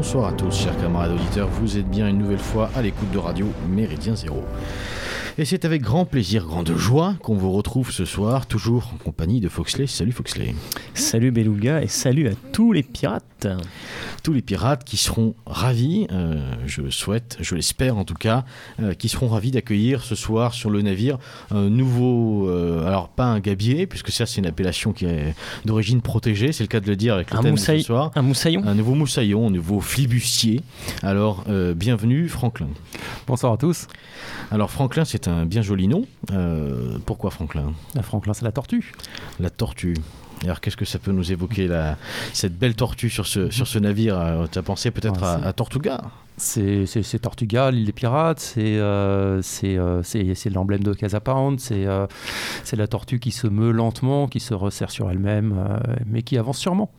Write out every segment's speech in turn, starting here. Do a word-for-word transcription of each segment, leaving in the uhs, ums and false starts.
bonsoir à tous, chers camarades auditeurs. Vous êtes bien une nouvelle fois à l'écoute de Radio Méridien Zéro. Et c'est avec grand plaisir, grande joie qu'on vous retrouve ce soir, toujours en compagnie de Foxley. Salut Foxley. Salut Beluga et salut à tous les pirates. Tous les pirates qui seront ravis, euh, je souhaite, je l'espère en tout cas, euh, qui seront ravis d'accueillir ce soir sur le navire un nouveau, euh, alors pas un gabier, puisque ça c'est une appellation qui est d'origine protégée, c'est le cas de le dire avec le un thème moussaï- de ce soir. Un moussaillon. Un nouveau moussaillon, un nouveau flibustier. Alors, euh, bienvenue Franklin. Bonsoir à tous. Alors Franklin, c'est un bien joli nom. Euh, pourquoi Franklin ? La Franklin, c'est la tortue. La tortue. Alors qu'est-ce que ça peut nous évoquer, la, cette belle tortue sur ce, sur ce navire ? Tu as pensé peut-être Ouais, à, à Tortuga ? C'est, c'est, c'est Tortuga, l'île des pirates, c'est, euh, c'est, euh, c'est, c'est l'emblème de Casa Pound, c'est, euh, c'est la tortue qui se meut lentement, qui se resserre sur elle-même, euh, mais qui avance sûrement.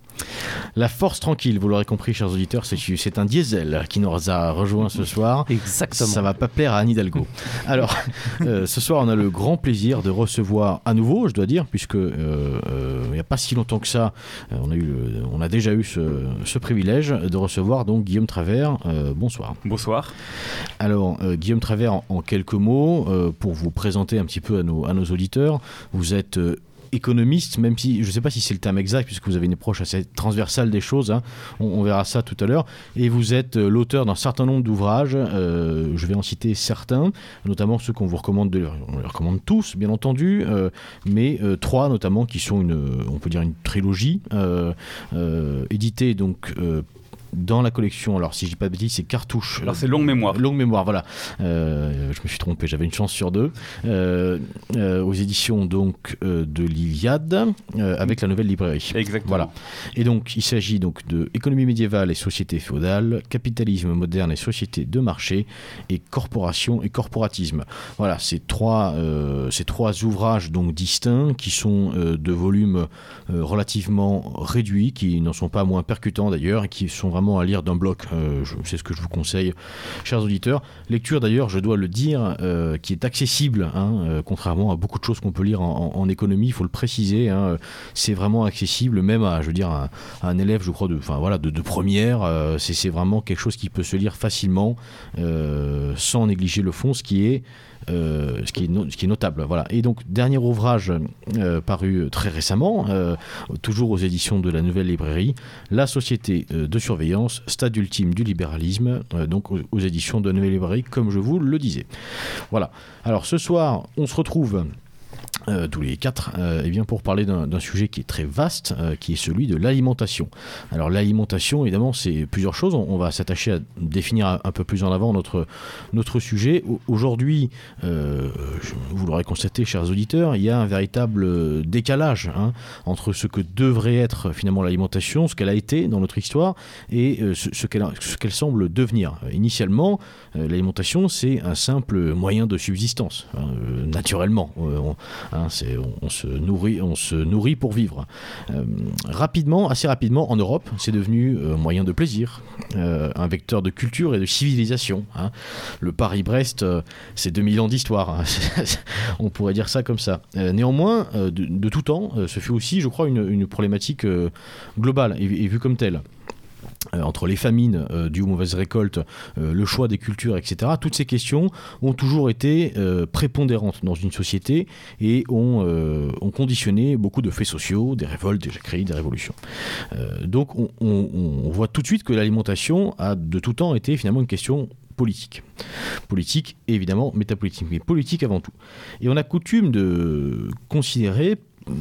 La force tranquille, vous l'aurez compris, chers auditeurs, c'est, c'est un diesel qui nous a rejoint ce soir. Exactement. Ça va pas plaire à Anne Hidalgo. Alors, euh, ce soir, on a le grand plaisir de recevoir à nouveau, je dois dire, puisque euh, euh, il n'y a pas si longtemps que ça, euh, on a eu, le, on a déjà eu ce, ce privilège de recevoir donc Guillaume Travers. Euh, bonsoir. Bonsoir. Alors, euh, Guillaume Travers, en, en quelques mots, euh, pour vous présenter un petit peu à nos, à nos auditeurs, vous êtes euh, économiste, même si je ne sais pas si c'est le terme exact, puisque vous avez une approche assez transversale des choses, hein. on, on verra ça tout à l'heure, et vous êtes euh, l'auteur d'un certain nombre d'ouvrages, euh, je vais en citer certains, notamment ceux qu'on vous recommande, de, on les recommande tous bien entendu, euh, mais euh, trois notamment qui sont une, on peut dire une trilogie, euh, euh, éditée donc euh, dans la collection, alors si je dis pas de bêtises, c'est Cartouche. Alors c'est Longue Mémoire. Longue Mémoire, voilà. Euh, je me suis trompé, j'avais une chance sur deux. Euh, euh, aux éditions donc euh, de l'Iliade, euh, avec la Nouvelle Librairie. Exactement. Voilà. Et donc il s'agit donc de économie médiévale et société féodale, capitalisme moderne et société de marché, et corporation et corporatisme. Voilà, ces trois, euh, ces trois ouvrages donc distincts qui sont euh, de volumes euh, relativement réduits, qui n'en sont pas moins percutants d'ailleurs, et qui sont vraiment à lire d'un bloc, euh, je, c'est ce que je vous conseille, chers auditeurs. Lecture d'ailleurs, je dois le dire, euh, qui est accessible, hein, euh, contrairement à beaucoup de choses qu'on peut lire en, en, en économie, il faut le préciser, hein, c'est vraiment accessible, même à, je veux dire, à, à un élève, je crois, de, enfin, voilà, de, de première, euh, c'est, c'est vraiment quelque chose qui peut se lire facilement, euh, sans négliger le fond, ce qui est Euh, ce, qui est no- ce qui est notable, voilà. Et donc dernier ouvrage euh, paru très récemment, euh, toujours aux éditions de la Nouvelle Librairie, La société euh, de surveillance, stade ultime du libéralisme, euh, donc aux, aux éditions de la Nouvelle Librairie, comme je vous le disais. Voilà. Alors ce soir, on se retrouve Euh, tous les quatre, euh, eh bien pour parler d'un, d'un sujet qui est très vaste, euh, qui est celui de l'alimentation. Alors l'alimentation, évidemment, c'est plusieurs choses. On, on va s'attacher à définir un, un peu plus en avant notre, notre sujet. O- aujourd'hui, euh, je, vous l'aurez constaté, chers auditeurs, il y a un véritable décalage, hein, entre ce que devrait être finalement l'alimentation, ce qu'elle a été dans notre histoire, et euh, ce, ce, qu'elle, ce qu'elle semble devenir. Euh, initialement, euh, l'alimentation, c'est un simple moyen de subsistance, hein, euh, naturellement. Euh, on, Hein, c'est, on, on, se nourrit, on se nourrit pour vivre. Euh, rapidement, assez rapidement, en Europe, c'est devenu un euh, moyen de plaisir, euh, un vecteur de culture et de civilisation. Hein. Le Paris-Brest, euh, c'est deux mille ans d'histoire. Hein. On pourrait dire ça comme ça. Euh, néanmoins, euh, de, de tout temps, euh, ce fut aussi, je crois, une, une problématique euh, globale et, et vue comme telle. Euh, entre les famines euh, dues aux mauvaises récoltes, euh, le choix des cultures, et cetera. Toutes ces questions ont toujours été euh, prépondérantes dans une société et ont, euh, ont conditionné beaucoup de faits sociaux, des révoltes, des jacqueries, des révolutions. Euh, donc on, on, on voit tout de suite que l'alimentation a de tout temps été finalement une question politique. Politique, évidemment, métapolitique, mais politique avant tout. Et on a coutume de considérer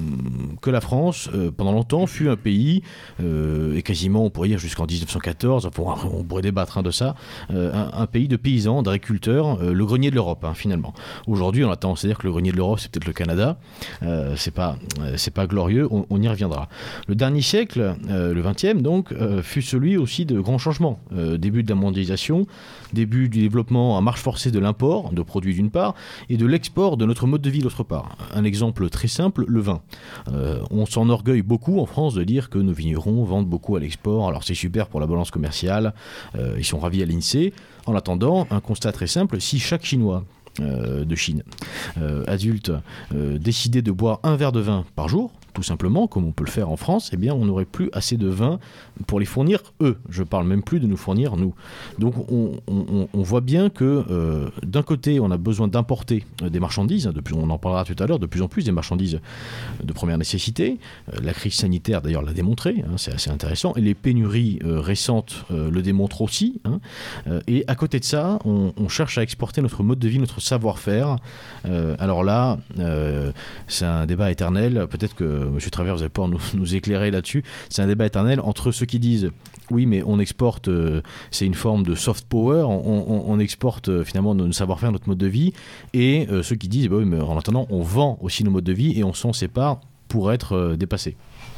que la France, euh, pendant longtemps, fut un pays, euh, et quasiment, on pourrait dire jusqu'en dix-neuf cent quatorze, enfin, on pourrait débattre hein, de ça, euh, un, un pays de paysans, d'agriculteurs, euh, le grenier de l'Europe, hein, finalement. Aujourd'hui, on a tendance à dire que le grenier de l'Europe, c'est peut-être le Canada. Euh, c'est pas, euh, c'est pas glorieux, on, on y reviendra. Le dernier siècle, euh, le vingtième, donc, euh, fut celui aussi de grands changements. Euh, début de la mondialisation, début du développement à marche forcée de l'import de produits d'une part, et de l'export de notre mode de vie d'autre part. Un exemple très simple, le vin. Euh, on s'enorgueille beaucoup en France de dire que nos vignerons vendent beaucoup à l'export, alors c'est super pour la balance commerciale, euh, ils sont ravis à l'INSEE. En attendant, un constat très simple, si chaque Chinois euh, de Chine, euh, adulte, euh, décidait de boire un verre de vin par jour, tout simplement, comme on peut le faire en France, eh bien, on n'aurait plus assez de vin pour les fournir eux. Je parle même plus de nous fournir nous. Donc on, on, on voit bien que euh, d'un côté, on a besoin d'importer des marchandises, de plus, on en parlera tout à l'heure, de plus en plus des marchandises de première nécessité. Euh, la crise sanitaire d'ailleurs l'a démontré, hein, c'est assez intéressant, et les pénuries euh, récentes euh, le démontrent aussi. Hein. Euh, et à côté de ça, on, on cherche à exporter notre mode de vie, notre savoir-faire. Euh, alors là, euh, c'est un débat éternel. Peut-être que M. Travers, vous allez pouvoir nous, nous éclairer là-dessus. C'est un débat éternel entre ceux qui disent oui, mais on exporte, euh, c'est une forme de soft power, on, on, on exporte euh, finalement notre savoir-faire, notre mode de vie, et euh, ceux qui disent bah oui, mais en attendant, on vend aussi nos modes de vie et on s'en sépare pour être euh, dépassé.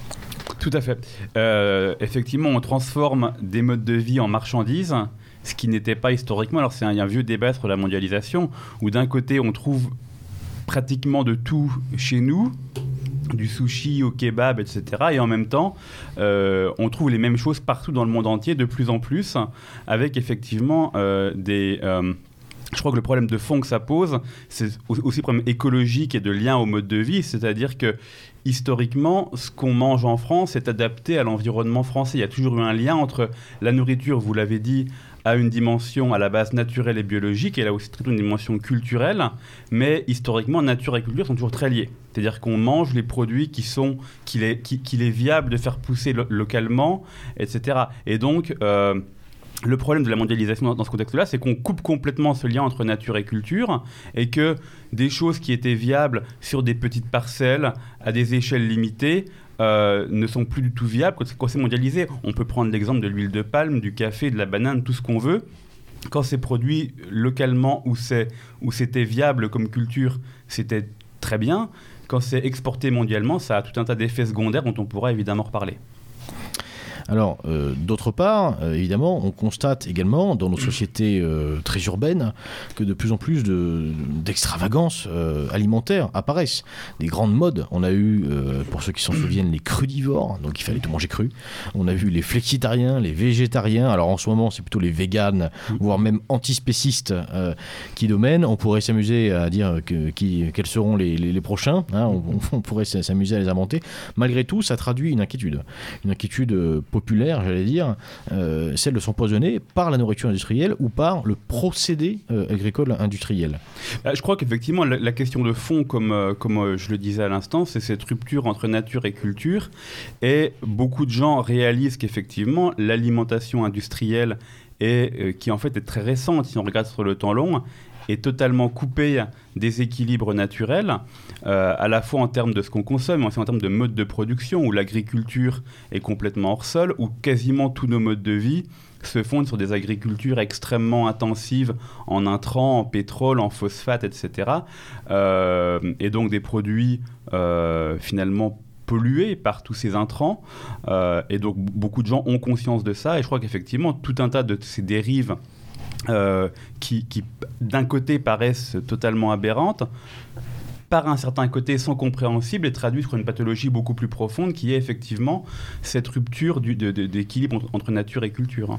Tout à fait. Euh, effectivement, on transforme des modes de vie en marchandises, ce qui n'était pas historiquement. Alors, c'est un, il y a un vieux débat sur la mondialisation, où d'un côté, on trouve pratiquement de tout chez nous, du sushi au kebab, et cetera. Et en même temps, euh, on trouve les mêmes choses partout dans le monde entier, de plus en plus, avec effectivement euh, des... Euh, je crois que le problème de fond que ça pose, c'est aussi un problème écologique et de lien au mode de vie, c'est-à-dire que historiquement, ce qu'on mange en France est adapté à l'environnement français. Il y a toujours eu un lien entre la nourriture, vous l'avez dit, a une dimension à la base naturelle et biologique, et elle a aussi une dimension culturelle, mais historiquement, nature et culture sont toujours très liées. C'est-à-dire qu'on mange les produits qui sont, qu'il est, qu'il, qu'il est viable de faire pousser lo- localement, et cetera. Et donc, euh, le problème de la mondialisation dans, dans ce contexte-là, c'est qu'on coupe complètement ce lien entre nature et culture, et que des choses qui étaient viables sur des petites parcelles, à des échelles limitées, Euh, ne sont plus du tout viables quand c'est mondialisé. On peut prendre l'exemple de l'huile de palme, du café, de la banane, tout ce qu'on veut. Quand c'est produit localement où, c'est, où c'était viable comme culture, c'était très bien. Quand c'est exporté mondialement, ça a tout un tas d'effets secondaires dont on pourra évidemment reparler. Alors, euh, d'autre part, euh, évidemment, on constate également dans nos sociétés euh, très urbaines que de plus en plus de, d'extravagances euh, alimentaires apparaissent. Des grandes modes. On a eu, euh, pour ceux qui s'en souviennent, les crudivores, donc il fallait tout manger cru. On a vu les flexitariens, les végétariens. Alors en ce moment, c'est plutôt les véganes, voire même antispécistes euh, qui dominent. On pourrait s'amuser à dire que, qui, quels seront les, les, les prochains. Hein, on, on pourrait s'amuser à les inventer. Malgré tout, ça traduit une inquiétude. Une inquiétude euh, populaire, j'allais dire, euh, celle de s'empoisonner par la nourriture industrielle ou par le procédé euh, agricole industriel. Euh, je crois qu'effectivement, la, la question de fond, comme, euh, comme euh, je le disais à l'instant, c'est cette rupture entre nature et culture. Et beaucoup de gens réalisent qu'effectivement, l'alimentation industrielle, est, euh, qui en fait est très récente, si on regarde sur le temps long, est totalement coupée des équilibres naturels, euh, à la fois en termes de ce qu'on consomme, mais aussi en termes de mode de production, où l'agriculture est complètement hors sol, où quasiment tous nos modes de vie se fondent sur des agricultures extrêmement intensives en intrants, en pétrole, en phosphate, et cetera. Euh, et donc des produits euh, finalement pollués par tous ces intrants. Euh, et donc beaucoup de gens ont conscience de ça. Et je crois qu'effectivement, tout un tas de ces dérives Euh, qui, qui, d'un côté, paraissent totalement aberrantes, par un certain côté sont compréhensibles et traduisent sur une pathologie beaucoup plus profonde qui est effectivement cette rupture du, de, de, d'équilibre entre, entre nature et culture.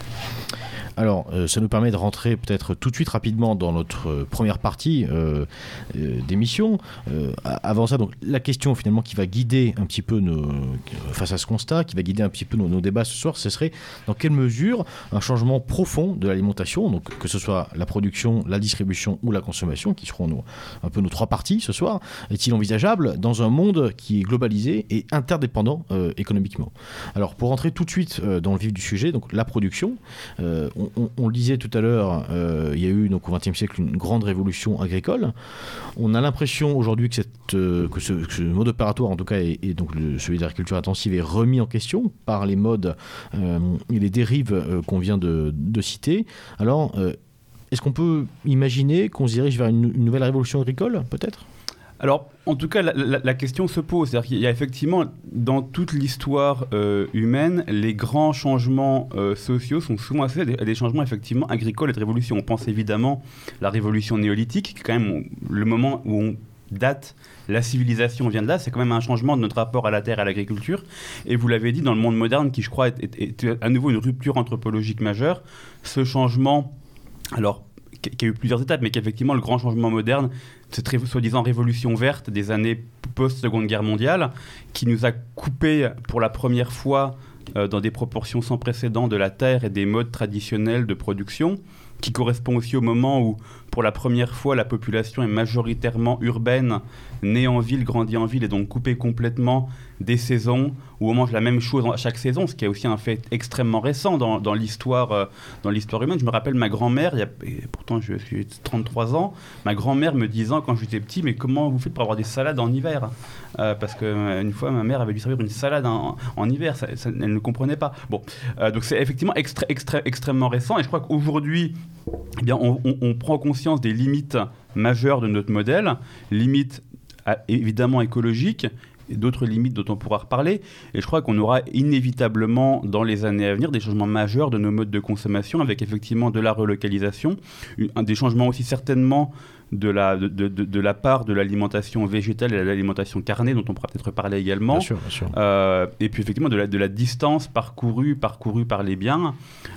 Alors, euh, ça nous permet de rentrer peut-être tout de suite rapidement dans notre euh, première partie euh, euh, d'émission. Euh, avant ça, donc, la question finalement qui va guider un petit peu nos, face à ce constat, qui va guider un petit peu nos, nos débats ce soir, ce serait dans quelle mesure un changement profond de l'alimentation, donc que ce soit la production, la distribution ou la consommation, qui seront nos, un peu nos trois parties ce soir, est-il envisageable dans un monde qui est globalisé et interdépendant euh, économiquement. Alors, pour rentrer tout de suite euh, dans le vif du sujet, donc la production, euh, on On, on le disait tout à l'heure, euh, il y a eu donc, au vingtième siècle une grande révolution agricole. On a l'impression aujourd'hui que, cette, euh, que, ce, que ce mode opératoire, en tout cas, et, et donc le, celui de l'agriculture intensive, est remis en question par les modes euh, et les dérives euh, qu'on vient de, de citer. Alors, euh, est-ce qu'on peut imaginer qu'on se dirige vers une, une nouvelle révolution agricole, peut-être ? Alors, en tout cas, la, la, la question se pose. C'est-à-dire qu'il y a effectivement, dans toute l'histoire euh, humaine, les grands changements euh, sociaux sont souvent associés à des, à des changements effectivement agricoles et de révolution. On pense évidemment à la révolution néolithique, qui est quand même le moment où on date, la civilisation vient de là, c'est quand même un changement de notre rapport à la terre et à l'agriculture. Et vous l'avez dit, dans le monde moderne, qui je crois est, est, est à nouveau une rupture anthropologique majeure, ce changement, alors qui a eu plusieurs étapes, mais qu'effectivement le grand changement moderne, cette ré- soi-disant révolution verte des années post-seconde guerre mondiale, qui nous a coupé pour la première fois euh, dans des proportions sans précédent de la terre et des modes traditionnels de production, qui correspond aussi au moment où, pour la première fois, la population est majoritairement urbaine, née en ville, grandie en ville, et donc coupée complètement des saisons, où on mange la même chose à chaque saison, ce qui est aussi un fait extrêmement récent dans, dans, l'histoire, euh, dans l'histoire humaine. Je me rappelle ma grand-mère, il y a, et pourtant je suis trente-trois ans, ma grand-mère me disant quand j'étais petit, mais comment vous faites pour avoir des salades en hiver euh, Parce qu'une fois, ma mère avait dû servir une salade en, en hiver, ça, ça, elle ne comprenait pas. Bon, euh, donc c'est effectivement extré, extré, extrêmement récent, et je crois qu'aujourd'hui, eh bien, on, on, on prend conscience des limites majeures de notre modèle, limites à, évidemment écologiques, et d'autres limites dont on pourra reparler. Et je crois qu'on aura inévitablement, dans les années à venir, des changements majeurs de nos modes de consommation, avec effectivement de la relocalisation, un, des changements aussi certainement de la, de, de, de la part de l'alimentation végétale et de l'alimentation carnée, dont on pourra peut-être parler également. Bien sûr, bien sûr. Euh, et puis effectivement de la, de la distance parcourue, parcourue par les biens.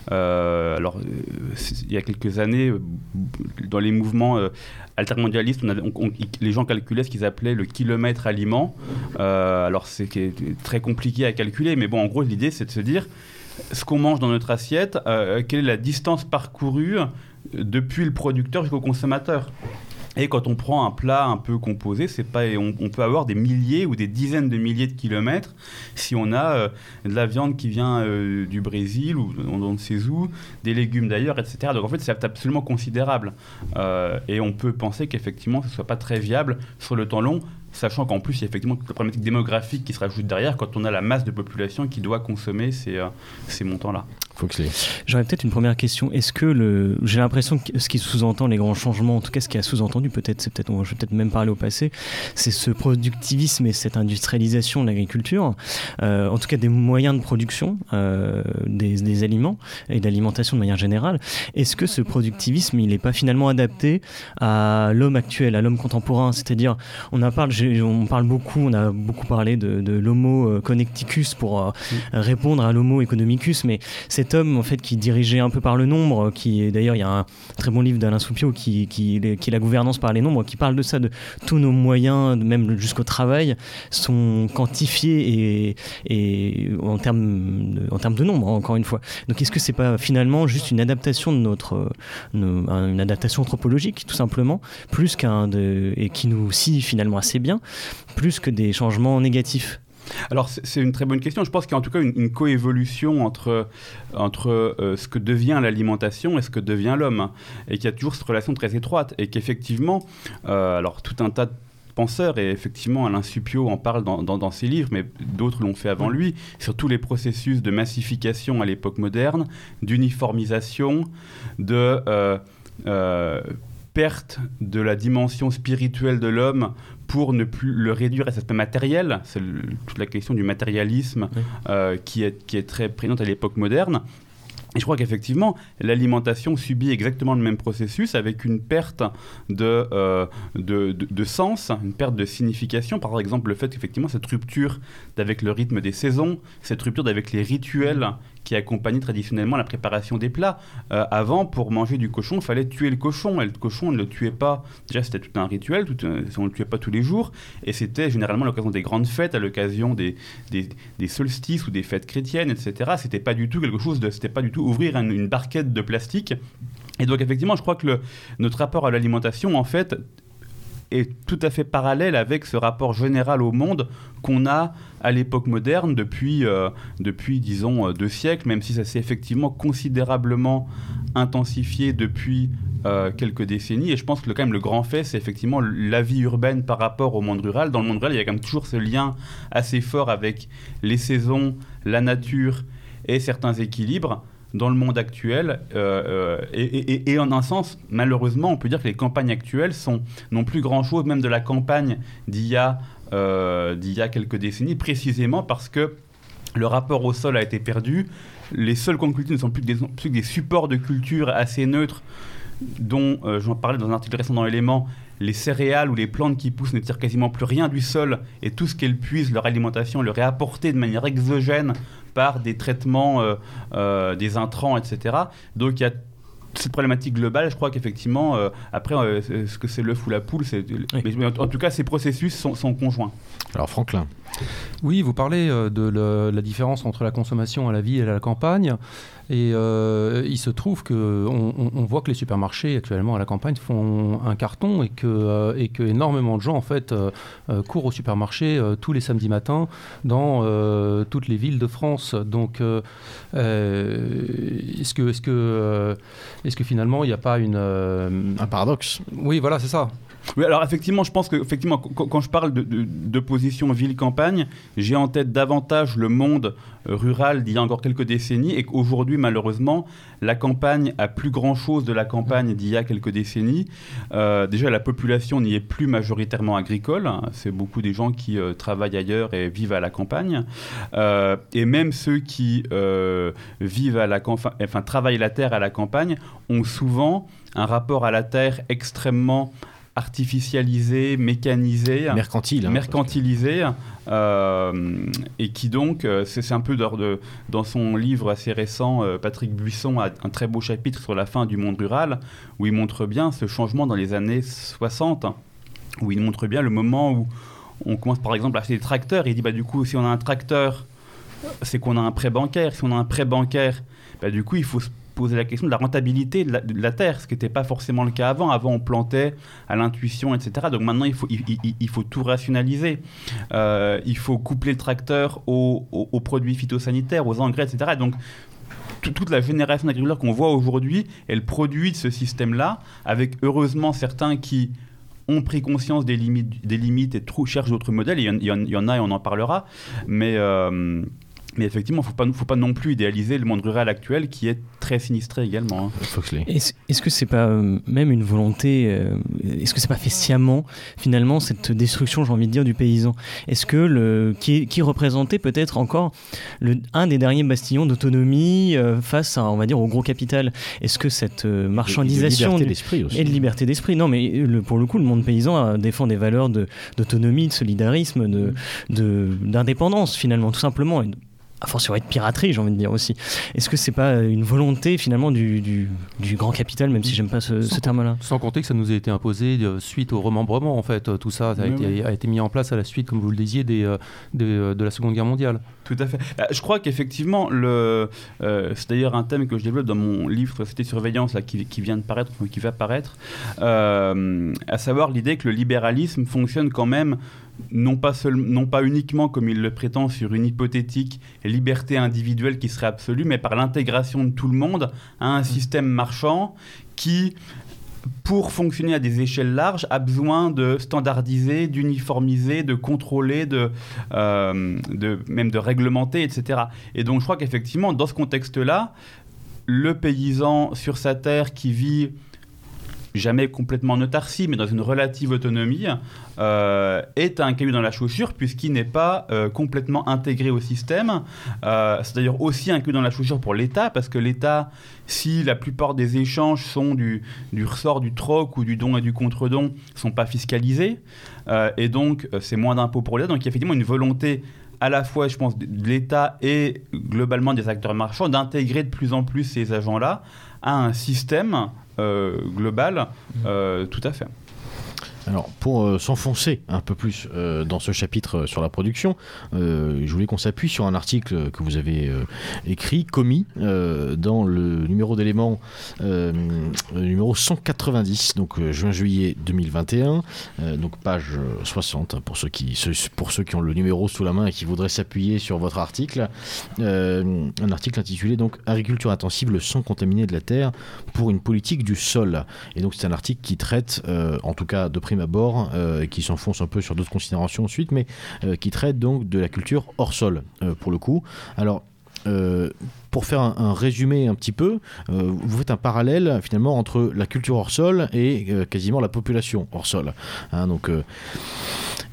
Euh, alors, il y a quelques années, dans les mouvements euh, altermondialistes, on avait, on, on, les gens calculaient ce qu'ils appelaient le kilomètre aliment. Euh, alors, c'est très compliqué à calculer, mais bon, en gros, l'idée, c'est de se dire ce qu'on mange dans notre assiette, euh, quelle est la distance parcourue depuis le producteur jusqu'au consommateur. Et quand on prend un plat un peu composé, c'est pas, on, on peut avoir des milliers ou des dizaines de milliers de kilomètres si on a euh, de la viande qui vient euh, du Brésil ou on ne sait où, des légumes d'ailleurs, et cetera. Donc en fait, c'est absolument considérable. Euh, et on peut penser qu'effectivement, ce ne soit pas très viable sur le temps long, sachant qu'en plus, il y a effectivement toute la problématique démographique qui se rajoute derrière quand on a la masse de population qui doit consommer ces, euh, ces montants-là. Foxley. J'aurais peut-être une première question. Est-ce que le, j'ai l'impression que ce qui sous-entend les grands changements, en tout cas ce qui a sous-entendu, peut-être, c'est peut-être, je vais peut-être même parler au passé, c'est ce productivisme et cette industrialisation de l'agriculture, euh, en tout cas des moyens de production euh, des, des aliments et d'alimentation de manière générale. Est-ce que ce productivisme, il n'est pas finalement adapté à l'homme actuel, à l'homme contemporain? C'est-à-dire, on a parlé, on parle beaucoup, on a beaucoup parlé de, de l'homo connecticus pour euh, répondre à l'homo economicus, mais cet homme en fait qui dirigeait un peu par le nombre, qui d'ailleurs il y a un très bon livre d'Alain Soupiot qui, qui, qui est La gouvernance par les nombres, qui parle de ça, de tous nos moyens, même jusqu'au travail, sont quantifiés et, et en termes de, en termes de nombre, encore une fois. Donc est-ce que c'est pas finalement juste une adaptation de notre, nos, une adaptation anthropologique tout simplement, plus qu'un de, et qui nous scie finalement assez bien, plus que des changements négatifs? Alors c'est une très bonne question. Je pense qu'il y a en tout cas une, une coévolution entre, entre euh, ce que devient l'alimentation et ce que devient l'homme, et qu'il y a toujours cette relation très étroite, et qu'effectivement, euh, alors tout un tas de penseurs, et effectivement Alain Soupiot en parle dans, dans, dans ses livres, mais d'autres l'ont fait avant lui, sur tous les processus de massification à l'époque moderne, d'uniformisation, de euh, euh, perte de la dimension spirituelle de l'homme pour ne plus le réduire à cet aspect matériel. C'est le, toute la question du matérialisme oui. euh, qui, est, qui est très prégnante à l'époque moderne. Et je crois qu'effectivement, l'alimentation subit exactement le même processus, avec une perte de, euh, de, de, de sens, une perte de signification. Par exemple, le fait qu'effectivement, cette rupture avec le rythme des saisons, cette rupture avec les rituels qui accompagnent traditionnellement la préparation des plats. Euh, avant, pour manger du cochon, il fallait tuer le cochon. Et le cochon, on ne le tuait pas. Déjà, c'était tout un rituel, tout un, on ne le tuait pas tous les jours. Et c'était généralement à l'occasion des grandes fêtes, à l'occasion des, des, des solstices ou des fêtes chrétiennes, et cetera. C'était pas du tout quelque chose de... C'était pas du tout ouvrir une, une barquette de plastique. Et donc, effectivement, je crois que le, notre rapport à l'alimentation, en fait, est tout à fait parallèle avec ce rapport général au monde qu'on a à l'époque moderne depuis, euh, depuis disons, deux siècles, même si ça s'est effectivement considérablement intensifié depuis euh, quelques décennies. Et je pense que le, quand même le grand fait, c'est effectivement la vie urbaine par rapport au monde rural. Dans le monde rural, il y a quand même toujours ce lien assez fort avec les saisons, la nature et certains équilibres. Dans le monde actuel, euh, euh, et, et, et en un sens, malheureusement, on peut dire que les campagnes actuelles sont, n'ont plus grand-chose, même de la campagne d'il y a, euh, d'il y a quelques décennies, précisément parce que le rapport au sol a été perdu. Les sols qu'on cultive ne sont plus que des, plus que des supports de culture assez neutres, dont, euh, j'en parlais dans un article récent dans Éléments, les céréales ou les plantes qui poussent ne tirent quasiment plus rien du sol, et tout ce qu'elles puisent, leur alimentation, leur est apportée de manière exogène par des traitements, euh, euh, des intrants, et cetera. Donc il y a cette problématique globale, je crois qu'effectivement, euh, après, euh, est-ce que c'est l'œuf ou la poule, c'est, oui. mais, mais en, en tout cas, ces processus sont, sont conjoints. Alors, Franklin. Oui, vous parlez euh, de le, la différence entre la consommation à la ville et à la campagne. Et euh, il se trouve qu'on on, on voit que les supermarchés actuellement à la campagne font un carton et que, euh, et que énormément de gens en fait euh, euh, courent au supermarché euh, tous les samedis matins dans euh, toutes les villes de France. Donc, euh, euh, est-ce que, est-ce que, euh, est-ce que finalement il n'y a pas une euh... un paradoxe? Oui, voilà, c'est ça. Oui, alors effectivement, je pense que effectivement, quand, quand je parle de, de, d'opposition ville-campagne, j'ai en tête davantage le monde rural d'il y a encore quelques décennies, et qu'aujourd'hui, malheureusement, la campagne a plus grand-chose de la campagne d'il y a quelques décennies. Euh, déjà, la population n'y est plus majoritairement agricole. C'est beaucoup des gens qui euh, travaillent ailleurs et vivent à la campagne. Euh, et même ceux qui euh, vivent à la campagne, enfin travaillent la terre à la campagne, ont souvent un rapport à la terre extrêmement artificialisé, mécanisé, mercantile, hein, mercantilisé, euh, et qui donc, c'est, c'est un peu de, de, dans son livre assez récent, euh, Patrick Buisson a un très beau chapitre sur la fin du monde rural, où il montre bien ce changement dans les années soixante, où il montre bien le moment où on commence par exemple à acheter des tracteurs, et il dit bah, du coup, si on a un tracteur, c'est qu'on a un prêt bancaire, si on a un prêt bancaire, bah, du coup, il faut se poser la question de la rentabilité de la, de la terre, ce qui n'était pas forcément le cas avant. Avant, on plantait à l'intuition, et cetera. Donc maintenant, il faut, il, il, il faut tout rationaliser. Euh, il faut coupler le tracteur aux, aux, aux produits phytosanitaires, aux engrais, et cetera. Donc, tout, toute la génération d'agriculteurs qu'on voit aujourd'hui, elle produit de ce système-là, avec heureusement certains qui ont pris conscience des limites, des limites et trou- cherchent d'autres modèles. Il y, en, il, y en, il y en a et on en parlera. Mais... Euh, Mais effectivement, il ne faut pas non plus idéaliser le monde rural actuel qui est très sinistré également. Hein. Est-ce, est-ce que ce n'est pas euh, même une volonté, euh, est-ce que ce n'est pas fait sciemment, finalement, cette destruction, j'ai envie de dire, du paysan? Est-ce que, le, qui, qui représentait peut-être encore le, un des derniers bastillons d'autonomie euh, face à, on va dire, au gros capital? Est-ce que cette euh, marchandisation... Et de liberté d'esprit aussi. Et de liberté d'esprit. Non, mais le, pour le coup, le monde paysan euh, défend des valeurs de, d'autonomie, de solidarisme, de, de, d'indépendance, finalement, tout simplement. Et de, à fortiori de piraterie, j'ai envie de dire aussi. Est-ce que c'est pas une volonté finalement du, du, du grand capital, même si j'aime pas ce, ce terme-là? Sans compter que ça nous a été imposé euh, suite au remembrement, en fait. Tout ça a, été, oui. a été mis en place à la suite, comme vous le disiez, des, euh, de, de la Seconde Guerre mondiale. Tout à fait. Bah, je crois qu'effectivement, le, euh, c'est d'ailleurs un thème que je développe dans mon livre Société Surveillance, là, qui, qui vient de paraître, enfin, qui va paraître, euh, à savoir l'idée que le libéralisme fonctionne quand même non pas, seul, non pas uniquement, comme il le prétend, sur une hypothétique liberté individuelle qui serait absolue, mais par l'intégration de tout le monde à un système marchand qui, pour fonctionner à des échelles larges, a besoin de standardiser, d'uniformiser, de contrôler, de, euh, de, même de réglementer, et cetera. Et donc je crois qu'effectivement, dans ce contexte-là, le paysan sur sa terre qui vit jamais complètement en autarcie, mais dans une relative autonomie, euh, est un caillou dans la chaussure, puisqu'il n'est pas euh, complètement intégré au système. Euh, c'est d'ailleurs aussi un caillou dans la chaussure pour l'État, parce que l'État, si la plupart des échanges sont du, du ressort du troc ou du don et du contre-don, ne sont pas fiscalisés, euh, et donc euh, c'est moins d'impôts pour l'État. Donc il y a effectivement une volonté à la fois, je pense, de l'État et globalement des acteurs marchands d'intégrer de plus en plus ces agents-là à un système Euh, global, euh, tout à fait. Alors, pour euh, s'enfoncer un peu plus euh, dans ce chapitre euh, sur la production, euh, je voulais qu'on s'appuie sur un article que vous avez euh, écrit, commis, euh, dans le numéro d'éléments, euh, le numéro cent quatre-vingt-dix, donc euh, juin-juillet deux mille vingt et un, euh, donc page soixante, pour ceux, qui, ceux, pour ceux qui ont le numéro sous la main et qui voudraient s'appuyer sur votre article. Euh, un article intitulé donc « Agriculture intensive sans contaminer de la terre pour une politique du sol ». Et donc c'est un article qui traite, euh, en tout cas de prime abord, euh, qui s'enfonce un peu sur d'autres considérations ensuite, mais euh, qui traite donc de la culture hors sol, euh, pour le coup. Alors, euh, pour faire un, un résumé un petit peu, euh, vous faites un parallèle finalement entre la culture hors sol et euh, quasiment la population hors sol. Hein, donc... Euh,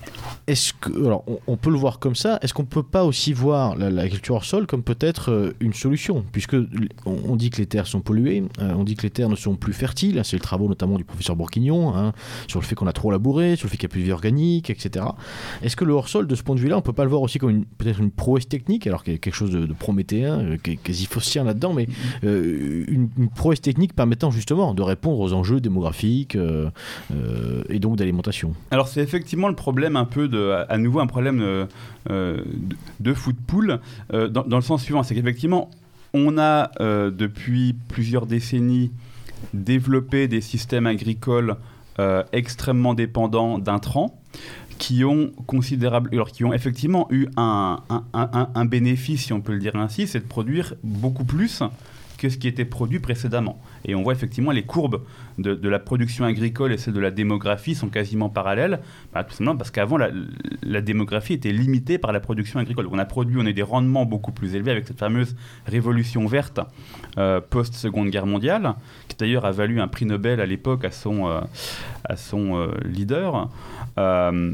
est-ce que, alors, on, on peut le voir comme ça. Est-ce qu'on ne peut pas aussi voir la, l'agriculture hors sol comme peut-être euh, une solution, puisque on, on dit que les terres sont polluées, euh, on dit que les terres ne sont plus fertiles. C'est le travail notamment du professeur Bourguignon, hein, sur le fait qu'on a trop labouré, sur le fait qu'il n'y a plus de vie organique, et cetera. Est-ce que le hors sol, de ce point de vue-là, on ne peut pas le voir aussi comme une, peut-être une prouesse technique, alors qu'il y a quelque chose de, de prométhéen, euh, quasi faustien là-dedans, mais euh, une, une prouesse technique permettant justement de répondre aux enjeux démographiques euh, euh, et donc d'alimentation. Alors c'est effectivement le problème un peu de De, à nouveau un problème euh, euh, de, de foot pool euh, dans, dans le sens suivant, c'est qu'effectivement on a euh, depuis plusieurs décennies développé des systèmes agricoles euh, extrêmement dépendants d'intrants qui ont considérable, alors qui ont effectivement eu un, un, un, un bénéfice, si on peut le dire ainsi, c'est de produire beaucoup plus que ce qui était produit précédemment. Et on voit effectivement les courbes de, de la production agricole et celles de la démographie sont quasiment parallèles, bah, tout simplement parce qu'avant, la, la démographie était limitée par la production agricole. On a produit, on a des rendements beaucoup plus élevés avec cette fameuse révolution verte euh, post-Seconde Guerre mondiale, qui d'ailleurs a valu un prix Nobel à l'époque à son, euh, à son euh, leader. Euh,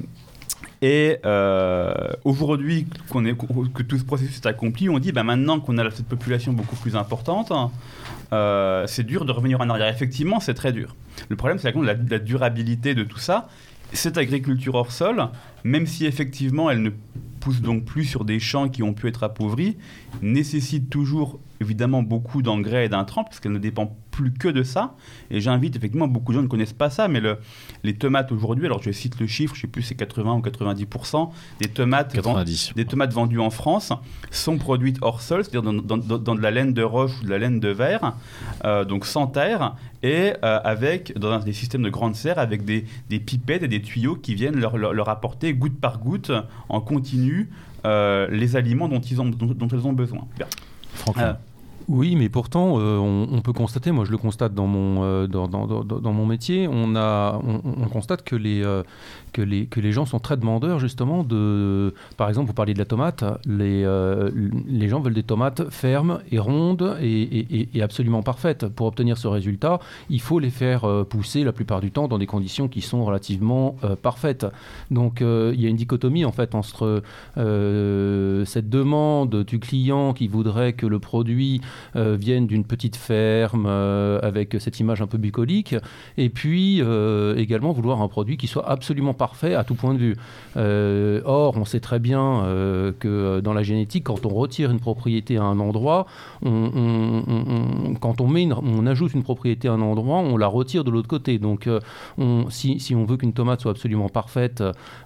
Et euh, aujourd'hui, qu'on est, que tout ce processus est accompli, on dit bah, maintenant qu'on a cette population beaucoup plus importante, euh, c'est dur de revenir en arrière. Effectivement, c'est très dur. Le problème, c'est la, la durabilité de tout ça. Cette agriculture hors sol, même si effectivement elle ne pousse donc plus sur des champs qui ont pu être appauvris, nécessite toujours évidemment beaucoup d'engrais et d'intrants, parce qu'elle ne dépend plus que de ça. Et j'invite, effectivement, beaucoup de gens ne connaissent pas ça, mais le, les tomates aujourd'hui, alors je cite le chiffre, je ne sais plus, c'est quatre-vingts ou quatre-vingt-dix pour cent des tomates, quatre-vingt-dix. Des tomates vendues en France sont produites hors sol, c'est-à-dire dans, dans, dans, dans de la laine de roche ou de la laine de verre, euh, donc sans terre, et euh, avec, dans des systèmes de grandes serres, avec des, des pipettes et des tuyaux qui viennent leur, leur, leur apporter goutte par goutte, en continu, euh, les aliments dont, ils ont, dont, dont elles ont besoin. Bien. Franchement. Euh, Oui, mais pourtant, euh, on, on peut constater, moi je le constate dans mon, euh, dans, dans, dans, dans mon métier, on, a, on, on constate que les, euh, que, les, que les gens sont très demandeurs justement de... Par exemple, vous parliez de la tomate, les, euh, les gens veulent des tomates fermes et rondes et, et, et absolument parfaites. Pour obtenir ce résultat, il faut les faire euh, pousser la plupart du temps dans des conditions qui sont relativement euh, parfaites. Donc euh, il y a une dichotomie en fait entre euh, cette demande du client qui voudrait que le produit Euh, viennent d'une petite ferme euh, avec cette image un peu bucolique, et puis euh, également vouloir un produit qui soit absolument parfait à tout point de vue. Euh, or, on sait très bien euh, que dans la génétique, quand on retire une propriété à un endroit, on, on, on, quand on, met une, on ajoute une propriété à un endroit, on la retire de l'autre côté. Donc, euh, on, si, si on veut qu'une tomate soit absolument parfaite,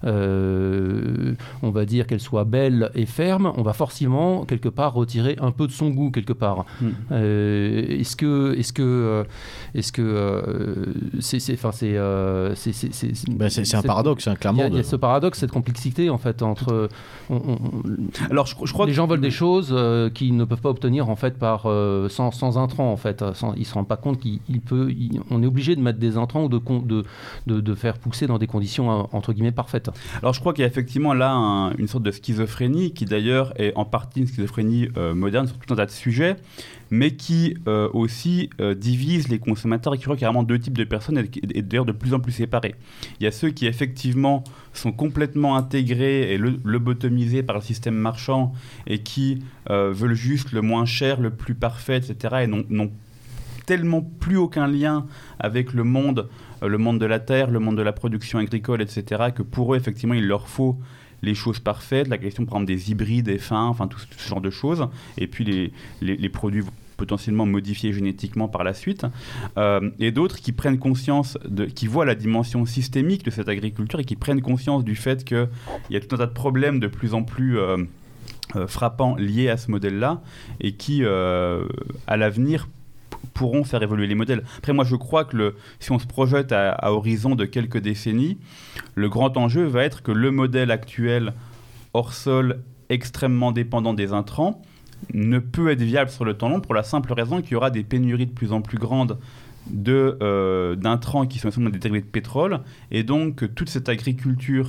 euh, on va dire qu'elle soit belle et ferme, on va forcément quelque part retirer un peu de son goût quelque part. Mmh. Euh, est-ce que, est-ce que, euh, est-ce que, euh, c'est, c'est, enfin, c'est, euh, c'est, c'est, c'est, ben c'est, c'est un paradoxe, hein, clairement. Il y, de... y a ce paradoxe, cette complexité en fait entre. On, on, Alors, je, je crois les que... gens veulent des choses euh, qu'ils ne peuvent pas obtenir en fait par euh, sans, sans intrants en fait. Sans, ils se rendent pas compte qu'il peut. Il, on est obligé de mettre des intrants ou de, de, de, de faire pousser dans des conditions entre guillemets parfaites. Alors, je crois qu'il y a effectivement là un, une sorte de schizophrénie qui d'ailleurs est en partie une schizophrénie euh, moderne sur tout un tas de sujets, mais qui euh, aussi euh, divise les consommateurs et qui croit qu'il y a vraiment deux types de personnes et, et d'ailleurs de plus en plus séparés. Il y a ceux qui effectivement sont complètement intégrés et le, lobotomisés par le système marchand et qui euh, veulent juste le moins cher, le plus parfait, et cetera et n'ont, n'ont tellement plus aucun lien avec le monde, euh, le monde de la terre, le monde de la production agricole, et cetera, que pour eux, effectivement, il leur faut les choses parfaites, la question par exemple des hybrides, des fins, enfin tout, tout ce genre de choses, et puis les, les, les produits potentiellement modifiés génétiquement par la suite, euh, et d'autres qui prennent conscience, de, qui voient la dimension systémique de cette agriculture et qui prennent conscience du fait qu'il y a tout un tas de problèmes de plus en plus euh, euh, frappants liés à ce modèle-là, et qui, euh, à l'avenir, pourront faire évoluer les modèles. Après, moi, je crois que le, si on se projette à, à horizon de quelques décennies, le grand enjeu va être que le modèle actuel hors sol, extrêmement dépendant des intrants, ne peut être viable sur le temps long pour la simple raison qu'il y aura des pénuries de plus en plus grandes de, euh, d'intrants qui sont essentiellement des dérivés de pétrole, et donc toute cette agriculture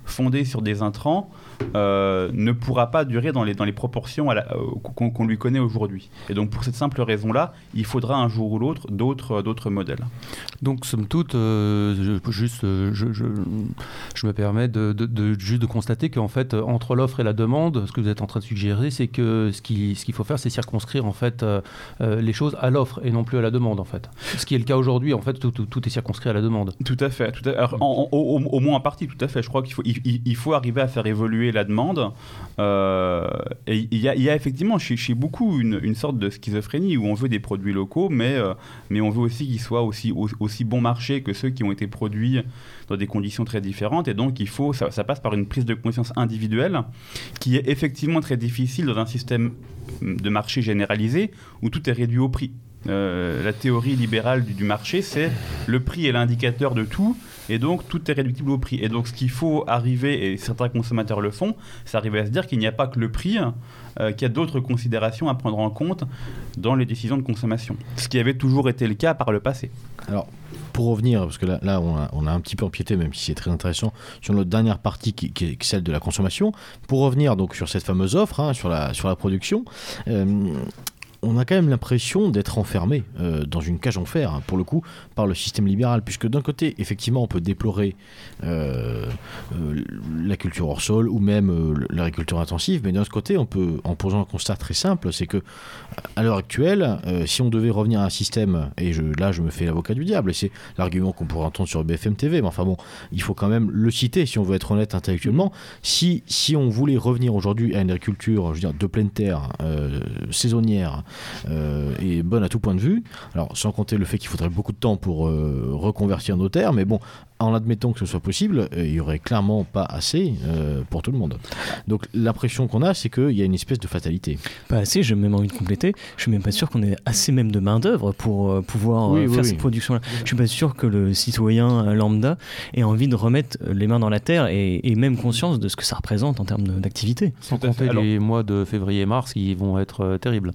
fondé sur des intrants euh, ne pourra pas durer dans les, dans les proportions à la, euh, qu'on, qu'on lui connaît aujourd'hui. Et donc pour cette simple raison-là, il faudra un jour ou l'autre d'autres, d'autres modèles. Donc somme toute, euh, je, juste, euh, je, je, je me permets de, de, de, juste de constater qu'en fait, entre l'offre et la demande, ce que vous êtes en train de suggérer, c'est que ce, qui, ce qu'il faut faire, c'est circonscrire en fait, euh, euh, les choses à l'offre et non plus à la demande. En fait. Ce qui est le cas aujourd'hui, en fait, tout, tout, tout est circonscrit à la demande. Tout à fait. Tout à, alors, en, en, au, au moins en partie, tout à fait. Je crois qu'il faut, il, il faut arriver à faire évoluer la demande. Euh, et il y, a, il y a effectivement chez, chez beaucoup une, une sorte de schizophrénie où on veut des produits locaux, mais, euh, mais on veut aussi qu'ils soient aussi, aussi, aussi bon marché que ceux qui ont été produits dans des conditions très différentes. Et donc, il faut, ça, ça passe par une prise de conscience individuelle qui est effectivement très difficile dans un système de marché généralisé où tout est réduit au prix. Euh, la théorie libérale du, du marché, c'est le prix est l'indicateur de tout, et donc tout est réductible au prix. Et donc ce qu'il faut arriver, et certains consommateurs le font, c'est arriver à se dire qu'il n'y a pas que le prix, euh, qu'il y a d'autres considérations à prendre en compte dans les décisions de consommation. Ce qui avait toujours été le cas par le passé. Alors, pour revenir, parce que là, là on, a, on a un petit peu empiété, même si c'est très intéressant, sur notre dernière partie qui, qui est celle de la consommation. Pour revenir donc sur cette fameuse offre, hein, sur, la, sur la production, euh, on a quand même l'impression d'être enfermé euh, dans une cage en fer, hein, pour le coup, par le système libéral, puisque d'un côté, effectivement, on peut déplorer euh, euh, la culture hors sol ou même euh, l'agriculture intensive, mais d'un autre côté, on peut, en posant un constat très simple, c'est que à l'heure actuelle, euh, si on devait revenir à un système, et je, là je me fais l'avocat du diable, et c'est l'argument qu'on pourrait entendre sur B F M T V, mais enfin bon, il faut quand même le citer si on veut être honnête intellectuellement, si, si on voulait revenir aujourd'hui à une agriculture, je veux dire, de pleine terre, euh, saisonnière, Euh, et bonne à tout point de vue, alors sans compter le fait qu'il faudrait beaucoup de temps pour euh, reconvertir nos terres, mais bon, en admettant que ce soit possible, euh, il n'y aurait clairement pas assez euh, pour tout le monde. Donc l'impression qu'on a, c'est qu'il y a une espèce de fatalité. Pas assez, j'ai même envie de compléter, je suis même pas sûr qu'on ait assez même de main d'œuvre pour euh, pouvoir oui, euh, oui, faire oui. cette production-là. Je suis pas sûr que le citoyen euh, lambda ait envie de remettre les mains dans la terre et, et même conscience de ce que ça représente en termes de, d'activité. Sans Tout à compter fait. Alors- les mois de février-mars qui vont être euh, terribles.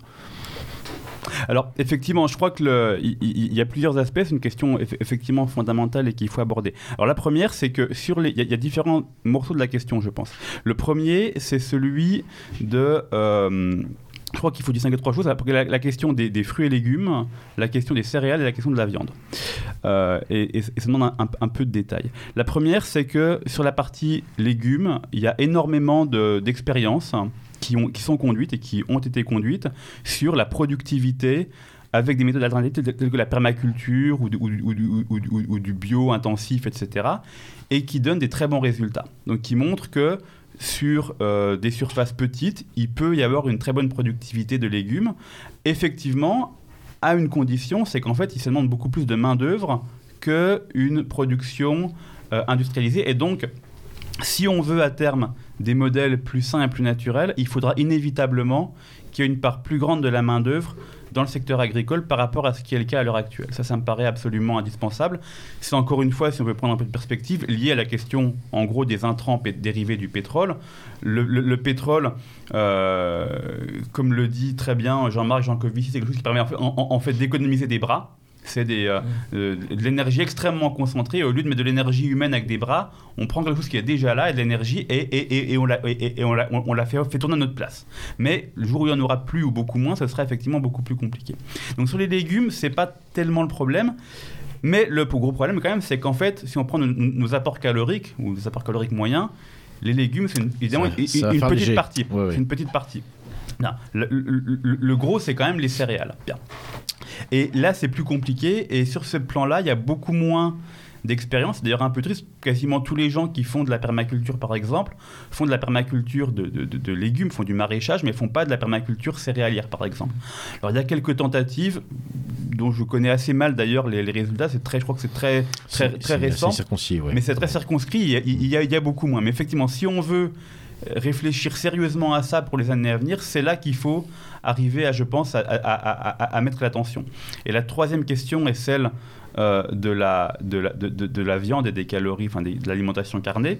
Alors, effectivement, je crois qu'il y, y, y a plusieurs aspects. C'est une question eff- effectivement fondamentale et qu'il faut aborder. Alors, la première, c'est que sur les, il y, y a différents morceaux de la question, je pense. Le premier, c'est celui de... Euh, je crois qu'il faut distinguer trois choses. La, la question des, des fruits et légumes, la question des céréales et la question de la viande. Euh, et, et, et ça demande un, un, un peu de détails. La première, c'est que sur la partie légumes, il y a énormément de, d'expériences qui, ont, qui sont conduites et qui ont été conduites sur la productivité avec des méthodes alternatives telles que la permaculture ou, ou, ou, ou, ou, ou, ou du bio intensif, et cetera, et qui donnent des très bons résultats. Donc qui montrent que sur euh, des surfaces petites, il peut y avoir une très bonne productivité de légumes. Effectivement, à une condition, c'est qu'en fait, il se demande beaucoup plus de main-d'œuvre qu'une production euh, industrialisée. Et donc, si on veut à terme des modèles plus sains et plus naturels, il faudra inévitablement qu'il y ait une part plus grande de la main-d'œuvre dans le secteur agricole par rapport à ce qui est le cas à l'heure actuelle. Ça, ça me paraît absolument indispensable. C'est encore une fois, si on veut prendre un peu de perspective, lié à la question, en gros, des intrants pé- dérivés du pétrole. Le, le, le pétrole, euh, comme le dit très bien Jean-Marc Jancovici, c'est quelque chose qui permet en fait, en, en fait d'économiser des bras. C'est des, euh, euh, de l'énergie extrêmement concentrée. Au lieu de mettre de l'énergie humaine avec des bras, on prend quelque chose qui est déjà là, et de l'énergie, et, et, et, et on la, et, et on la, on la fait, fait tourner à notre place. Mais le jour où il n'y en aura plus ou beaucoup moins, ce sera effectivement beaucoup plus compliqué. Donc sur les légumes, ce n'est pas tellement le problème. Mais le gros problème quand même, c'est qu'en fait, si on prend nos, nos apports caloriques, ou nos apports caloriques moyens, les légumes, c'est une, évidemment Ça- une, ça va une faire petite léger. partie. Ouais, ouais. C'est une petite partie. Non, le, le, le, le gros, c'est quand même les céréales. Bien. Et là, c'est plus compliqué. Et sur ce plan-là, il y a beaucoup moins d'expérience. C'est d'ailleurs un peu triste. Quasiment tous les gens qui font de la permaculture, par exemple, font de la permaculture de, de, de, de légumes, font du maraîchage, mais ne font pas de la permaculture céréalière, par exemple. Alors, il y a quelques tentatives dont je connais assez mal, d'ailleurs, les, les résultats. C'est très, je crois que c'est très, très, C'est- très c'est récent. assez circoncis, ouais. Mais c'est très circonscrit. Il y, a, il, y a, il y a beaucoup moins. Mais effectivement, si on veut réfléchir sérieusement à ça pour les années à venir, c'est là qu'il faut arriver à, je pense, à, à, à, à, à mettre l'attention. Et la troisième question est celle euh, de, la, de, la, de, de, de la viande et des calories, enfin des, de l'alimentation carnée.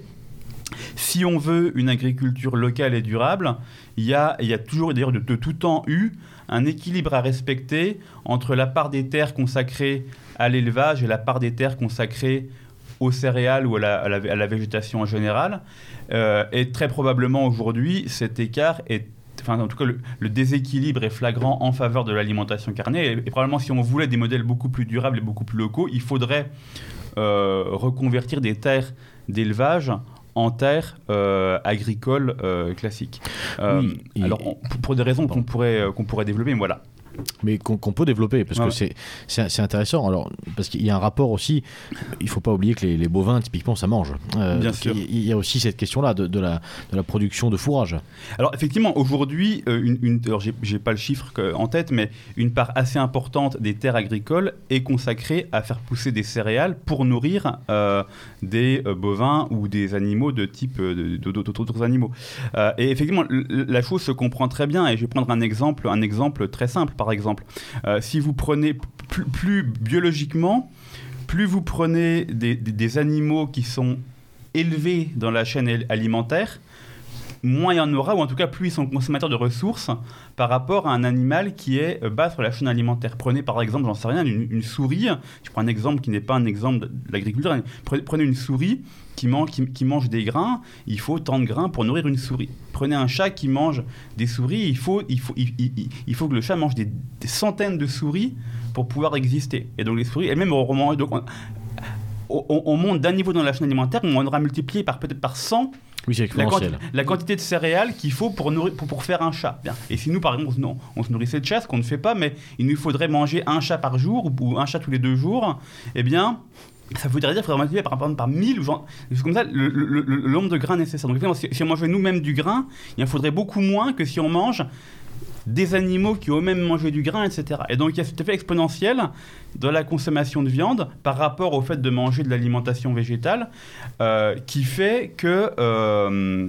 Si on veut une agriculture locale et durable, il y a, il y a toujours, d'ailleurs de, de tout temps eu, un équilibre à respecter entre la part des terres consacrées à l'élevage et la part des terres consacrées aux céréales ou à la, à la, à la végétation en général. Euh, et très probablement aujourd'hui, cet écart est, enfin en tout cas le, le déséquilibre est flagrant en faveur de l'alimentation carnée. Et, et probablement si on voulait des modèles beaucoup plus durables et beaucoup plus locaux, il faudrait euh, reconvertir des terres d'élevage en terres euh, agricoles euh, classiques. Euh, oui, et... Alors on, pour des raisons qu'on pourrait, euh, qu'on pourrait développer, mais voilà. Mais qu'on, qu'on peut développer, parce ouais. que c'est, c'est, c'est intéressant. Alors, parce qu'il y a un rapport aussi, il ne faut pas oublier que les, les bovins, typiquement, ça mange. Euh, Bien sûr. Il y a aussi cette question-là de, de, la, de la production de fourrage. Alors, effectivement, aujourd'hui, euh, une, une, alors j'ai, j'ai pas le chiffre en tête, mais une part assez importante des terres agricoles est consacrée à faire pousser des céréales pour nourrir euh, des euh, bovins ou des animaux de type euh, de, d'autres, d'autres animaux. Euh, et effectivement, la chose se comprend très bien, et je vais prendre un exemple, un exemple très simple. Par exemple, euh, si vous prenez plus, plus biologiquement, plus vous prenez des, des, des animaux qui sont élevés dans la chaîne alimentaire, moins il y en aura, ou en tout cas plus ils sont consommateurs de ressources par rapport à un animal qui est bas sur la chaîne alimentaire. Prenez par exemple, j'en sais rien, une, une souris, je prends un exemple qui n'est pas un exemple de l'agriculture, prenez une souris qui mange, qui, qui mange des grains, il faut tant de grains pour nourrir une souris. Prenez un chat qui mange des souris, il faut, il faut, il, il, il faut que le chat mange des, des centaines de souris pour pouvoir exister. Et donc les souris, elles-mêmes, on, donc on, on, on monte d'un niveau dans la chaîne alimentaire, on aura multiplié par peut-être par cent oui, c'est la, quanti- la quantité de céréales qu'il faut pour, nourrir, pour, pour faire un chat. Bien. Et si nous, par exemple, on, on se nourrissait de chats, ce qu'on ne fait pas, mais il nous faudrait manger un chat par jour ou un chat tous les deux jours, eh bien... ça voudrait dire qu'il faudrait multiplier par, par, par mille, genre, c'est comme ça, le, le, le, le nombre de grains nécessaires. Donc, si, si on mangeait nous-mêmes du grain, il en faudrait beaucoup moins que si on mange des animaux qui ont eux-mêmes mangé du grain, et cetera. Et donc, il y a cet effet exponentiel dans la consommation de viande par rapport au fait de manger de l'alimentation végétale euh, qui fait que euh,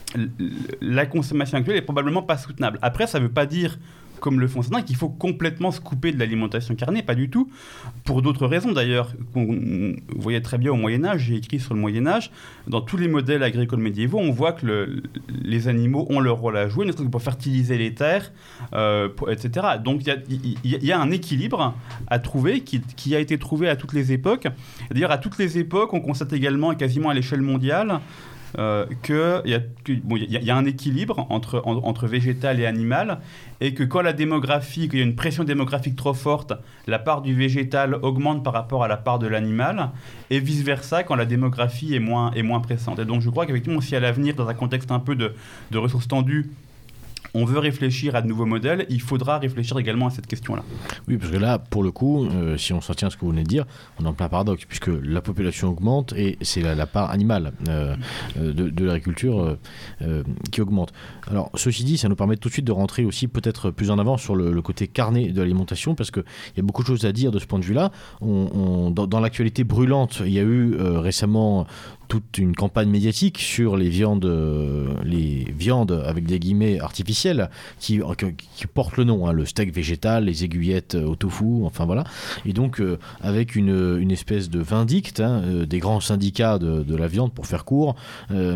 la consommation actuelle est probablement pas soutenable. Après, ça ne veut pas dire, comme le font certains, qu'il faut complètement se couper de l'alimentation carnée, pas du tout, pour d'autres raisons d'ailleurs. Vous voyez très bien au Moyen-Âge, j'ai écrit sur le Moyen-Âge, dans tous les modèles agricoles médiévaux, on voit que le, les animaux ont leur rôle à jouer, ne serait-ce que pour fertiliser les terres, euh, pour, et cetera. Donc il y, y, y a un équilibre à trouver qui, qui a été trouvé à toutes les époques. D'ailleurs, à toutes les époques, on constate également, quasiment à l'échelle mondiale, Euh, qu'il y, bon, y, y a un équilibre entre, en, entre végétal et animal, et que quand la démographie, qu'il y a une pression démographique trop forte, la part du végétal augmente par rapport à la part de l'animal, et vice-versa quand la démographie est moins, est moins pressante. Et donc je crois qu'effectivement, si à l'avenir, dans un contexte un peu de, de ressources tendues, on veut réfléchir à de nouveaux modèles, il faudra réfléchir également à cette question-là. Oui, parce que là, pour le coup, euh, si on s'en tient à ce que vous venez de dire, on est en plein paradoxe, puisque la population augmente et c'est la, la part animale euh, de, de l'agriculture euh, euh, qui augmente. Alors, ceci dit, ça nous permet tout de suite de rentrer aussi peut-être plus en avant sur le, le côté carné de l'alimentation, parce qu'il y a beaucoup de choses à dire de ce point de vue-là. On, on, dans, dans l'actualité brûlante, il y a eu euh, récemment toute une campagne médiatique sur les viandes, euh, les viandes avec des guillemets artificielles qui, qui, qui portent le nom, hein, le steak végétal, les aiguillettes au tofu, enfin voilà. Et donc euh, avec une, une espèce de vindicte hein, euh, des grands syndicats de, de la viande, pour faire court, euh,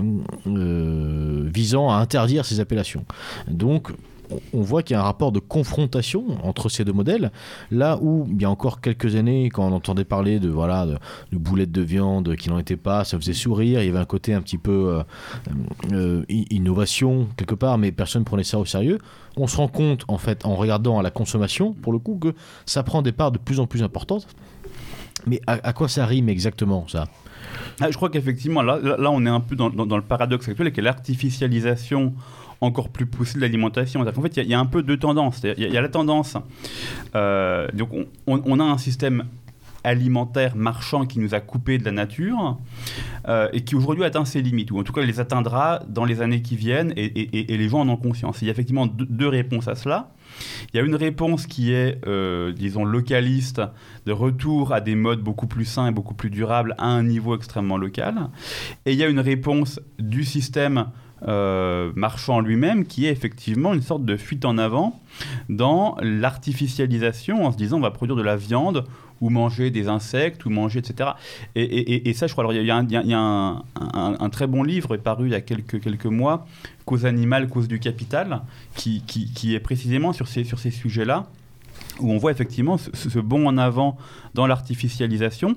euh, visant à interdire ces appellations. Donc on voit qu'il y a un rapport de confrontation entre ces deux modèles, là où il y a encore quelques années, quand on entendait parler de, voilà, de, de boulettes de viande qui n'en étaient pas, ça faisait sourire, il y avait un côté un petit peu euh, euh, innovation quelque part, mais personne ne prenait ça au sérieux. On se rend compte, en fait, en regardant à la consommation, pour le coup, que ça prend des parts de plus en plus importantes. Mais à, à quoi ça rime exactement, ça ? Ah, je crois qu'effectivement, là, là, on est un peu dans, dans, dans le paradoxe actuel, qui est l'artificialisation encore plus poussée de l'alimentation. En fait, il y, y a un peu deux tendances. Il y, y a la tendance... Euh, donc, on, on a un système alimentaire marchand qui nous a coupé de la nature euh, et qui aujourd'hui atteint ses limites, ou en tout cas les atteindra dans les années qui viennent, et, et, et les gens en ont conscience. Il y a effectivement deux, deux réponses à cela. Il y a une réponse qui est, euh, disons, localiste, de retour à des modes beaucoup plus sains et beaucoup plus durables à un niveau extrêmement local. Et il y a une réponse du système euh, marchand lui-même qui est effectivement une sorte de fuite en avant dans l'artificialisation, en se disant on va produire de la viande ou manger des insectes, ou manger, et cetera. Et, et, et ça, je crois, alors il y a, un, il y a un, un, un très bon livre paru il y a quelques, quelques mois, Cause animale, cause du capital, qui, qui, qui est précisément sur ces, sur ces sujets-là, où on voit effectivement ce, ce bond en avant dans l'artificialisation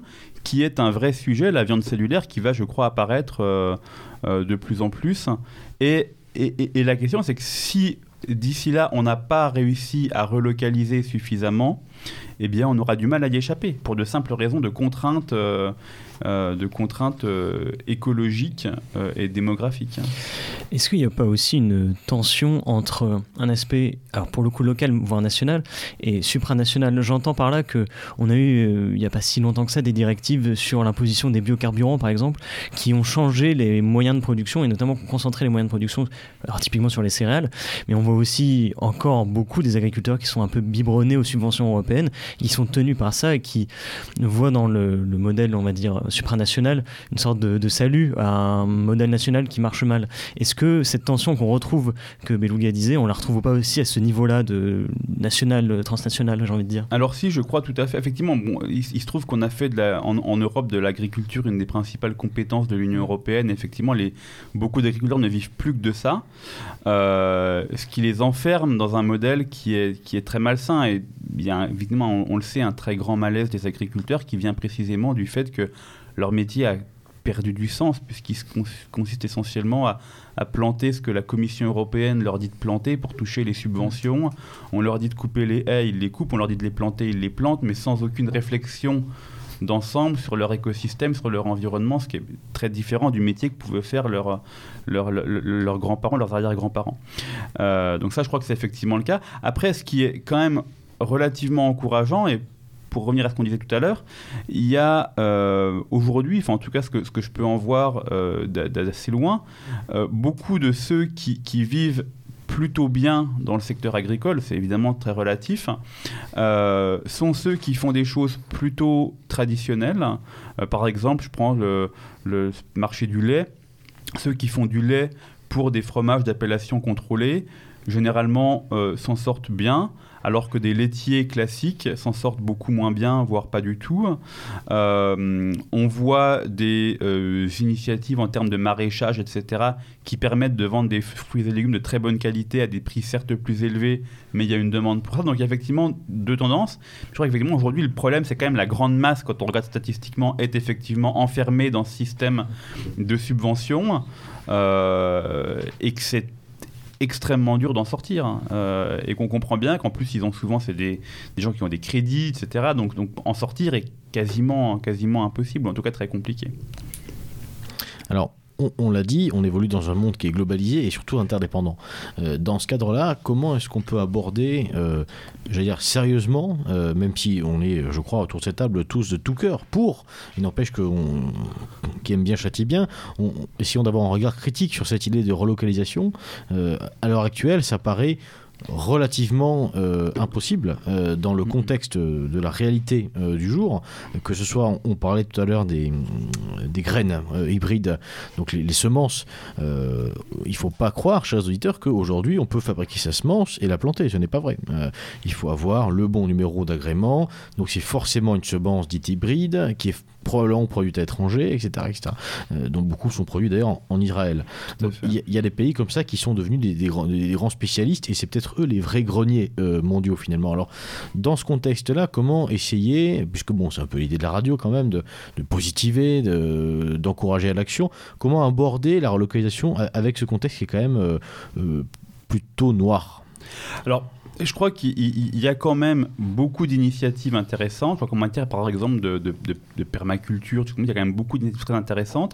qui est un vrai sujet, la viande cellulaire, qui va, je crois, apparaître euh, euh, de plus en plus. Et, et, et, et la question, c'est que si d'ici là, on n'a pas réussi à relocaliser suffisamment, eh bien, on aura du mal à y échapper, pour de simples raisons de contraintes, euh, euh, de contraintes euh, écologiques euh, et démographiques. Est-ce qu'il n'y a pas aussi une tension entre un aspect, alors pour le coup local, voire national, et supranational? J'entends par là qu'on a eu, euh, il n'y a pas si longtemps que ça, des directives sur l'imposition des biocarburants, par exemple, qui ont changé les moyens de production, et notamment concentré les moyens de production, alors typiquement sur les céréales, mais on voit aussi encore beaucoup des agriculteurs qui sont un peu biberonnés aux subventions européennes, qui sont tenus par ça et qui voient dans le, le modèle, on va dire, supranational, une sorte de, de salut à un modèle national qui marche mal. Est-ce que cette tension qu'on retrouve, que Beluga disait, on la retrouve pas aussi à ce niveau-là de national, transnational, j'ai envie de dire? Alors si, je crois tout à fait. Effectivement, bon, il, il se trouve qu'on a fait de la, en, en Europe de l'agriculture une des principales compétences de l'Union européenne. Effectivement, les, beaucoup d'agriculteurs ne vivent plus que de ça, euh, ce qui les enferme dans un modèle qui est, qui est très malsain. Et il y a évidemment, on, on le sait, un très grand malaise des agriculteurs qui vient précisément du fait que leur métier a perdu du sens, puisqu'il consiste essentiellement à, à planter ce que la Commission européenne leur dit de planter pour toucher les subventions. On leur dit de couper les haies, ils les coupent, on leur dit de les planter, ils les plantent, mais sans aucune réflexion d'ensemble sur leur écosystème, sur leur environnement, ce qui est très différent du métier que pouvaient faire leurs leur, leur, leur grands-parents, leurs arrière-grands-parents. Euh, donc ça, je crois que c'est effectivement le cas. Après, ce qui est quand même relativement encourageant, et pour revenir à ce qu'on disait tout à l'heure, il y a euh, aujourd'hui, enfin en tout cas ce que, ce que je peux en voir euh, d'assez loin, euh, beaucoup de ceux qui, qui vivent plutôt bien dans le secteur agricole, c'est évidemment très relatif, euh, sont ceux qui font des choses plutôt traditionnelles. Euh, par exemple, je prends le, le marché du lait. Ceux qui font du lait pour des fromages d'appellation contrôlée, généralement euh, s'en sortent bien, alors que des laitiers classiques s'en sortent beaucoup moins bien, voire pas du tout. Euh, on voit des euh, initiatives en termes de maraîchage, et cetera, qui permettent de vendre des fruits et légumes de très bonne qualité à des prix certes plus élevés, mais il y a une demande pour ça. Donc il y a effectivement deux tendances. Je crois qu'effectivement, aujourd'hui, le problème, c'est quand même la grande masse, quand on regarde statistiquement, est effectivement enfermée dans ce système de subventions, euh, et que c'est extrêmement dur d'en sortir, hein, euh, et qu'on comprend bien qu'en plus ils ont souvent c'est des, des gens qui ont des crédits, et cetera. Donc, donc en sortir est quasiment, quasiment impossible, en tout cas très compliqué. Alors on, on l'a dit, on évolue dans un monde qui est globalisé et surtout interdépendant. Euh, dans ce cadre-là, comment est-ce qu'on peut aborder, euh, j'allais dire sérieusement, euh, même si on est, je crois, autour de cette table tous de tout cœur pour, il n'empêche qu'on qui aime bien châtie bien, on, essayons d'avoir un regard critique sur cette idée de relocalisation. Euh, à l'heure actuelle, ça paraît relativement euh, impossible euh, dans le contexte de la réalité euh, du jour, que ce soit, on, on parlait tout à l'heure des, des graines euh, hybrides, donc les, les semences, euh, il ne faut pas croire, chers auditeurs, qu'aujourd'hui on peut fabriquer sa semence et la planter, ce n'est pas vrai. Euh, il faut avoir le bon numéro d'agrément, donc c'est forcément une semence dite hybride qui est probablement produite à l'étranger, et cetera, et cetera. Euh, dont beaucoup sont produits d'ailleurs en, en Israël. Il y, y a des pays comme ça qui sont devenus des, des, grands, des grands spécialistes, et c'est peut-être eux les vrais greniers euh, mondiaux finalement. Alors dans ce contexte-là, comment essayer, puisque bon, c'est un peu l'idée de la radio quand même, de, de positiver, de, d'encourager à l'action, comment aborder la relocalisation avec ce contexte qui est quand même euh, euh, plutôt noir? Alors, je crois qu'il y a quand même beaucoup d'initiatives intéressantes, en matière par exemple de, de, de, de permaculture, il y a quand même beaucoup d'initiatives très intéressantes.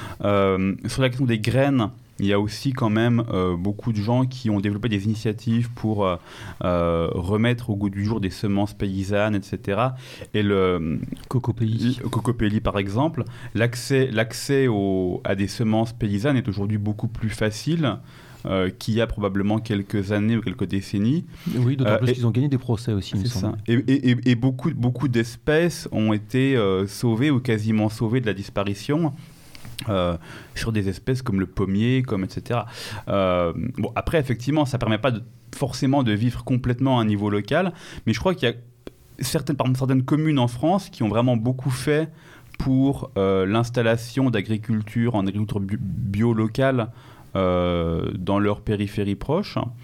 Euh, sur la question des graines, il y a aussi quand même euh, beaucoup de gens qui ont développé des initiatives pour euh, euh, remettre au goût du jour des semences paysannes, et cetera. Et le Cocopelli, le Cocopelli par exemple, l'accès, l'accès au, à des semences paysannes est aujourd'hui beaucoup plus facile Euh, qu'il y a probablement quelques années ou quelques décennies. Oui, d'autant euh, plus qu'ils ont gagné des procès aussi, il me semble. Et, et, et beaucoup, beaucoup d'espèces ont été euh, sauvées ou quasiment sauvées de la disparition. Euh, sur des espèces comme le pommier, comme et cetera. Euh, bon, après, effectivement, ça ne permet pas de, forcément de vivre complètement à un niveau local, mais je crois qu'il y a certaines, par exemple, certaines communes en France qui ont vraiment beaucoup fait pour euh, l'installation d'agriculture en agriculture bio, bio locale Euh, dans leur périphérie proche,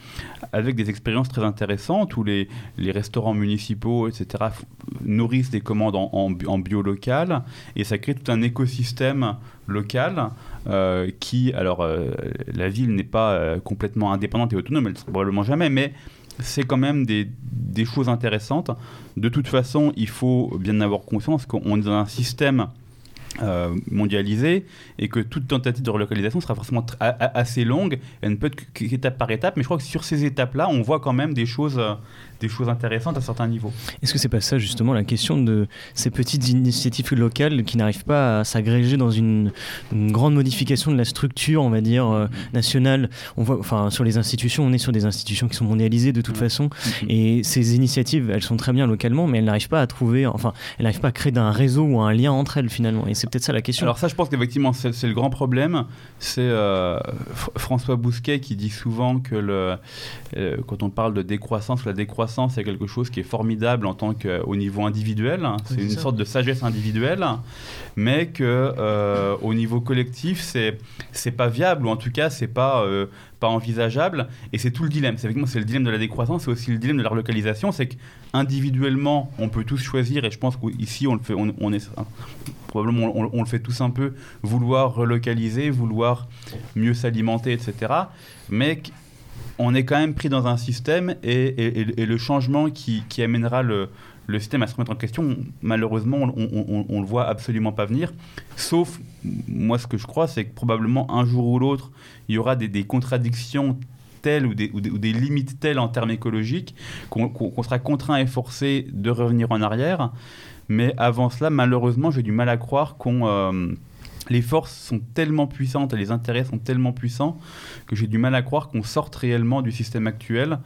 avec des expériences très intéressantes où les, les restaurants municipaux, et cetera, f- nourrissent des commandes en, en, bi- en bio local, et ça crée tout un écosystème local euh, qui, alors euh, la ville n'est pas euh, complètement indépendante et autonome, elle ne sera probablement jamais, mais c'est quand même des, des choses intéressantes. De toute façon, il faut bien avoir conscience qu'on est dans un système Euh, mondialisée et que toute tentative de relocalisation sera forcément tr- a- a- assez longue. Elle ne peut être qu'étape par étape, mais je crois que sur ces étapes-là, on voit quand même des choses, euh, des choses intéressantes à certains niveaux. Est-ce que c'est pas ça justement la question de ces petites initiatives locales qui n'arrivent pas à s'agréger dans une, une grande modification de la structure, on va dire, euh, nationale. On voit, enfin, sur les institutions, on est sur des institutions qui sont mondialisées de toute Ouais. façon, Mhm. et ces initiatives, elles sont très bien localement, mais elles n'arrivent pas à trouver, enfin, elles n'arrivent pas à créer un réseau ou un lien entre elles finalement. Et c'est peut-être ça la question. Alors ça, je pense qu'effectivement, c'est, c'est le grand problème. C'est euh, F- François Bousquet qui dit souvent que le, euh, quand on parle de décroissance, la décroissance, c'est quelque chose qui est formidable en tant qu'au niveau individuel. Hein. C'est Oui, c'est une ça. sorte de sagesse individuelle, mais que euh, au niveau collectif, c'est c'est pas viable, ou en tout cas, c'est pas euh, pas envisageable. Et c'est tout le dilemme. C'est effectivement c'est le dilemme de la décroissance, c'est aussi le dilemme de la relocalisation. C'est qu'individuellement, on peut tous choisir, et je pense qu'ici, on le fait, on, on est probablement on, on le fait tous un peu, vouloir relocaliser, vouloir mieux s'alimenter, et cetera. Mais on est quand même pris dans un système, et, et, et- et le changement qui, qui amènera le, le système à se remettre en question, malheureusement, on, on, on, on le voit absolument pas venir. Sauf, moi, ce que je crois, c'est que probablement un jour ou l'autre, il y aura des, des contradictions telles ou des, ou, des, ou des limites telles en termes écologiques qu'on, qu'on, qu'on sera contraint et forcé de revenir en arrière. Mais avant cela, malheureusement, j'ai du mal à croire qu'on... Euh, les forces sont tellement puissantes et les intérêts sont tellement puissants que j'ai du mal à croire qu'on sorte réellement du système actuel.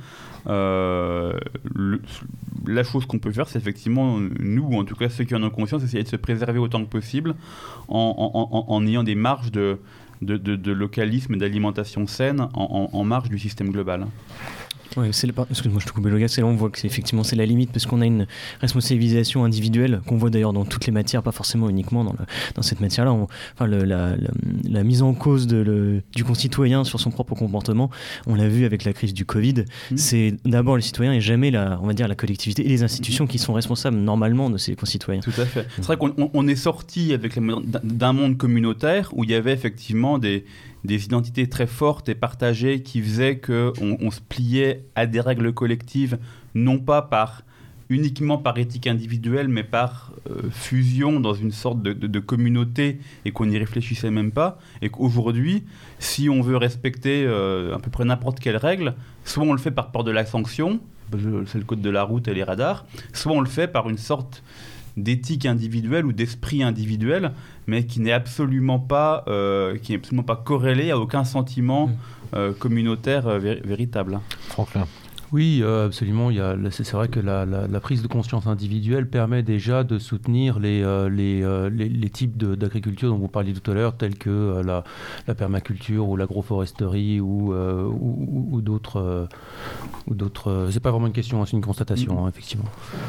Euh, le, la chose qu'on peut faire, c'est effectivement, nous, ou en tout cas ceux qui en ont conscience, essayer de se préserver autant que possible en, en, en, en ayant des marges de, de, de, de localisme et d'alimentation saine en, en, en marge du système global. Ouais, c'est le, excuse-moi, je te coupe le gars, c'est là on voit que c'est effectivement c'est la limite parce qu'on a une responsabilisation individuelle qu'on voit d'ailleurs dans toutes les matières, pas forcément uniquement dans, le, dans cette matière-là. On, enfin, le, la, la, la mise en cause de le, du concitoyen sur son propre comportement, on l'a vu avec la crise du Covid. Mmh. C'est d'abord le citoyen et jamais la, on va dire la collectivité et les institutions mmh. qui sont responsables normalement de ces concitoyens. Tout à fait. C'est vrai qu'on on est sorti avec les, d'un monde communautaire où il y avait effectivement des des identités très fortes et partagées qui faisaient qu'on on se pliait à des règles collectives, non pas par, uniquement par éthique individuelle, mais par euh, fusion dans une sorte de, de, de communauté et qu'on n'y réfléchissait même pas. Et qu'aujourd'hui, si on veut respecter euh, à peu près n'importe quelle règle, soit on le fait par peur de la sanction, c'est le code de la route et les radars, soit on le fait par une sorte d'éthique individuelle ou d'esprit individuel, mais qui n'est absolument pas, euh, qui n'est absolument pas corrélé à aucun sentiment euh, communautaire euh, vé- véritable. Franklin. Oui, euh, absolument. Il y a, c'est, c'est vrai que la, la, la prise de conscience individuelle permet déjà de soutenir les, euh, les, euh, les, les types de, d'agriculture dont vous parliez tout à l'heure, tels que euh, la, la permaculture ou l'agroforesterie ou, euh, ou, ou, ou d'autres. Euh, ou d'autres euh, c'est pas vraiment une question, c'est une constatation, mmh. hein, effectivement.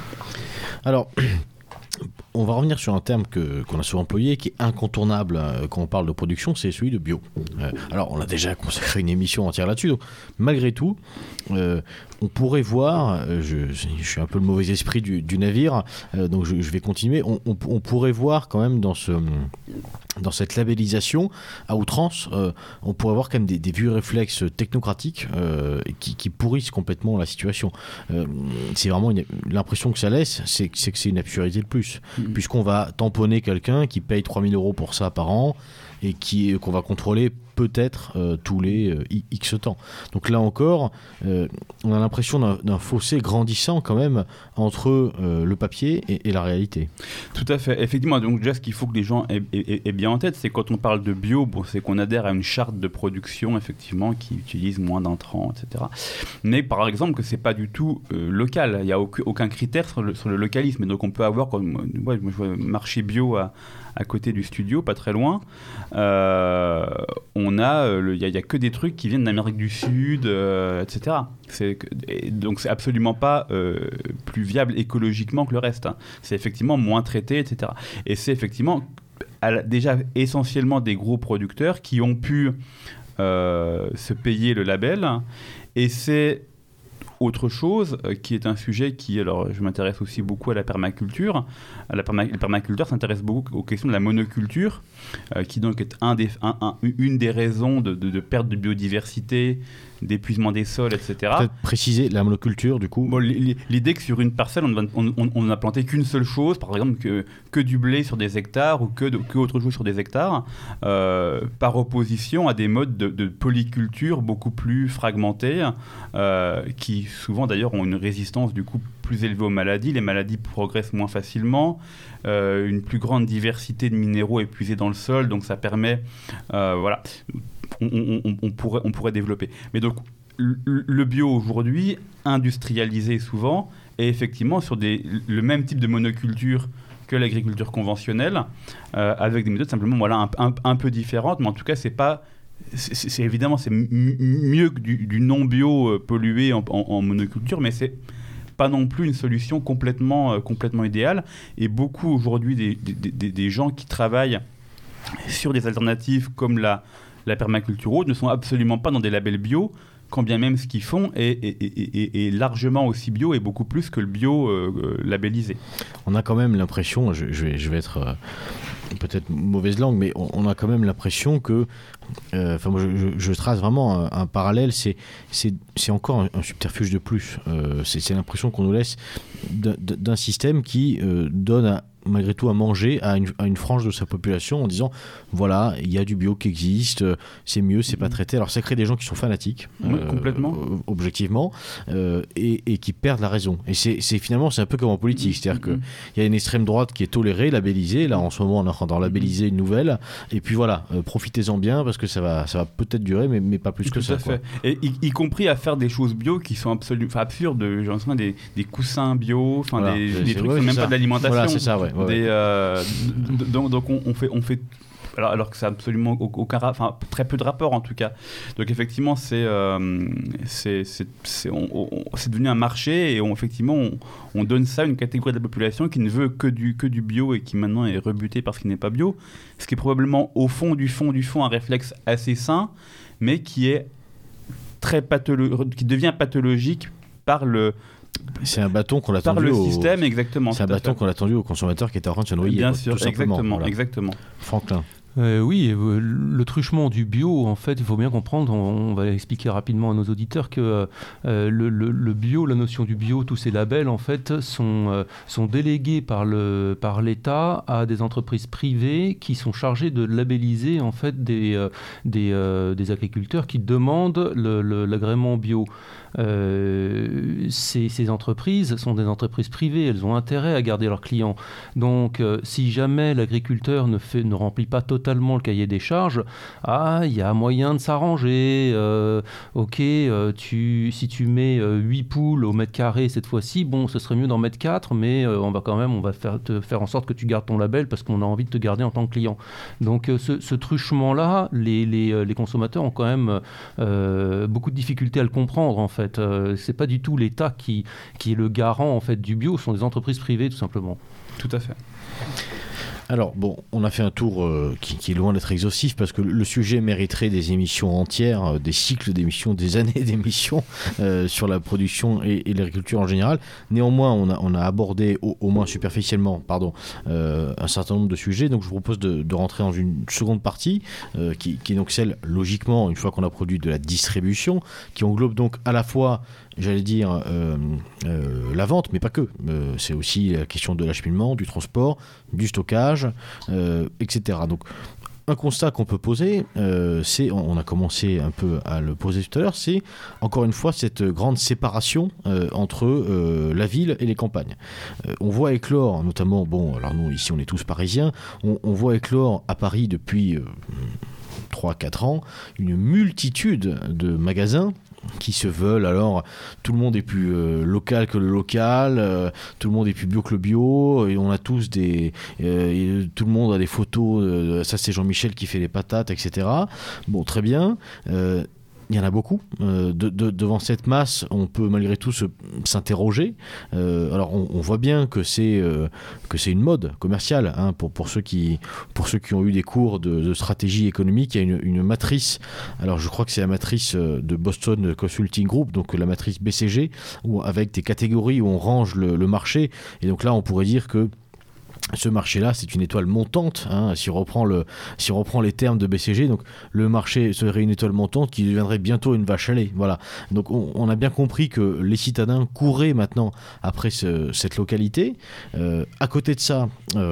Alors. On va revenir sur un terme que, qu'on a souvent employé, qui est incontournable euh, quand on parle de production, c'est celui de bio. Euh, alors, on a déjà consacré une émission entière là-dessus, donc malgré tout, euh, on pourrait voir, euh, je, je suis un peu le mauvais esprit du, du navire, euh, donc je, je vais continuer, on, on, on pourrait voir quand même dans, ce, dans cette labellisation, à outrance, euh, on pourrait voir quand même des, des vieux réflexes technocratiques euh, qui, qui pourrissent complètement la situation. Euh, c'est vraiment une, l'impression que ça laisse, c'est, c'est que c'est une absurdité de plus. Mmh. Puisqu'on va tamponner quelqu'un qui paye trois mille euros pour ça par an et qui, qu'on va contrôler peut-être euh, tous les euh, X temps. Donc là encore, euh, on a l'impression d'un, d'un fossé grandissant quand même entre euh, le papier et, et la réalité. Tout à fait. Effectivement, donc déjà ce qu'il faut que les gens aient, aient, aient bien en tête, c'est quand on parle de bio, bon, c'est qu'on adhère à une charte de production effectivement qui utilise moins d'intrants, et cetera. Mais par exemple que c'est pas du tout euh, local. Il n'y a aucun, aucun critère sur le, sur le localisme. Et donc on peut avoir, comme ouais, moi je vois marché bio à à côté du studio, pas très loin, euh, on a, il n'y a, a que des trucs qui viennent d'Amérique du Sud, euh, et cetera. C'est, et donc c'est absolument pas euh, plus viable écologiquement que le reste. Hein. C'est effectivement moins traité, et cetera. Et c'est effectivement à, déjà essentiellement des gros producteurs qui ont pu euh, se payer le label. Et c'est autre chose euh, qui est un sujet qui, alors je m'intéresse aussi beaucoup à la permaculture. À la perma- le permaculteur s'intéresse beaucoup aux questions de la monoculture, euh, qui donc est un des, un, un, une des raisons de, de, de perte de biodiversité, d'épuisement des sols, et cetera. Peut-être préciser la monoculture, du coup. Bon, l'idée que sur une parcelle, on n'a planté qu'une seule chose, par exemple que, que du blé sur des hectares ou que, de, que autre chose sur des hectares, euh, par opposition à des modes de, de polyculture beaucoup plus fragmentés, euh, qui souvent d'ailleurs ont une résistance du coup plus élevée aux maladies. Les maladies progressent moins facilement, euh, une plus grande diversité de minéraux est puisée dans le sol, donc ça permet, euh, voilà, on, on, on, pourrait, on pourrait développer. Mais donc le bio aujourd'hui, industrialisé souvent, est effectivement sur des, le même type de monoculture que l'agriculture conventionnelle, euh, avec des méthodes simplement voilà, un, un, un peu différentes, mais en tout cas, c'est pas... C'est, c'est évidemment, c'est m- mieux que du, du non-bio euh, pollué en, en, en monoculture, mais c'est pas non plus une solution complètement, euh, complètement idéale. Et beaucoup aujourd'hui des, des, des, des gens qui travaillent sur des alternatives comme la, la permaculture haute ne sont absolument pas dans des labels bio, quand bien même ce qu'ils font est, est, est, est, est largement aussi bio et beaucoup plus que le bio euh, labellisé. On a quand même l'impression, je, je, vais, je vais être euh, peut-être mauvaise langue, mais on, on a quand même l'impression que, enfin euh, moi je, je, je trace vraiment un, un parallèle, c'est, c'est, c'est encore un, un subterfuge de plus. Euh, c'est, c'est l'impression qu'on nous laisse d'un, d'un système qui euh, donne à malgré tout à manger à une, à une frange de sa population en disant voilà, il y a du bio qui existe, c'est mieux, c'est pas traité. Alors ça crée des gens qui sont fanatiques, oui, euh, complètement, euh, objectivement, euh, et, et qui perdent la raison. Et c'est, c'est finalement c'est un peu comme en politique, c'est-à-dire mm-hmm. qu'il y a une extrême droite qui est tolérée, labellisée. Là en ce moment on est en train d'en labelliser une nouvelle, et puis voilà, euh, profitez-en bien parce que ça va, ça va peut-être durer, mais, mais pas plus Tout que ça. À fait. Quoi. Et y, y compris à faire des choses bio qui sont absolument absurdes, genre des, des coussins bio, enfin voilà, des, c'est, des c'est, trucs ouais, qui sont même ça. pas de l'alimentation. Voilà, c'est ça, ouais. Ouais, des, ouais. Euh, donc, donc on, on fait, on fait alors, alors que ça n'a absolument aucun, enfin très peu de rapport en tout cas. Donc effectivement, c'est, euh, c'est, c'est, c'est, on, on, c'est devenu un marché et on, effectivement, on, on donne ça à une catégorie de la population qui ne veut que du, que du bio et qui maintenant est rebutée parce qu'il n'est pas bio. Ce qui est probablement au fond du fond du fond un réflexe assez sain, mais qui est très patholo- qui devient pathologique par le C'est un bâton qu'on a par tendu le au... système, exactement. C'est un bâton qu'on a tendu au consommateur qui était en train de se noyer. Bien quoi, sûr, tout simplement. exactement, Voilà. exactement. Franklin. Euh, oui, euh, le truchement du bio, en fait, il faut bien comprendre, on, on va expliquer rapidement à nos auditeurs que euh, le, le, le bio, la notion du bio, tous ces labels, en fait, sont, euh, sont délégués par, le, par l'État à des entreprises privées qui sont chargées de labelliser, en fait, des, euh, des, euh, des agriculteurs qui demandent le, le, l'agrément bio. Euh, ces, ces entreprises sont des entreprises privées, elles ont intérêt à garder leurs clients. Donc, euh, si jamais l'agriculteur ne, fait, ne remplit pas totalement le cahier des charges, ah, il y a moyen de s'arranger. Euh, ok, euh, tu, si tu mets euh, huit poules au mètre carré cette fois-ci, bon, ce serait mieux d'en mettre quatre, mais euh, on va quand même, on va faire, te faire en sorte que tu gardes ton label parce qu'on a envie de te garder en tant que client. Donc, euh, ce, ce truchement-là, les, les, les consommateurs ont quand même euh, beaucoup de difficultés à le comprendre, en fait. Euh, c'est pas du tout l'État qui, qui est le garant en fait du bio, ce sont des entreprises privées tout simplement. Tout à fait. Alors, bon, on a fait un tour euh, qui, qui est loin d'être exhaustif parce que le sujet mériterait des émissions entières, euh, des cycles d'émissions, des années d'émissions euh, sur la production et, et l'agriculture en général. Néanmoins, on a, on a abordé au, au moins superficiellement pardon, euh, un certain nombre de sujets. Donc, je vous propose de, de rentrer dans une seconde partie euh, qui, qui est donc celle, logiquement, une fois qu'on a produit de la distribution, qui englobe donc à la fois, j'allais dire, euh, euh, la vente, mais pas que. Euh, c'est aussi la question de l'acheminement, du transport, du stockage, euh, et cetera. Donc, un constat qu'on peut poser, euh, c'est, on a commencé un peu à le poser tout à l'heure, c'est encore une fois cette grande séparation euh, entre euh, la ville et les campagnes. Euh, on voit éclore, notamment, bon, alors nous ici on est tous parisiens, on, on voit éclore à Paris depuis euh, trois à quatre ans une multitude de magasins qui se veulent, alors tout le monde est plus euh, local que le local, euh, tout le monde est plus bio que le bio, et on a tous des euh, et tout le monde a des photos, euh, ça c'est Jean-Michel qui fait les patates, etc. Bon, très bien, euh, il y en a beaucoup. Euh, de, de, devant cette masse, on peut malgré tout se, s'interroger. Euh, alors, on, on voit bien que c'est, euh, que c'est une mode commerciale. Hein, pour, pour, ceux qui, pour ceux qui ont eu des cours de, de stratégie économique, il y a une, une matrice. Alors, je crois que c'est la matrice de Boston Consulting Group, donc la matrice B C G, où, avec des catégories où on range le, le marché. Et donc là, on pourrait dire que ce marché-là, c'est une étoile montante. Hein, si on reprend le, si on reprend les termes de B C G, donc le marché serait une étoile montante qui deviendrait bientôt une vache à lait. Voilà. Donc on, on a bien compris que les citadins couraient maintenant après ce, cette localité. Euh, à côté de ça,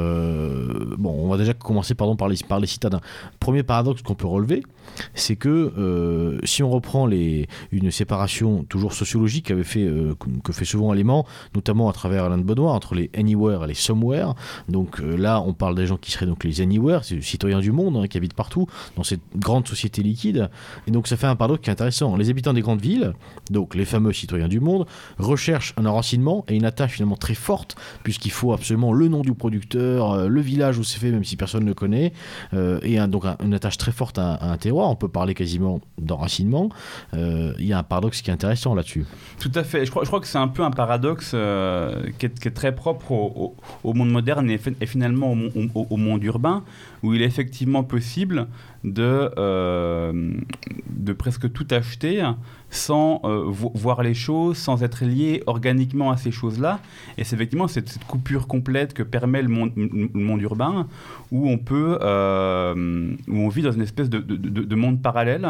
euh, bon, on va déjà commencer pardon, par les, par les citadins. Premier paradoxe qu'on peut relever, c'est que euh, si on reprend les, une séparation toujours sociologique qu'avait fait, euh, que fait souvent Alémant, notamment à travers Alain de Benoît, entre les anywhere et les somewhere. Donc euh, là, on parle des gens qui seraient donc les anywhere, c'est les citoyens du monde hein, qui habitent partout dans cette grande société liquide. Et donc ça fait un paradoxe qui est intéressant. Les habitants des grandes villes, donc les fameux citoyens du monde, recherchent un enracinement et une attache finalement très forte, puisqu'il faut absolument le nom du producteur, euh, le village où c'est fait, même si personne ne le connaît, euh, et un, donc un, une attache très forte à, à un terroir. On peut parler quasiment d'enracinement. Euh, il y a un paradoxe qui est intéressant là-dessus. Tout à fait. Je crois, je crois que c'est un peu un paradoxe euh, qui, est, qui est très propre au, au, au monde moderne et, et finalement au, au, au monde urbain, où il est effectivement possible de, euh, de presque tout acheter sans euh, vo- voir les choses, sans être lié organiquement à ces choses-là. Et c'est effectivement cette, cette coupure complète que permet le monde, le monde urbain, où on peut, euh, où on vit dans une espèce de, de, de, de monde parallèle,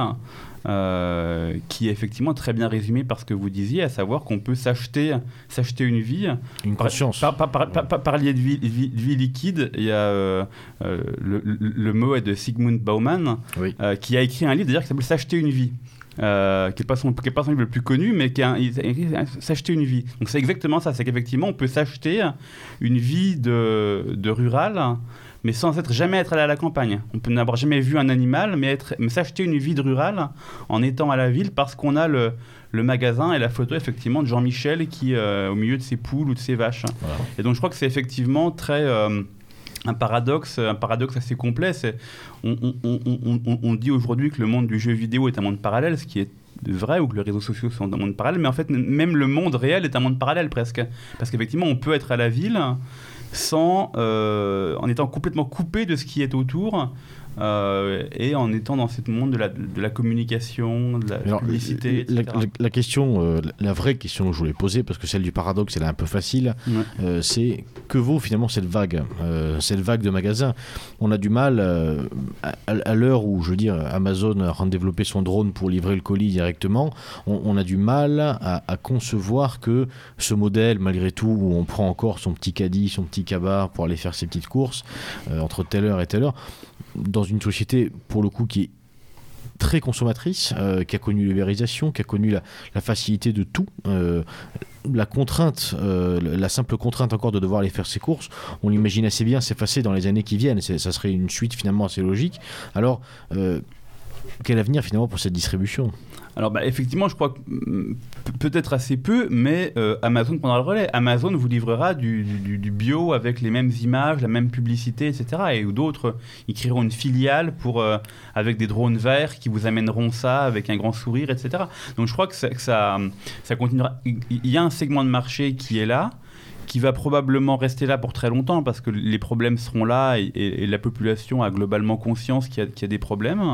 euh, qui est effectivement très bien résumé par ce que vous disiez, à savoir qu'on peut s'acheter, s'acheter une vie. Une conscience. Par, par, par, par, par, parliez de vie, vie, de vie liquide, il y a, euh, euh, le, le, le mot est de Zygmunt Bauman, oui. euh, qui a écrit un livre d'ailleurs qui s'appelle S'acheter une vie. Euh, qui n'est pas, pas son livre le plus connu, mais qui a écrit S'acheter une vie. Donc c'est exactement ça, c'est qu'effectivement on peut s'acheter une vie de, de rural, mais sans être jamais être allé à la campagne. On peut n'avoir jamais vu un animal, mais, être, mais s'acheter une vie de rural en étant à la ville parce qu'on a le, le magasin et la photo effectivement de Jean-Michel qui euh, au milieu de ses poules ou de ses vaches. Voilà. Et donc je crois que c'est effectivement très... Euh, Un paradoxe, un paradoxe assez complet. C'est, on, on, on, on, on dit aujourd'hui que le monde du jeu vidéo est un monde parallèle, ce qui est vrai, ou que les réseaux sociaux sont un monde parallèle, mais en fait, même le monde réel est un monde parallèle presque. Parce qu'effectivement, on peut être à la ville sans, euh, en étant complètement coupé de ce qui est autour. Euh, et en étant dans ce monde de la, de la communication, de la Alors, publicité, la, et cetera. La, la question, euh, la vraie question que je voulais poser, parce que celle du paradoxe, elle est un peu facile, ouais. euh, c'est que vaut finalement cette vague, euh, cette vague de magasins. On a du mal, euh, à, à l'heure où, je veux dire, Amazon a en développé son drone pour livrer le colis directement, on, on a du mal à, à concevoir que ce modèle, malgré tout, où on prend encore son petit caddie, son petit cabas pour aller faire ses petites courses, euh, entre telle heure et telle heure, dans une société, pour le coup, qui est très consommatrice, euh, qui a connu l'ubérisation, qui a connu la, la facilité de tout, euh, la contrainte, euh, la simple contrainte encore de devoir aller faire ses courses, on l'imagine assez bien s'effacer dans les années qui viennent. C'est, ça serait une suite finalement assez logique. Alors, euh, quel avenir finalement pour cette distribution ? Alors bah, effectivement, je crois que peut-être assez peu, mais euh, Amazon prendra le relais. Amazon vous livrera du, du, du bio avec les mêmes images, la même publicité, et cetera. Et ou d'autres, ils créeront une filiale pour, euh, avec des drones verts qui vous amèneront ça avec un grand sourire, et cetera. Donc je crois que ça, que ça, ça continuera. Il y a un segment de marché qui est là, qui va probablement rester là pour très longtemps parce que les problèmes seront là et, et, et la population a globalement conscience qu'il y a, qu'il y a des problèmes.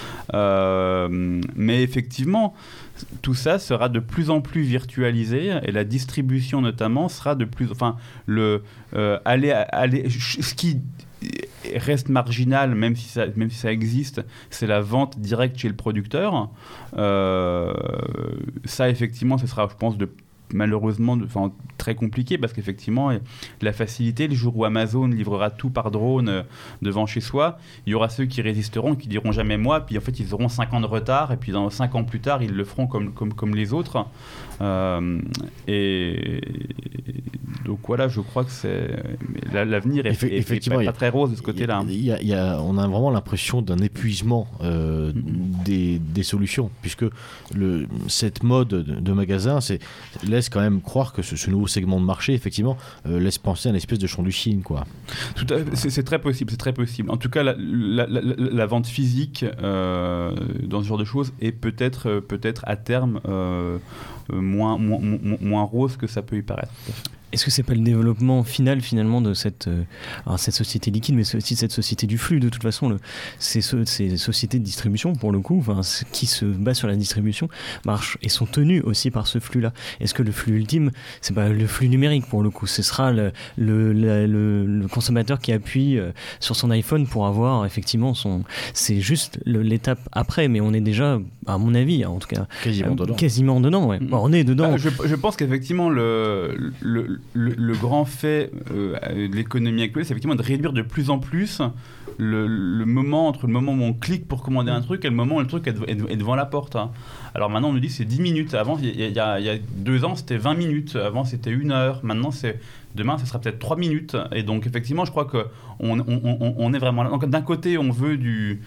Euh, mais effectivement, tout ça sera de plus en plus virtualisé et la distribution notamment sera de plus... Enfin, le, euh, aller, aller, ce qui reste marginal, même si ça, même si ça existe, c'est la vente directe chez le producteur. Euh, ça, effectivement, ce sera, je pense, de malheureusement enfin, très compliqué parce qu'effectivement la facilité, le jour où Amazon livrera tout par drone euh, devant chez soi, il y aura ceux qui résisteront, qui diront jamais moi, puis en fait ils auront cinq ans de retard et puis dans cinq ans plus tard ils le feront comme, comme, comme les autres euh, et donc voilà, je crois que c'est l'avenir est, Effe- est, est pas, pas très rose de ce côté-là. Il y a, il y a, on a vraiment l'impression d'un épuisement euh, mm-hmm. des, des solutions puisque le, cette mode de, de magasin, c'est là laisse quand même croire que ce, ce nouveau segment de marché, effectivement, euh, laisse penser à une espèce de champ du Chine, quoi. Tout à, c'est, c'est très possible, c'est très possible. En tout cas, la, la, la, la vente physique euh, dans ce genre de choses est peut-être, euh, peut-être à terme euh, euh, moins, moins, moins, moins rose que ça peut y paraître. Est-ce que c'est pas le développement final finalement de cette, euh, alors cette société liquide, mais c'est aussi cette société du flux de toute façon, le, ces, ces sociétés de distribution pour le coup, enfin, qui se basent sur la distribution, marchent et sont tenues aussi par ce flux-là. Est-ce que le flux ultime, c'est pas le flux numérique pour le coup, ce sera le, le, le, le, le consommateur qui appuie euh, sur son iPhone pour avoir effectivement son... C'est juste le, l'étape après, mais on est déjà, à mon avis en tout cas, quasiment euh, dedans. Quasiment dedans, ouais. Bon, on est dedans. Ah, je, je pense qu'effectivement le... le Le, le grand fait euh, de l'économie actuelle, c'est effectivement de réduire de plus en plus le, le moment entre le moment où on clique pour commander un truc et le moment où le truc est, est, est devant la porte. Hein. Alors maintenant, on nous dit que c'est dix minutes. Avant, il y, y, y a deux ans, c'était vingt minutes. Avant, c'était une heure. Maintenant, c'est, demain, ça sera peut-être trois minutes. Et donc, effectivement, je crois qu'on on, on, on est vraiment là. Donc, d'un côté, on veut du,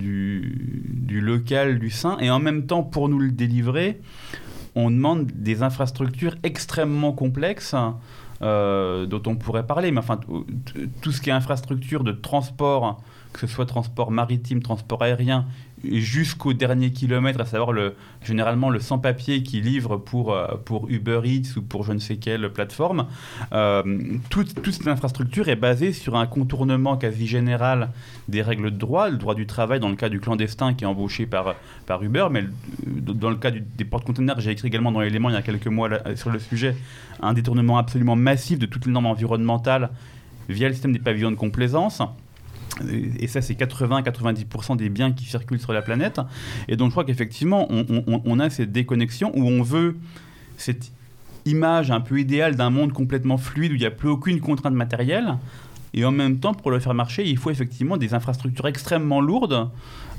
du, du local, du sain, et en même temps, pour nous le délivrer, on demande des infrastructures extrêmement complexes euh, dont on pourrait parler. Mais enfin, tout ce qui est infrastructure de transport, que ce soit transport maritime, transport aérien, jusqu'au dernier kilomètre, à savoir le, généralement le sans-papier qui livre pour, pour Uber Eats ou pour je ne sais quelle plateforme. Euh, toute, toute cette infrastructure est basée sur un contournement quasi général des règles de droit, le droit du travail dans le cas du clandestin qui est embauché par, par Uber, mais dans le cas du, des porte-conteneurs, j'ai écrit également dans l'élément il y a quelques mois là, sur le sujet, un détournement absolument massif de toutes les normes environnementales via le système des pavillons de complaisance. Et ça, c'est quatre-vingts à quatre-vingt-dix pour cent des biens qui circulent sur la planète. Et donc, je crois qu'effectivement, on, on, on a cette déconnexion où on veut cette image un peu idéale d'un monde complètement fluide où il n'y a plus aucune contrainte matérielle. Et en même temps, pour le faire marcher, il faut effectivement des infrastructures extrêmement lourdes,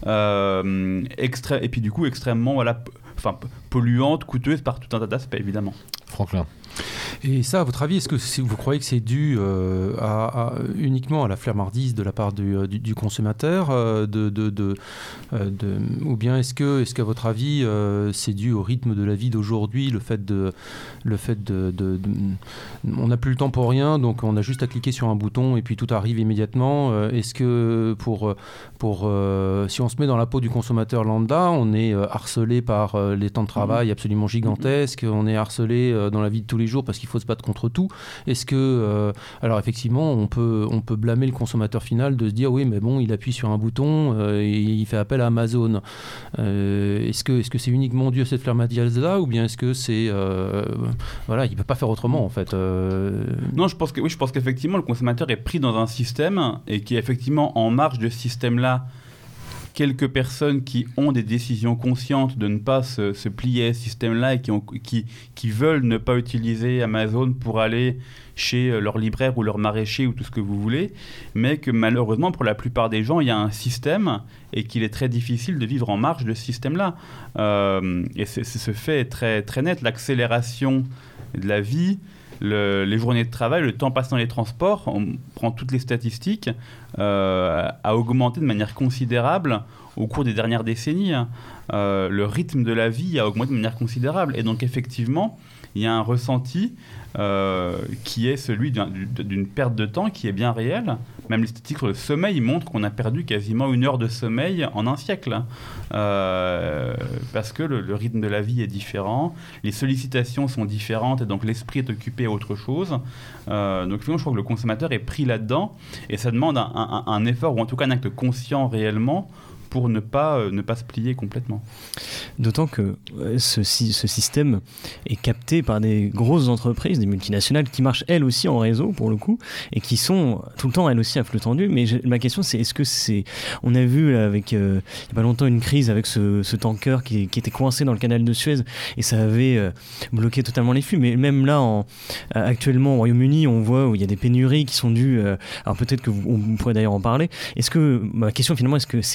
euh, extra- et puis du coup, extrêmement voilà, p- enfin, polluantes, coûteuses par tout un tas d'aspects, évidemment. Franklin. Et ça, à votre avis, est-ce que c'est, vous croyez que c'est dû euh, à, à, uniquement à la flemmardise de la part du, du, du consommateur euh, de, de, de, euh, de, ou bien est-ce, que, est-ce qu'à votre avis, euh, c'est dû au rythme de la vie d'aujourd'hui, le fait de... Le fait de, de, de on n'a plus le temps pour rien, donc on a juste à cliquer sur un bouton et puis tout arrive immédiatement. Euh, est-ce que pour, pour, euh, si on se met dans la peau du consommateur lambda, on est euh, harcelé par euh, les temps de travail absolument gigantesques, on est harcelé euh, dans la vie de tous les jours parce qu'il faut se battre contre tout. Est-ce que, euh, alors effectivement, on peut, on peut blâmer le consommateur final de se dire oui, mais bon, il appuie sur un bouton euh, et il fait appel à Amazon. Euh, est-ce que, est-ce que c'est uniquement dû à cette flemmardise-là ou bien est-ce que c'est, euh, voilà, il peut pas faire autrement en fait. Euh... Non, je pense que oui, je pense qu'effectivement le consommateur est pris dans un système et qui est effectivement en marge de ce système-là. Quelques personnes qui ont des décisions conscientes de ne pas se, se plier à ce système-là et qui, ont, qui, qui veulent ne pas utiliser Amazon pour aller chez leur libraire ou leur maraîcher ou tout ce que vous voulez, mais que malheureusement pour la plupart des gens il y a un système et qu'il est très difficile de vivre en marge de ce système-là. Euh, et c'est, c'est ce fait est très, très net, l'accélération de la vie, Le, les journées de travail, le temps passé dans les transports, on prend toutes les statistiques, euh, a augmenté de manière considérable au cours des dernières décennies. Euh, le rythme de la vie a augmenté de manière considérable. Et donc, effectivement, il y a un ressenti euh, qui est celui d'un, d'une perte de temps qui est bien réelle. Même les statistiques sur le sommeil montrent qu'on a perdu quasiment une heure de sommeil en un siècle. Euh, parce que le, le rythme de la vie est différent, les sollicitations sont différentes et donc l'esprit est occupé à autre chose. Euh, donc finalement, je crois que le consommateur est pris là-dedans et ça demande un, un, un effort ou en tout cas un acte conscient réellement pour ne pas, euh, ne pas se plier complètement. D'autant que euh, ce, ce système est capté par des grosses entreprises, des multinationales qui marchent elles aussi en réseau pour le coup et qui sont tout le temps elles aussi à flux tendu. Mais je, ma question c'est est-ce que c'est... On a vu là, avec, euh, il n'y a pas longtemps une crise avec ce, ce tanker qui, qui était coincé dans le canal de Suez et ça avait euh, bloqué totalement les flux. Mais même là, en, actuellement au Royaume-Uni, on voit où il y a des pénuries qui sont dues... Euh, alors peut-être que vous, on pourrait d'ailleurs en parler. Est-ce que, ma question finalement, est-ce que c'est viable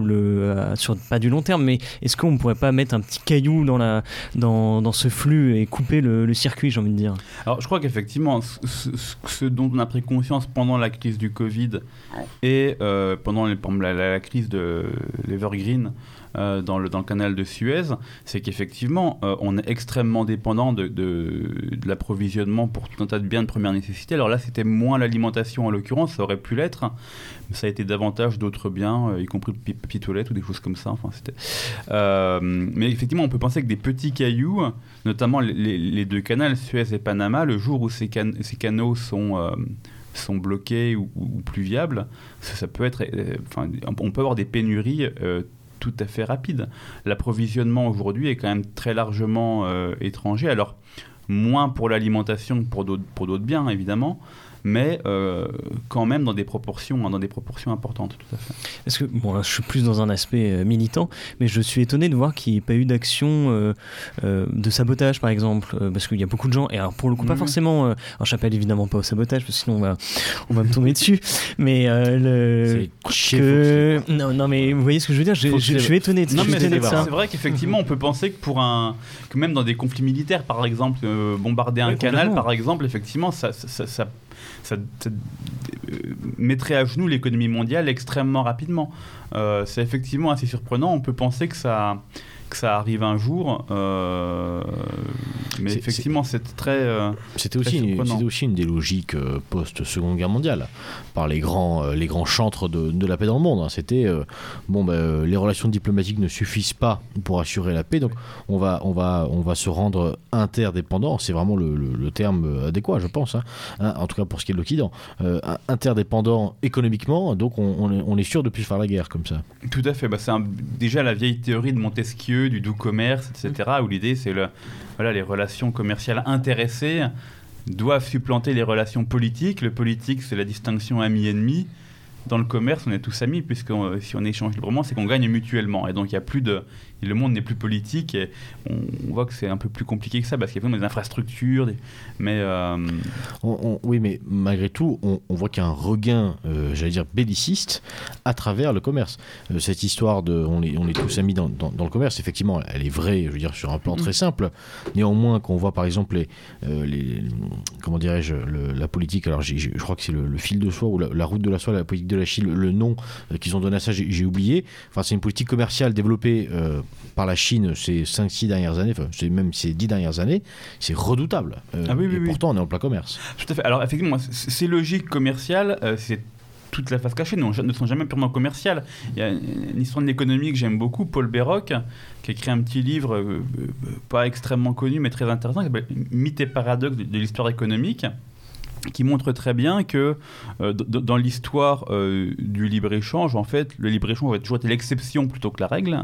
le, euh, sur pas du long terme, mais est-ce qu'on ne pourrait pas mettre un petit caillou dans, la, dans, dans ce flux et couper le, le circuit, j'ai envie de dire? Alors je crois qu'effectivement, ce, ce, ce dont on a pris conscience pendant la crise du Covid et euh, pendant les, la, la, la crise de l'Evergreen, Euh, dans, le, dans le canal de Suez, c'est qu'effectivement, euh, on est extrêmement dépendant de, de, de l'approvisionnement pour tout un tas de biens de première nécessité. Alors là, c'était moins l'alimentation en l'occurrence, ça aurait pu l'être, mais ça a été davantage d'autres biens, euh, y compris le papier toilette ou des choses comme ça. Enfin, c'était... Euh, mais effectivement, on peut penser que des petits cailloux, notamment les, les, les deux canaux, Suez et Panama, le jour où ces, can- ces canaux sont... Euh, sont bloqués ou, ou plus viables, ça, ça peut être, euh, enfin, on peut avoir des pénuries euh, tout à fait rapide. L'approvisionnement aujourd'hui est quand même très largement euh, étranger, alors moins pour l'alimentation que pour d'autres, pour d'autres biens évidemment, mais euh, quand même dans des proportions, hein, dans des proportions importantes, tout à fait. Parce que, bon, là, je suis plus dans un aspect euh, militant, mais je suis étonné de voir qu'il n'y ait pas eu d'action euh, euh, de sabotage, par exemple, euh, parce qu'il y a beaucoup de gens, et alors pour le coup, pas Mmh. forcément, euh, alors j'appelle évidemment pas au sabotage, parce que sinon on va, on va me tomber dessus, mais euh, le... que... non, non, mais vous voyez ce que je veux dire, je, je, je suis étonné de, Non, je suis mais étonné c'est, de ça. c'est vrai qu'effectivement, on peut penser que pour un, que même dans des conflits militaires, par exemple, euh, bombarder un Oui, canal, par exemple, effectivement, ça, ça, ça, ça, ça, ça euh, mettrait à genoux l'économie mondiale extrêmement rapidement. Euh, c'est effectivement assez surprenant. On peut penser que ça, que ça arrive un jour, euh, mais C'est- effectivement, c'est, c'est très. Euh, C'était Très aussi, une, surprenant. c'était aussi une des logiques euh, post-Seconde Guerre mondiale, par les grands, euh, les grands chantres de, de la paix dans le monde. hein. C'était, euh, bon, ben, euh, les relations diplomatiques ne suffisent pas pour assurer la paix, donc on va, on va, on va se rendre interdépendant, c'est vraiment le, le- le terme adéquat, je pense, hein, hein, en tout cas pour ce qui est de l'Occident. Euh, interdépendant économiquement, donc on, on est, on est sûr de plus faire la guerre comme ça. Tout à fait. Bah, c'est un- déjà la vieille théorie de Montesquieu, du doux commerce, et cetera, où l'idée, c'est le, voilà, les relations commerciales intéressées doivent supplanter les relations politiques. Le politique, c'est la distinction ami-ennemi. Dans le commerce, on est tous amis, puisque euh, si on échange librement, c'est qu'on gagne mutuellement. Et donc, il y a plus de... le monde n'est plus politique, et on, on voit que c'est un peu plus compliqué que ça, parce qu'il y a vraiment des infrastructures, des... mais... euh, On- on- oui, mais malgré tout, on, on voit qu'il y a un regain, euh, j'allais dire, belliciste à travers le commerce. Euh, cette histoire de on est, on est tous amis dans, dans- dans le commerce, effectivement, elle est vraie, je veux dire, sur un plan très simple. Néanmoins, qu'on voit par exemple les, euh, les comment dirais-je, le- la politique, alors j'ai- j'ai- je crois que c'est le, le fil de soie ou la, la route de la soie, la politique de la Chine, le, le nom euh, qu'ils ont donné à ça, j'ai, j'ai oublié. Enfin, c'est une politique commerciale développée euh, par la Chine ces cinq six dernières années, enfin, c'est même ces dix dernières années, c'est redoutable. Euh, Ah oui, oui, et oui. pourtant, on est en plein commerce. Tout à fait. Alors, effectivement, c- ces logiques commerciales, euh, c'est toute la face cachée, ne, ne sont jamais purement commerciales. Il y a une histoire de l'économie que j'aime beaucoup, Paul Béroc, qui a écrit un petit livre, euh, euh, pas extrêmement connu, mais très intéressant, qui s'appelle Mythes et paradoxes de, de l'histoire économique, qui montre très bien que euh, d- dans l'histoire euh, du libre-échange, en fait, le libre-échange a toujours été l'exception plutôt que la règle,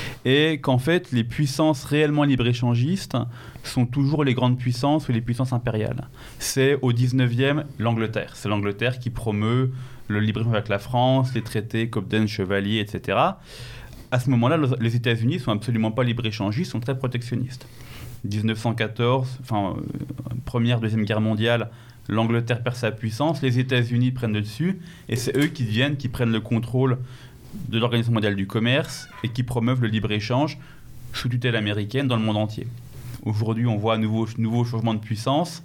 et qu'en fait, les puissances réellement libre-échangistes sont toujours les grandes puissances ou les puissances impériales. C'est au dix-neuvième l'Angleterre. C'est l'Angleterre qui promeut le libre-échange avec la France, les traités Cobden, Chevalier, et cetera. À ce moment-là, le- les États-Unis sont absolument pas libre-échangistes, sont très protectionnistes. dix-neuf cent quatorze, enfin, euh, première, deuxième guerre mondiale, l'Angleterre perd sa puissance, les États-Unis prennent le dessus, et c'est eux qui viennent, qui prennent le contrôle de l'Organisation mondiale du commerce et qui promeuvent le libre-échange sous tutelle américaine dans le monde entier. Aujourd'hui, on voit un nouveau, nouveau changement de puissance.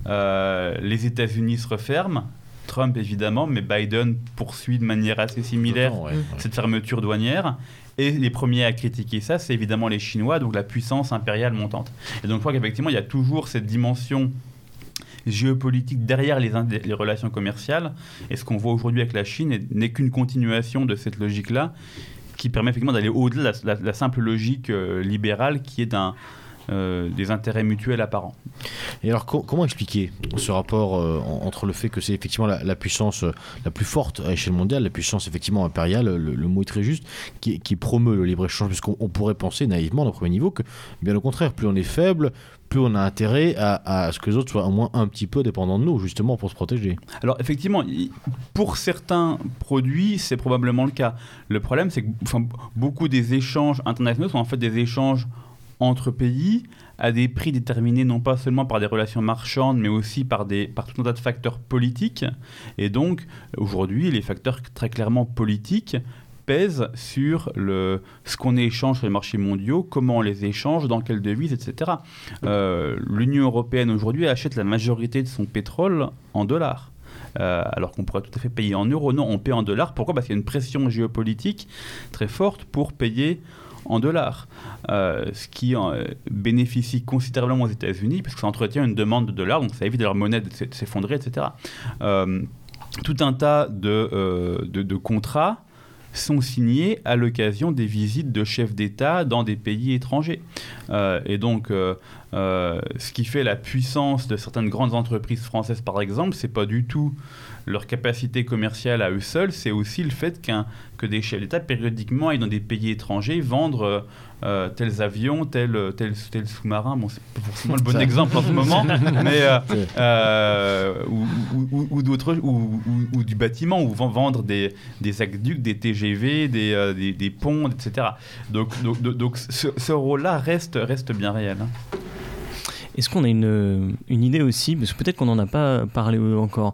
Euh, les États-Unis se referment, Trump évidemment, mais Biden poursuit de manière assez similaire Autant, ouais, ouais. cette fermeture douanière. Et les premiers à critiquer ça, c'est évidemment les Chinois, donc la puissance impériale montante. Et donc je crois qu'effectivement, il y a toujours cette dimension géopolitique derrière les, ind- les relations commerciales. Et ce qu'on voit aujourd'hui avec la Chine est- n'est qu'une continuation de cette logique-là, qui permet effectivement d'aller au-delà de la, la- la simple logique euh, libérale qui est d'un, euh, des intérêts mutuels apparents. Et alors, co- comment expliquer ce rapport euh, en- entre le fait que c'est effectivement la, la puissance euh, la plus forte à échelle mondiale, la puissance effectivement impériale, le, le mot est très juste, qui, qui promeut le libre-échange, puisqu'on on pourrait penser naïvement d'un premier niveau que, bien au contraire, plus on est faible, plus on a intérêt à, à ce que les autres soient au moins un petit peu dépendants de nous, justement, pour se protéger. Alors effectivement, il- pour certains produits, c'est probablement le cas. Le problème, c'est que enfin, beaucoup des échanges internationaux sont en fait des échanges entre pays à des prix déterminés non pas seulement par des relations marchandes, mais aussi par, des, par tout un tas de facteurs politiques. Et donc, aujourd'hui, les facteurs très clairement politiques pèse sur le, ce qu'on échange sur les marchés mondiaux, comment on les échange, dans quelle devise, et cetera. Euh, L'Union européenne aujourd'hui achète la majorité de son pétrole en dollars. Euh, alors qu'on pourrait tout à fait payer en euros. Non, on paye en dollars. Pourquoi ? Parce qu'il y a une pression géopolitique très forte pour payer en dollars. Euh, ce qui euh, bénéficie considérablement aux États-Unis, parce que ça entretient une demande de dollars, donc ça évite leur monnaie de s'effondrer, et cetera. Euh, tout un tas de, euh, de, de contrats sont signés à l'occasion des visites de chefs d'État dans des pays étrangers. Euh, et donc, euh, euh, ce qui fait la puissance de certaines grandes entreprises françaises, par exemple, c'est pas du tout leur capacité commerciale à eux seuls, c'est aussi le fait qu'un, que des chefs d'État, périodiquement, aillent dans des pays étrangers vendre euh, tels avions, tels tel, tel sous-marins. Bon, c'est pas forcément le bon exemple en ce moment, mais euh, euh, ou, ou, ou, d'autres, ou, ou, ou du bâtiment, ou vendre des, des aqueducs, des T G V, des, euh, des, des ponts, et cetera. Donc, donc, donc ce, ce rôle-là reste, reste bien réel. Hein. Est-ce qu'on a une, une idée aussi, parce que peut-être qu'on n'en a pas parlé encore,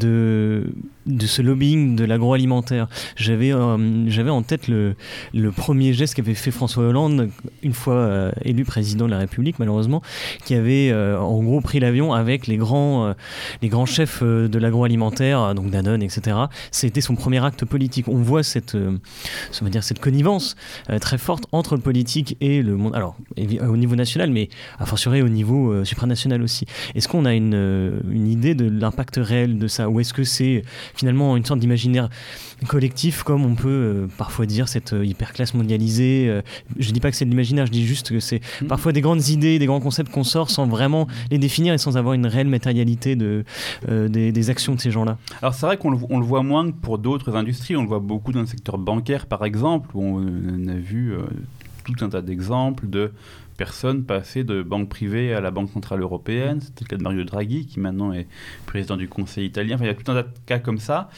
de, de ce lobbying de l'agroalimentaire. J'avais, euh, j'avais en tête le, le premier geste qu'avait fait François Hollande, une fois euh, élu président de la République, malheureusement, qui avait euh, en gros pris l'avion avec les grands, euh, les grands chefs euh, de l'agroalimentaire, donc Danone, et cetera. C'était son premier acte politique. On voit cette, euh, on va dire cette connivence euh, très forte entre le politique et le monde. Alors, au niveau national, mais a fortiori au niveau euh, supranational aussi. Est-ce qu'on a une, euh, une idée de l'impact réel de ça, ou est-ce que c'est finalement une sorte d'imaginaire collectif, comme on peut euh, parfois dire cette euh, hyperclasse mondialisée. Euh, je dis pas que c'est de l'imaginaire, je dis juste que c'est mmh. parfois des grandes idées, des grands concepts qu'on sort sans vraiment les définir et sans avoir une réelle matérialité de, euh, des, des actions de ces gens-là. Alors c'est vrai qu'on le, on le voit moins que pour d'autres industries, on le voit beaucoup dans le secteur bancaire par exemple, où on a vu euh, tout un tas d'exemples de personnes passées de banque privée à la Banque Centrale Européenne. C'était le cas de Mario Draghi, qui maintenant est président du Conseil italien. Enfin, il y a tout un tas de cas comme ça.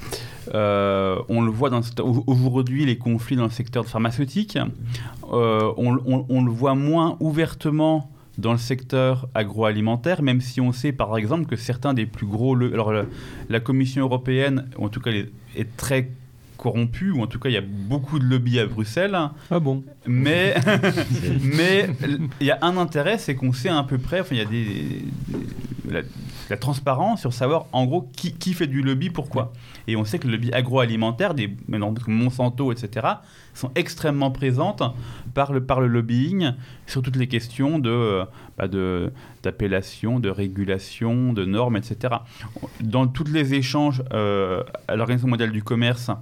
Euh, on le voit dans le, aujourd'hui, les conflits dans le secteur pharmaceutique. Euh, on, on, on le voit moins ouvertement dans le secteur agroalimentaire, même si on sait par exemple que certains des plus gros... Le, alors la, la Commission européenne, en tout cas, est, est très corrompu, ou en tout cas il y a beaucoup de lobby à Bruxelles. Ah bon ? Mais mais il y a un intérêt, c'est qu'on sait à peu près, enfin il y a des, des la, la transparence sur savoir en gros qui, qui fait du lobby, pourquoi. Et on sait que le lobby agroalimentaire, des comme Monsanto, et cetera, sont extrêmement présentes par le, par le lobbying sur toutes les questions de, bah de, d'appellation, de régulation, de normes, et cetera. Dans tous les échanges euh, à l'Organisation mondiale du commerce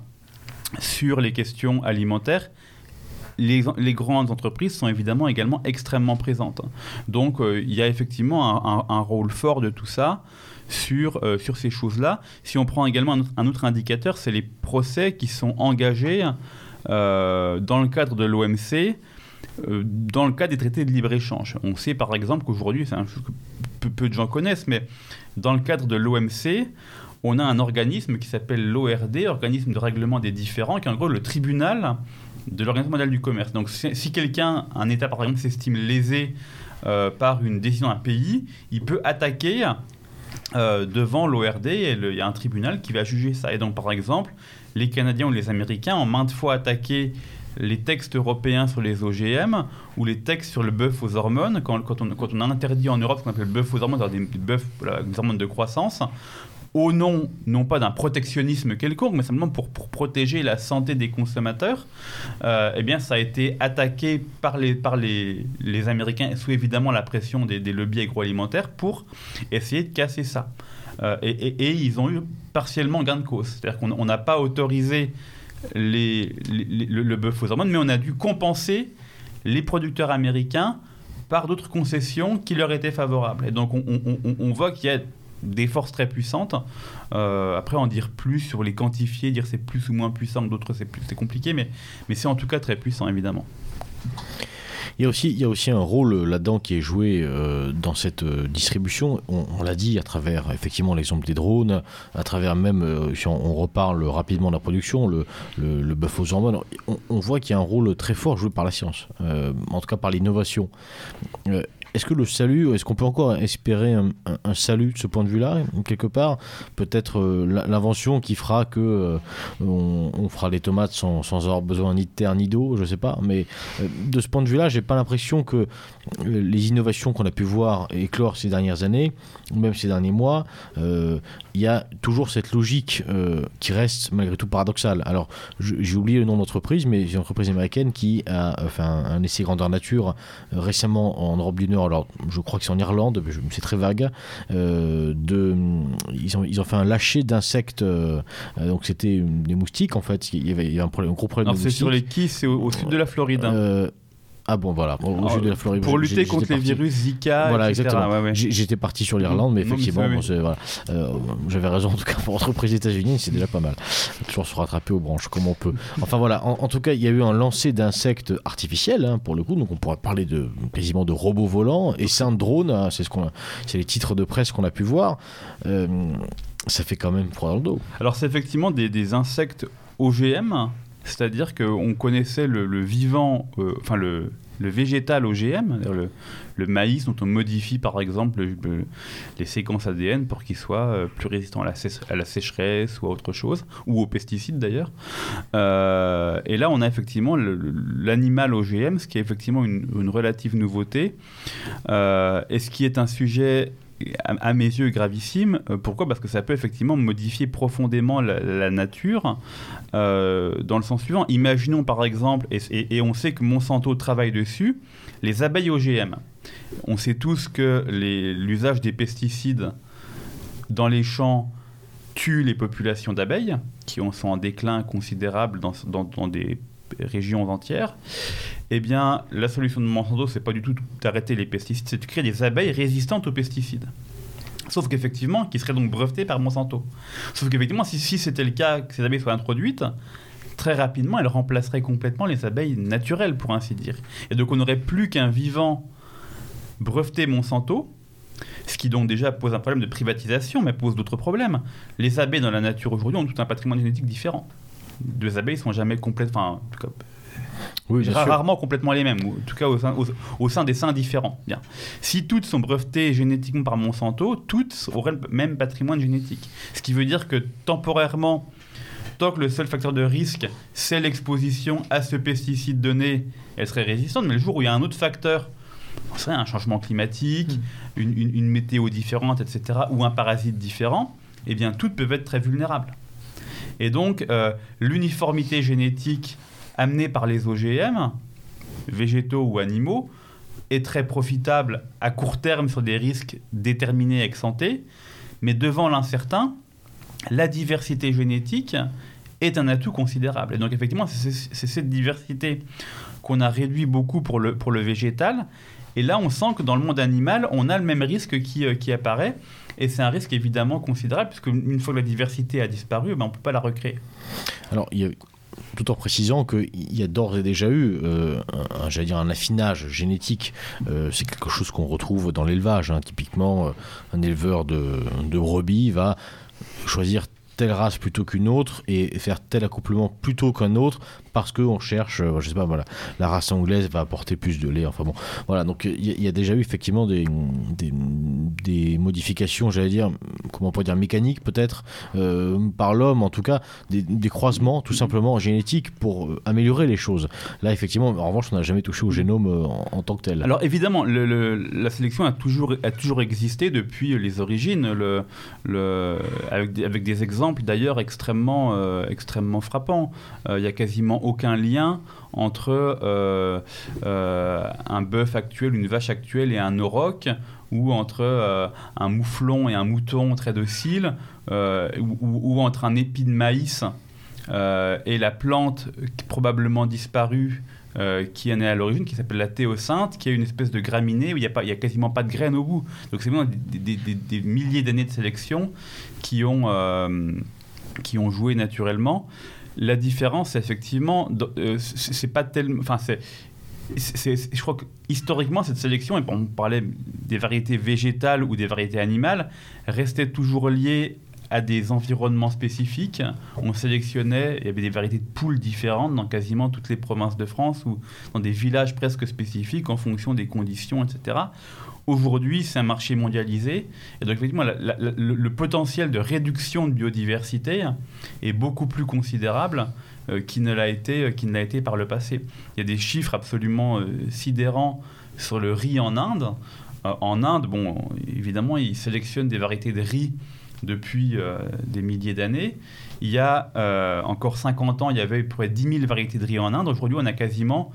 sur les questions alimentaires, les, les grandes entreprises sont évidemment également extrêmement présentes. Donc euh, il y a effectivement un, un, un rôle fort de tout ça sur, euh, sur ces choses-là. Si on prend également un autre, un autre indicateur, c'est les procès qui sont engagés euh, dans le cadre de l'O M C, euh, dans le cadre des traités de libre-échange. On sait par exemple qu'aujourd'hui, c'est un chose que peu, peu de gens connaissent, mais dans le cadre de l'O M C, on a un organisme qui s'appelle l'O R D, Organisme de règlement des différends, qui est en gros le tribunal de l'Organisation mondiale du commerce. Donc si, si quelqu'un, un État par exemple, s'estime lésé euh, par une décision d'un pays, il peut attaquer euh, devant l'O R D, et il y a un tribunal qui va juger ça. Et donc par exemple, les Canadiens ou les Américains ont maintes fois attaqué les textes européens sur les O G M ou les textes sur le bœuf aux hormones, quand, quand, on, quand on a interdit en Europe ce qu'on appelle le bœuf aux hormones, des, des bœufs, voilà, des hormones de croissance, au nom, non pas d'un protectionnisme quelconque, mais simplement pour, pour protéger la santé des consommateurs, euh, eh bien, ça a été attaqué par les, par les, les Américains, sous évidemment la pression des, des lobbies agroalimentaires, pour essayer de casser ça. Euh, et, et, et ils ont eu partiellement gain de cause. C'est-à-dire qu'on n'a pas autorisé les, les, les, le, le bœuf aux hormones, mais on a dû compenser les producteurs américains par d'autres concessions qui leur étaient favorables. Et donc, on, on, on, on voit qu'il y a des forces très puissantes. Euh, après, en dire plus sur les quantifier, dire c'est plus ou moins puissant que d'autres, c'est, plus, c'est compliqué, mais, mais c'est en tout cas très puissant, évidemment. Il y a aussi, il y a aussi un rôle là-dedans qui est joué euh, dans cette euh, distribution. On, on l'a dit à travers effectivement l'exemple des drones, à travers même, euh, si on, on reparle rapidement de la production, le, le, le bœuf aux hormones, on, on voit qu'il y a un rôle très fort joué par la science, euh, en tout cas par l'innovation. Euh, est-ce que le salut, est-ce qu'on peut encore espérer un, un, un salut de ce point de vue-là, quelque part? Peut-être euh, l'invention qui fera que euh, on, on fera les tomates sans, sans avoir besoin ni de terre ni d'eau, je sais pas. Mais euh, de ce point de vue-là, j'ai pas l'impression que les innovations qu'on a pu voir éclore ces dernières années, ou même ces derniers mois, il euh, y a toujours cette logique euh, qui reste malgré tout paradoxale. Alors, je, j'ai oublié le nom d'entreprise, mais c'est une entreprise américaine qui a fait un, un essai grandeur nature euh, récemment en Europe du Nord. Alors, je crois que c'est en Irlande, mais je, c'est très vague. Euh, de, ils, ont, ils ont fait un lâcher d'insectes. Euh, donc, c'était une, des moustiques, en fait. Il y avait, il y avait un, problème, un gros problème Alors, de c'est moustiques. sur les quais, c'est au, au sud de la Floride. Hein. Euh, Ah bon, voilà, au Alors, sud de la Floride. Pour lutter contre les parti... virus Zika, voilà, et cetera. Exactement. Ouais, ouais. J'étais parti sur l'Irlande, mais non, effectivement, mais ça, bon, oui. c'est, voilà. euh, j'avais raison en tout cas pour entreprise États-Unis, c'est déjà pas mal. Toujours se rattraper aux branches comme on peut. Enfin voilà, en, en tout cas, il y a eu un lancer d'insectes artificiels, hein, pour le coup, donc on pourrait parler de quasiment de robots volants et sains de drones, hein, c'est, ce qu'on a, c'est les titres de presse qu'on a pu voir. Euh, ça fait quand même froid dans le dos. Alors, c'est effectivement des, des insectes O G M, c'est-à-dire qu'on connaissait le, le vivant, euh, enfin le. le végétal O G M, le, le maïs dont on modifie par exemple le, le, les séquences A D N pour qu'il soit euh, plus résistant à la, sé- à la sécheresse ou à autre chose, ou aux pesticides d'ailleurs. Euh, et là, on a effectivement le, le, l'animal O G M, ce qui est effectivement une, une relative nouveauté, euh, et ce qui est un sujet à, à mes yeux gravissime. Euh, pourquoi ? Parce que ça peut effectivement modifier profondément la, la nature, euh, dans le sens suivant. Imaginons par exemple, et, et, et on sait que Monsanto travaille dessus, les abeilles O G M. On sait tous que les, l'usage des pesticides dans les champs tue les populations d'abeilles, qui sont en déclin considérable dans, dans, dans des régions entières. Eh bien, la solution de Monsanto, c'est pas du tout d'arrêter les pesticides, c'est de créer des abeilles résistantes aux pesticides. Sauf qu'effectivement, qui seraient donc brevetées par Monsanto. Sauf qu'effectivement, si, si c'était le cas, que ces abeilles soient introduites, très rapidement, elles remplaceraient complètement les abeilles naturelles, pour ainsi dire. Et donc, on n'aurait plus qu'un vivant breveté Monsanto, ce qui donc déjà pose un problème de privatisation, mais pose d'autres problèmes. Les abeilles dans la nature aujourd'hui ont tout un patrimoine génétique différent. Les abeilles ne sont jamais complètement... Enfin, en tout cas, oui, Ra- rarement complètement les mêmes, ou en tout cas au sein, au, au sein des seins différents. Bien. Si toutes sont brevetées génétiquement par Monsanto, toutes auraient le même patrimoine génétique. Ce qui veut dire que temporairement, tant que le seul facteur de risque, c'est l'exposition à ce pesticide donné, elle serait résistante. Mais le jour où il y a un autre facteur, c'est un changement climatique, mmh. une, une, une météo différente, et cetera, ou un parasite différent, eh bien toutes peuvent être très vulnérables. Et donc, euh, l'uniformité génétique amenée par les O G M, végétaux ou animaux, est très profitable à court terme sur des risques déterminés ex ante, mais devant l'incertain, la diversité génétique est un atout considérable. Et donc effectivement, c'est, c'est, c'est cette diversité qu'on a réduit beaucoup pour le, pour le végétal, et là on sent que dans le monde animal, on a le même risque qui, euh, qui apparaît, et c'est un risque évidemment considérable, puisque une fois que la diversité a disparu, ben, on ne peut pas la recréer. Alors, il y a... tout en précisant qu'il y a d'ores et déjà eu euh, un, j'allais dire un affinage génétique. Euh, c'est quelque chose qu'on retrouve dans l'élevage. Hein. Typiquement, euh, un éleveur de, de brebis va choisir telle race plutôt qu'une autre et faire tel accouplement plutôt qu'un autre parce qu'on cherche, euh, je sais pas, voilà, la race anglaise va apporter plus de lait, enfin bon, voilà, donc il y, y a déjà eu effectivement des, des, des modifications, j'allais dire, comment on pourrait dire, mécaniques peut-être, euh, par l'homme en tout cas, des, des croisements tout simplement génétiques pour euh, améliorer les choses. Là effectivement, en revanche, on n'a jamais touché au génome euh, en, en tant que tel. Alors évidemment, le, le, la sélection a toujours, a toujours existé depuis les origines, le, le, avec, des, avec des exemples d'ailleurs extrêmement, euh, extrêmement frappants. Il euh, n'y a quasiment aucun lien entre euh, euh, un bœuf actuel, une vache actuelle et un auroch, ou entre euh, un mouflon et un mouton très docile, euh, ou, ou entre un épi de maïs euh, et la plante probablement disparue euh, qui en est à l'origine, qui s'appelle la théocinthe, qui est une espèce de graminée où il n'y a, a quasiment pas de graines au bout. Donc c'est vraiment des, des, des, des milliers d'années de sélection qui ont, euh, qui ont joué naturellement. La différence, c'est effectivement, euh, c'est, c'est pas tellement, enfin c'est, c'est, c'est, je crois que historiquement cette sélection, et on parlait des variétés végétales ou des variétés animales, restait toujours liée à des environnements spécifiques. On sélectionnait, il y avait des variétés de poules différentes dans quasiment toutes les provinces de France ou dans des villages presque spécifiques en fonction des conditions, et cetera. Aujourd'hui, c'est un marché mondialisé. Et donc, effectivement, la, la, la, le, le potentiel de réduction de biodiversité est beaucoup plus considérable euh, qu'il ne l'a été, euh, qu'il ne l'a été par le passé. Il y a des chiffres absolument euh, sidérants sur le riz en Inde. Euh, en Inde, bon, évidemment, ils sélectionnent des variétés de riz depuis euh, des milliers d'années. Il y a euh, encore cinquante ans, il y avait près de dix mille variétés de riz en Inde. Aujourd'hui, on a quasiment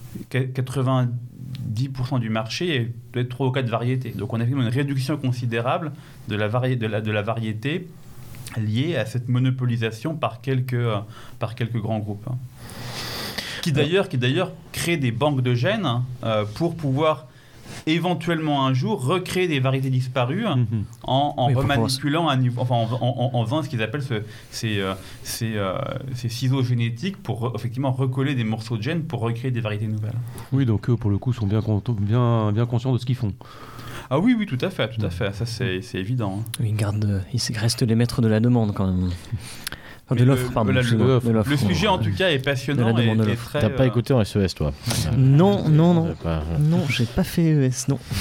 quatre-vingt-dix pour cent du marché et peut-être trois ou quatre variétés. Donc on a fait une réduction considérable de la, vari- de la, de la variété liée à cette monopolisation par quelques, euh, par quelques grands groupes. Hein. Qui d'ailleurs, qui d'ailleurs créent des banques de gènes hein, euh, pour pouvoir éventuellement un jour recréer des variétés disparues mmh. en, en oui, remanipulant un niveau, enfin en, en, en faisant ce qu'ils appellent ce, ces, euh, ces, euh, ces ciseaux génétiques pour re, effectivement recoller des morceaux de gènes pour recréer des variétés nouvelles. Oui, donc eux pour le coup sont bien, bien, bien conscients de ce qu'ils font. Ah oui, oui, tout à fait, tout à fait. Ça c'est, c'est évident. Hein. Ils gardent, ils restent les maîtres de la demande quand même. De l'offre, le, pardon. Le, de l'offre. De l'offre. Le sujet, en tout cas, est passionnant. Et, et très, T'as pas euh... écouté en S E S, toi? Non, non, non. Pas... Non, j'ai pas fait E S, non.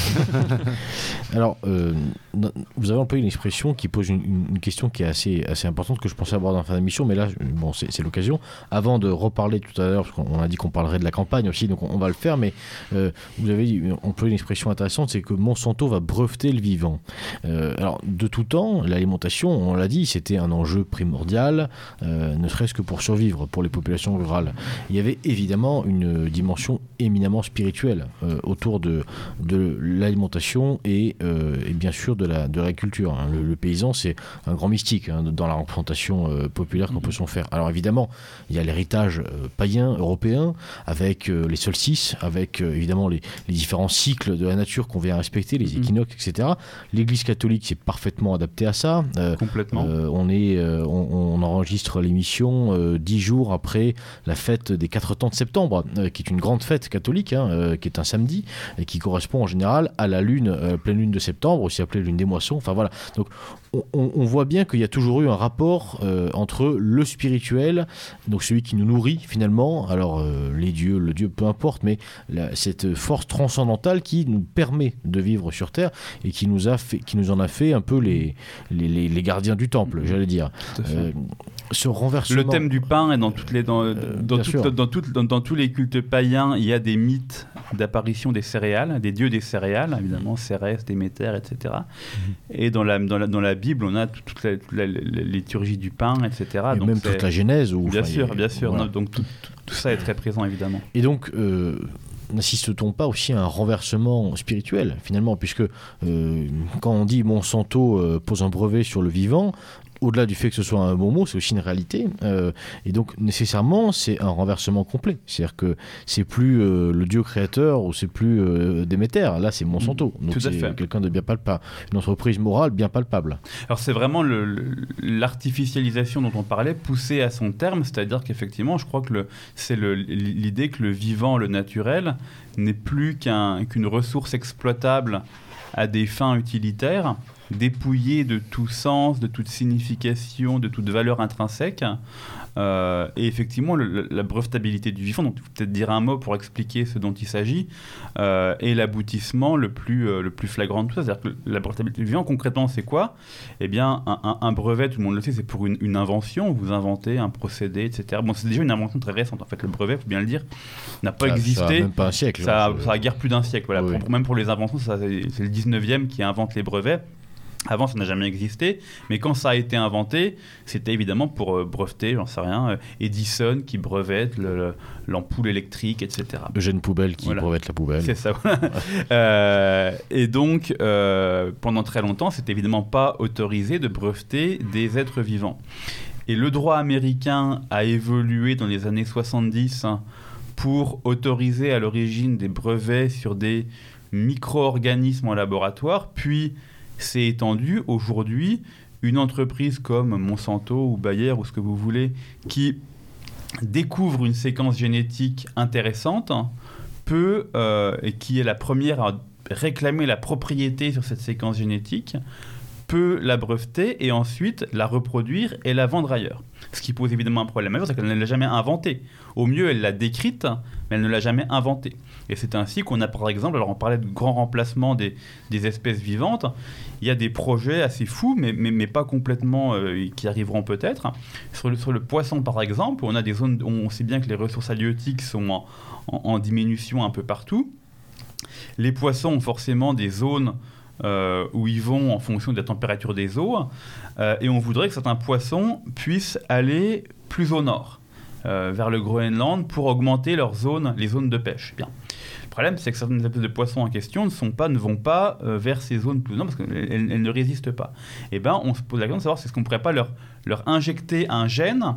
Alors, euh, vous avez employé une expression qui pose une, une question qui est assez, assez importante que je pensais aborder en fin d'émission, mais là, bon, c'est, c'est l'occasion. Avant de reparler tout à l'heure, parce qu'on a dit qu'on parlerait de la campagne aussi, donc on, on va le faire, mais euh, vous avez employé une expression intéressante, c'est que Monsanto va breveter le vivant. Euh, alors, de tout temps, l'alimentation, on l'a dit, c'était un enjeu primordial, euh, ne serait-ce que pour survivre pour les populations rurales. Il y avait évidemment une dimension éminemment spirituelle euh, autour de, de l'alimentation et, euh, et bien sûr de la, de l'agriculture. Hein. Le, le paysan, c'est un grand mystique hein, dans la représentation euh, populaire qu'on peut s'en faire. Alors évidemment, il y a l'héritage euh, païen européen avec euh, les solstices, avec euh, évidemment les, les différents cycles de la nature qu'on vient respecter, les équinoxes, et cetera. L'Église catholique s'est parfaitement adaptée à ça. Euh, Complètement. Euh, on, est, euh, on, on enregistre l'émission Euh, dix jours après la fête des quatre temps de septembre, euh, qui est une grande fête catholique, hein, euh, qui est un samedi, et qui correspond en général à la lune, euh, pleine lune de septembre, aussi appelée lune des moissons. Enfin voilà. Donc on, on voit bien qu'il y a toujours eu un rapport euh, entre le spirituel, donc celui qui nous nourrit finalement, alors euh, les dieux, le dieu, peu importe, mais la, cette force transcendantale qui nous permet de vivre sur Terre et qui nous, a fait, qui nous en a fait un peu les, les, les, les gardiens du temple, j'allais dire. Euh, ce renversement... Le thème du pain est dans toutes les dans, euh, dans, tout, dans, tout, dans, dans tous les cultes païens, il y a des mythes d'apparition des céréales, des dieux des céréales, évidemment Cérès, Déméter, et cetera. Mm-hmm. Et dans la dans la dans la Bible, on a toute la, toute la, la, la liturgie du pain, et cetera. Et donc même toute la Genèse, où bien sûr, bien sûr. Voilà. Non, donc tout, tout, tout ça est très présent évidemment. Et donc euh, n'assiste-t-on pas aussi à un renversement spirituel finalement, puisque euh, quand on dit Monsanto euh, pose un brevet sur le vivant, au-delà du fait que ce soit un bon mot, c'est aussi une réalité. Euh, et donc, nécessairement, c'est un renversement complet. C'est-à-dire que c'est plus euh, le dieu créateur ou c'est plus euh, Déméter. Là, c'est Monsanto. Donc, Tout à c'est fait. quelqu'un de bien palpable. Une entreprise morale bien palpable. Alors, c'est vraiment le, le, l'artificialisation dont on parlait, poussée à son terme. C'est-à-dire qu'effectivement, je crois que le, c'est le, l'idée que le vivant, le naturel, n'est plus qu'un, qu'une ressource exploitable à des fins utilitaires, dépouillé de tout sens, de toute signification, de toute valeur intrinsèque. Euh, et effectivement, le, la brevetabilité du vivant, donc il faut peut-être dire un mot pour expliquer ce dont il s'agit, euh, est l'aboutissement le plus, euh, le plus flagrant de tout ça. C'est-à-dire que la brevetabilité du vivant, concrètement, c'est quoi ? Eh bien, un, un, un brevet, tout le monde le sait, c'est pour une, une invention. Vous inventez un procédé, et cetera. Bon, c'est déjà une invention très récente. En fait, le brevet, il faut bien le dire, n'a pas ça, existé. Ça a même pas un siècle. Ça, genre, ça a guère plus d'un siècle. Voilà. Oui. Pour, même pour les inventions, ça, c'est, c'est le dix-neuvième qui invente les brevets. Avant, ça n'a jamais existé, mais quand ça a été inventé, c'était évidemment pour euh, breveter, j'en sais rien, euh, Edison qui brevette le, le, l'ampoule électrique, et cetera. Eugène Poubelle qui voilà. brevette la poubelle. C'est ça, voilà. euh, et donc, euh, pendant très longtemps, c'était évidemment pas autorisé de breveter des êtres vivants. Et le droit américain a évolué dans les années soixante-dix hein, pour autoriser à l'origine des brevets sur des micro-organismes en laboratoire, puis c'est étendu. Aujourd'hui, une entreprise comme Monsanto ou Bayer ou ce que vous voulez, qui découvre une séquence génétique intéressante, peut, euh, et qui est la première à réclamer la propriété sur cette séquence génétique, peut la breveter et ensuite la reproduire et la vendre ailleurs. Ce qui pose évidemment un problème majeur, c'est qu'elle ne l'a jamais inventée. Au mieux, elle l'a décrite, mais elle ne l'a jamais inventée. Et c'est ainsi qu'on a, par exemple, alors on parlait de grand remplacement des, des espèces vivantes, il y a des projets assez fous, mais, mais, mais pas complètement, euh, qui arriveront peut-être. Sur le, sur le poisson, par exemple, on a des zones, on sait bien que les ressources halieutiques sont en, en, en diminution un peu partout. Les poissons ont forcément des zones Euh, où ils vont en fonction de la température des eaux, euh, et on voudrait que certains poissons puissent aller plus au nord, euh, vers le Groenland, pour augmenter leurs zones, les zones de pêche. Bien. Le problème, c'est que certaines espèces de poissons en question ne, sont pas, ne vont pas euh, vers ces zones plus au nord parce qu'elles elles, elles ne résistent pas. Et ben, on se pose la question de savoir si est-ce qu'on ne pourrait pas leur, leur injecter un gène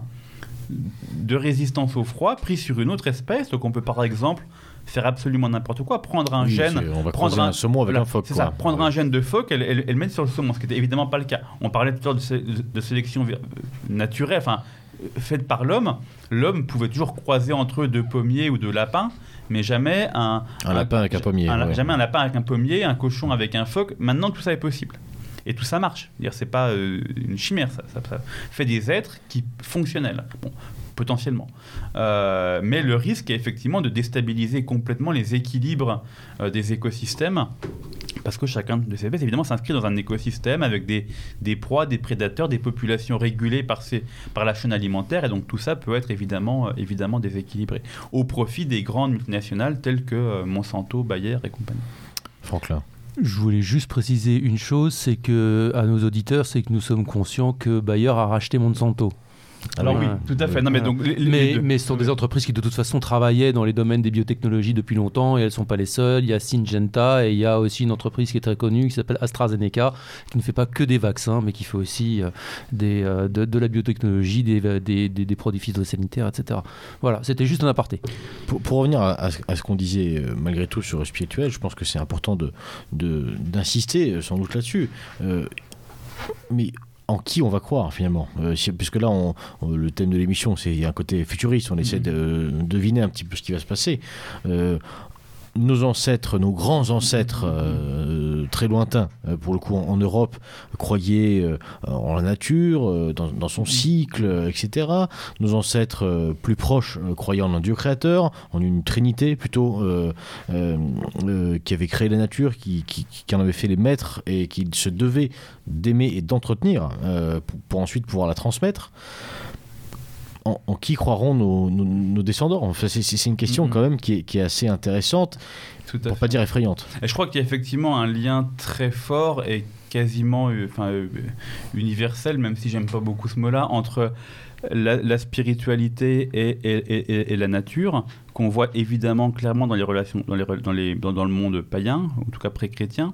de résistance au froid pris sur une autre espèce. Donc on peut par exemple faire absolument n'importe quoi, prendre un oui, gène, on va prendre un, un saumon avec voilà, un phoque. C'est quoi. ça, prendre ouais. un gène de phoque et le, et le mettre sur le saumon, ce qui n'était évidemment pas le cas. On parlait tout à l'heure de, sé- de sélection naturelle, enfin faite par l'homme. L'homme pouvait toujours croiser entre eux deux pommiers ou deux lapins, mais jamais un, un, un lapin avec un pommier. Un, ouais. Jamais un lapin avec un pommier, un cochon avec un phoque. Maintenant, tout ça est possible. Et tout ça marche. C'est-à-dire, c'est pas euh, une chimère, ça, ça, ça fait des êtres qui fonctionnels. Bon, potentiellement. Euh, mais le risque est effectivement de déstabiliser complètement les équilibres euh, des écosystèmes, parce que chacun de ces espèces, évidemment, s'inscrit dans un écosystème avec des, des proies, des prédateurs, des populations régulées par, ces, par la chaîne alimentaire, et donc tout ça peut être évidemment, euh, évidemment déséquilibré, au profit des grandes multinationales telles que euh, Monsanto, Bayer et compagnie. Franklin. Je voulais juste préciser une chose, c'est que à nos auditeurs, c'est que nous sommes conscients que Bayer a racheté Monsanto. Alors oui, Ouais. tout à fait. Non, mais, donc, les, les mais, deux. mais ce sont des entreprises qui de toute façon travaillaient dans les domaines des biotechnologies depuis longtemps, et elles ne sont pas les seules. Il y a Syngenta et il y a aussi une entreprise qui est très connue qui s'appelle AstraZeneca, qui ne fait pas que des vaccins, mais qui fait aussi euh, des, euh, de, de la biotechnologie, des, des, des, des produits phytosanitaires, et cetera. Voilà, c'était juste un aparté. Pour, pour revenir à, à, à ce qu'on disait euh, malgré tout sur le spirituel, je pense que c'est important de, de, d'insister euh, sans doute là-dessus. Euh, mais en qui on va croire finalement, euh, si, puisque là on, on, le thème de l'émission c'est il y a un côté futuriste, on essaie de euh, deviner un petit peu ce qui va se passer. Euh, nos ancêtres, nos grands ancêtres euh, très lointains, euh, pour le coup en, en Europe, croyaient euh, en la nature, euh, dans, dans son cycle, euh, et cetera. Nos ancêtres euh, plus proches euh, croyaient en un Dieu créateur, en une trinité plutôt, euh, euh, euh, qui avait créé la nature, qui, qui, qui en avait fait les maîtres et qui se devait d'aimer et d'entretenir euh, pour, pour ensuite pouvoir la transmettre. En, en qui croiront nos, nos, nos descendants ? Enfin, c'est, c'est une question mm-hmm. quand même qui est, qui est assez intéressante, Tout à pour fait. pas dire effrayante. Et je crois qu'il y a effectivement un lien très fort et quasiment euh, enfin, euh, universel, même si j'aime pas beaucoup ce mot-là, entre la, la spiritualité et, et, et, et la nature, qu'on voit évidemment clairement dans les relations, dans, les, dans, les, dans, dans le monde païen, en tout cas pré-chrétien,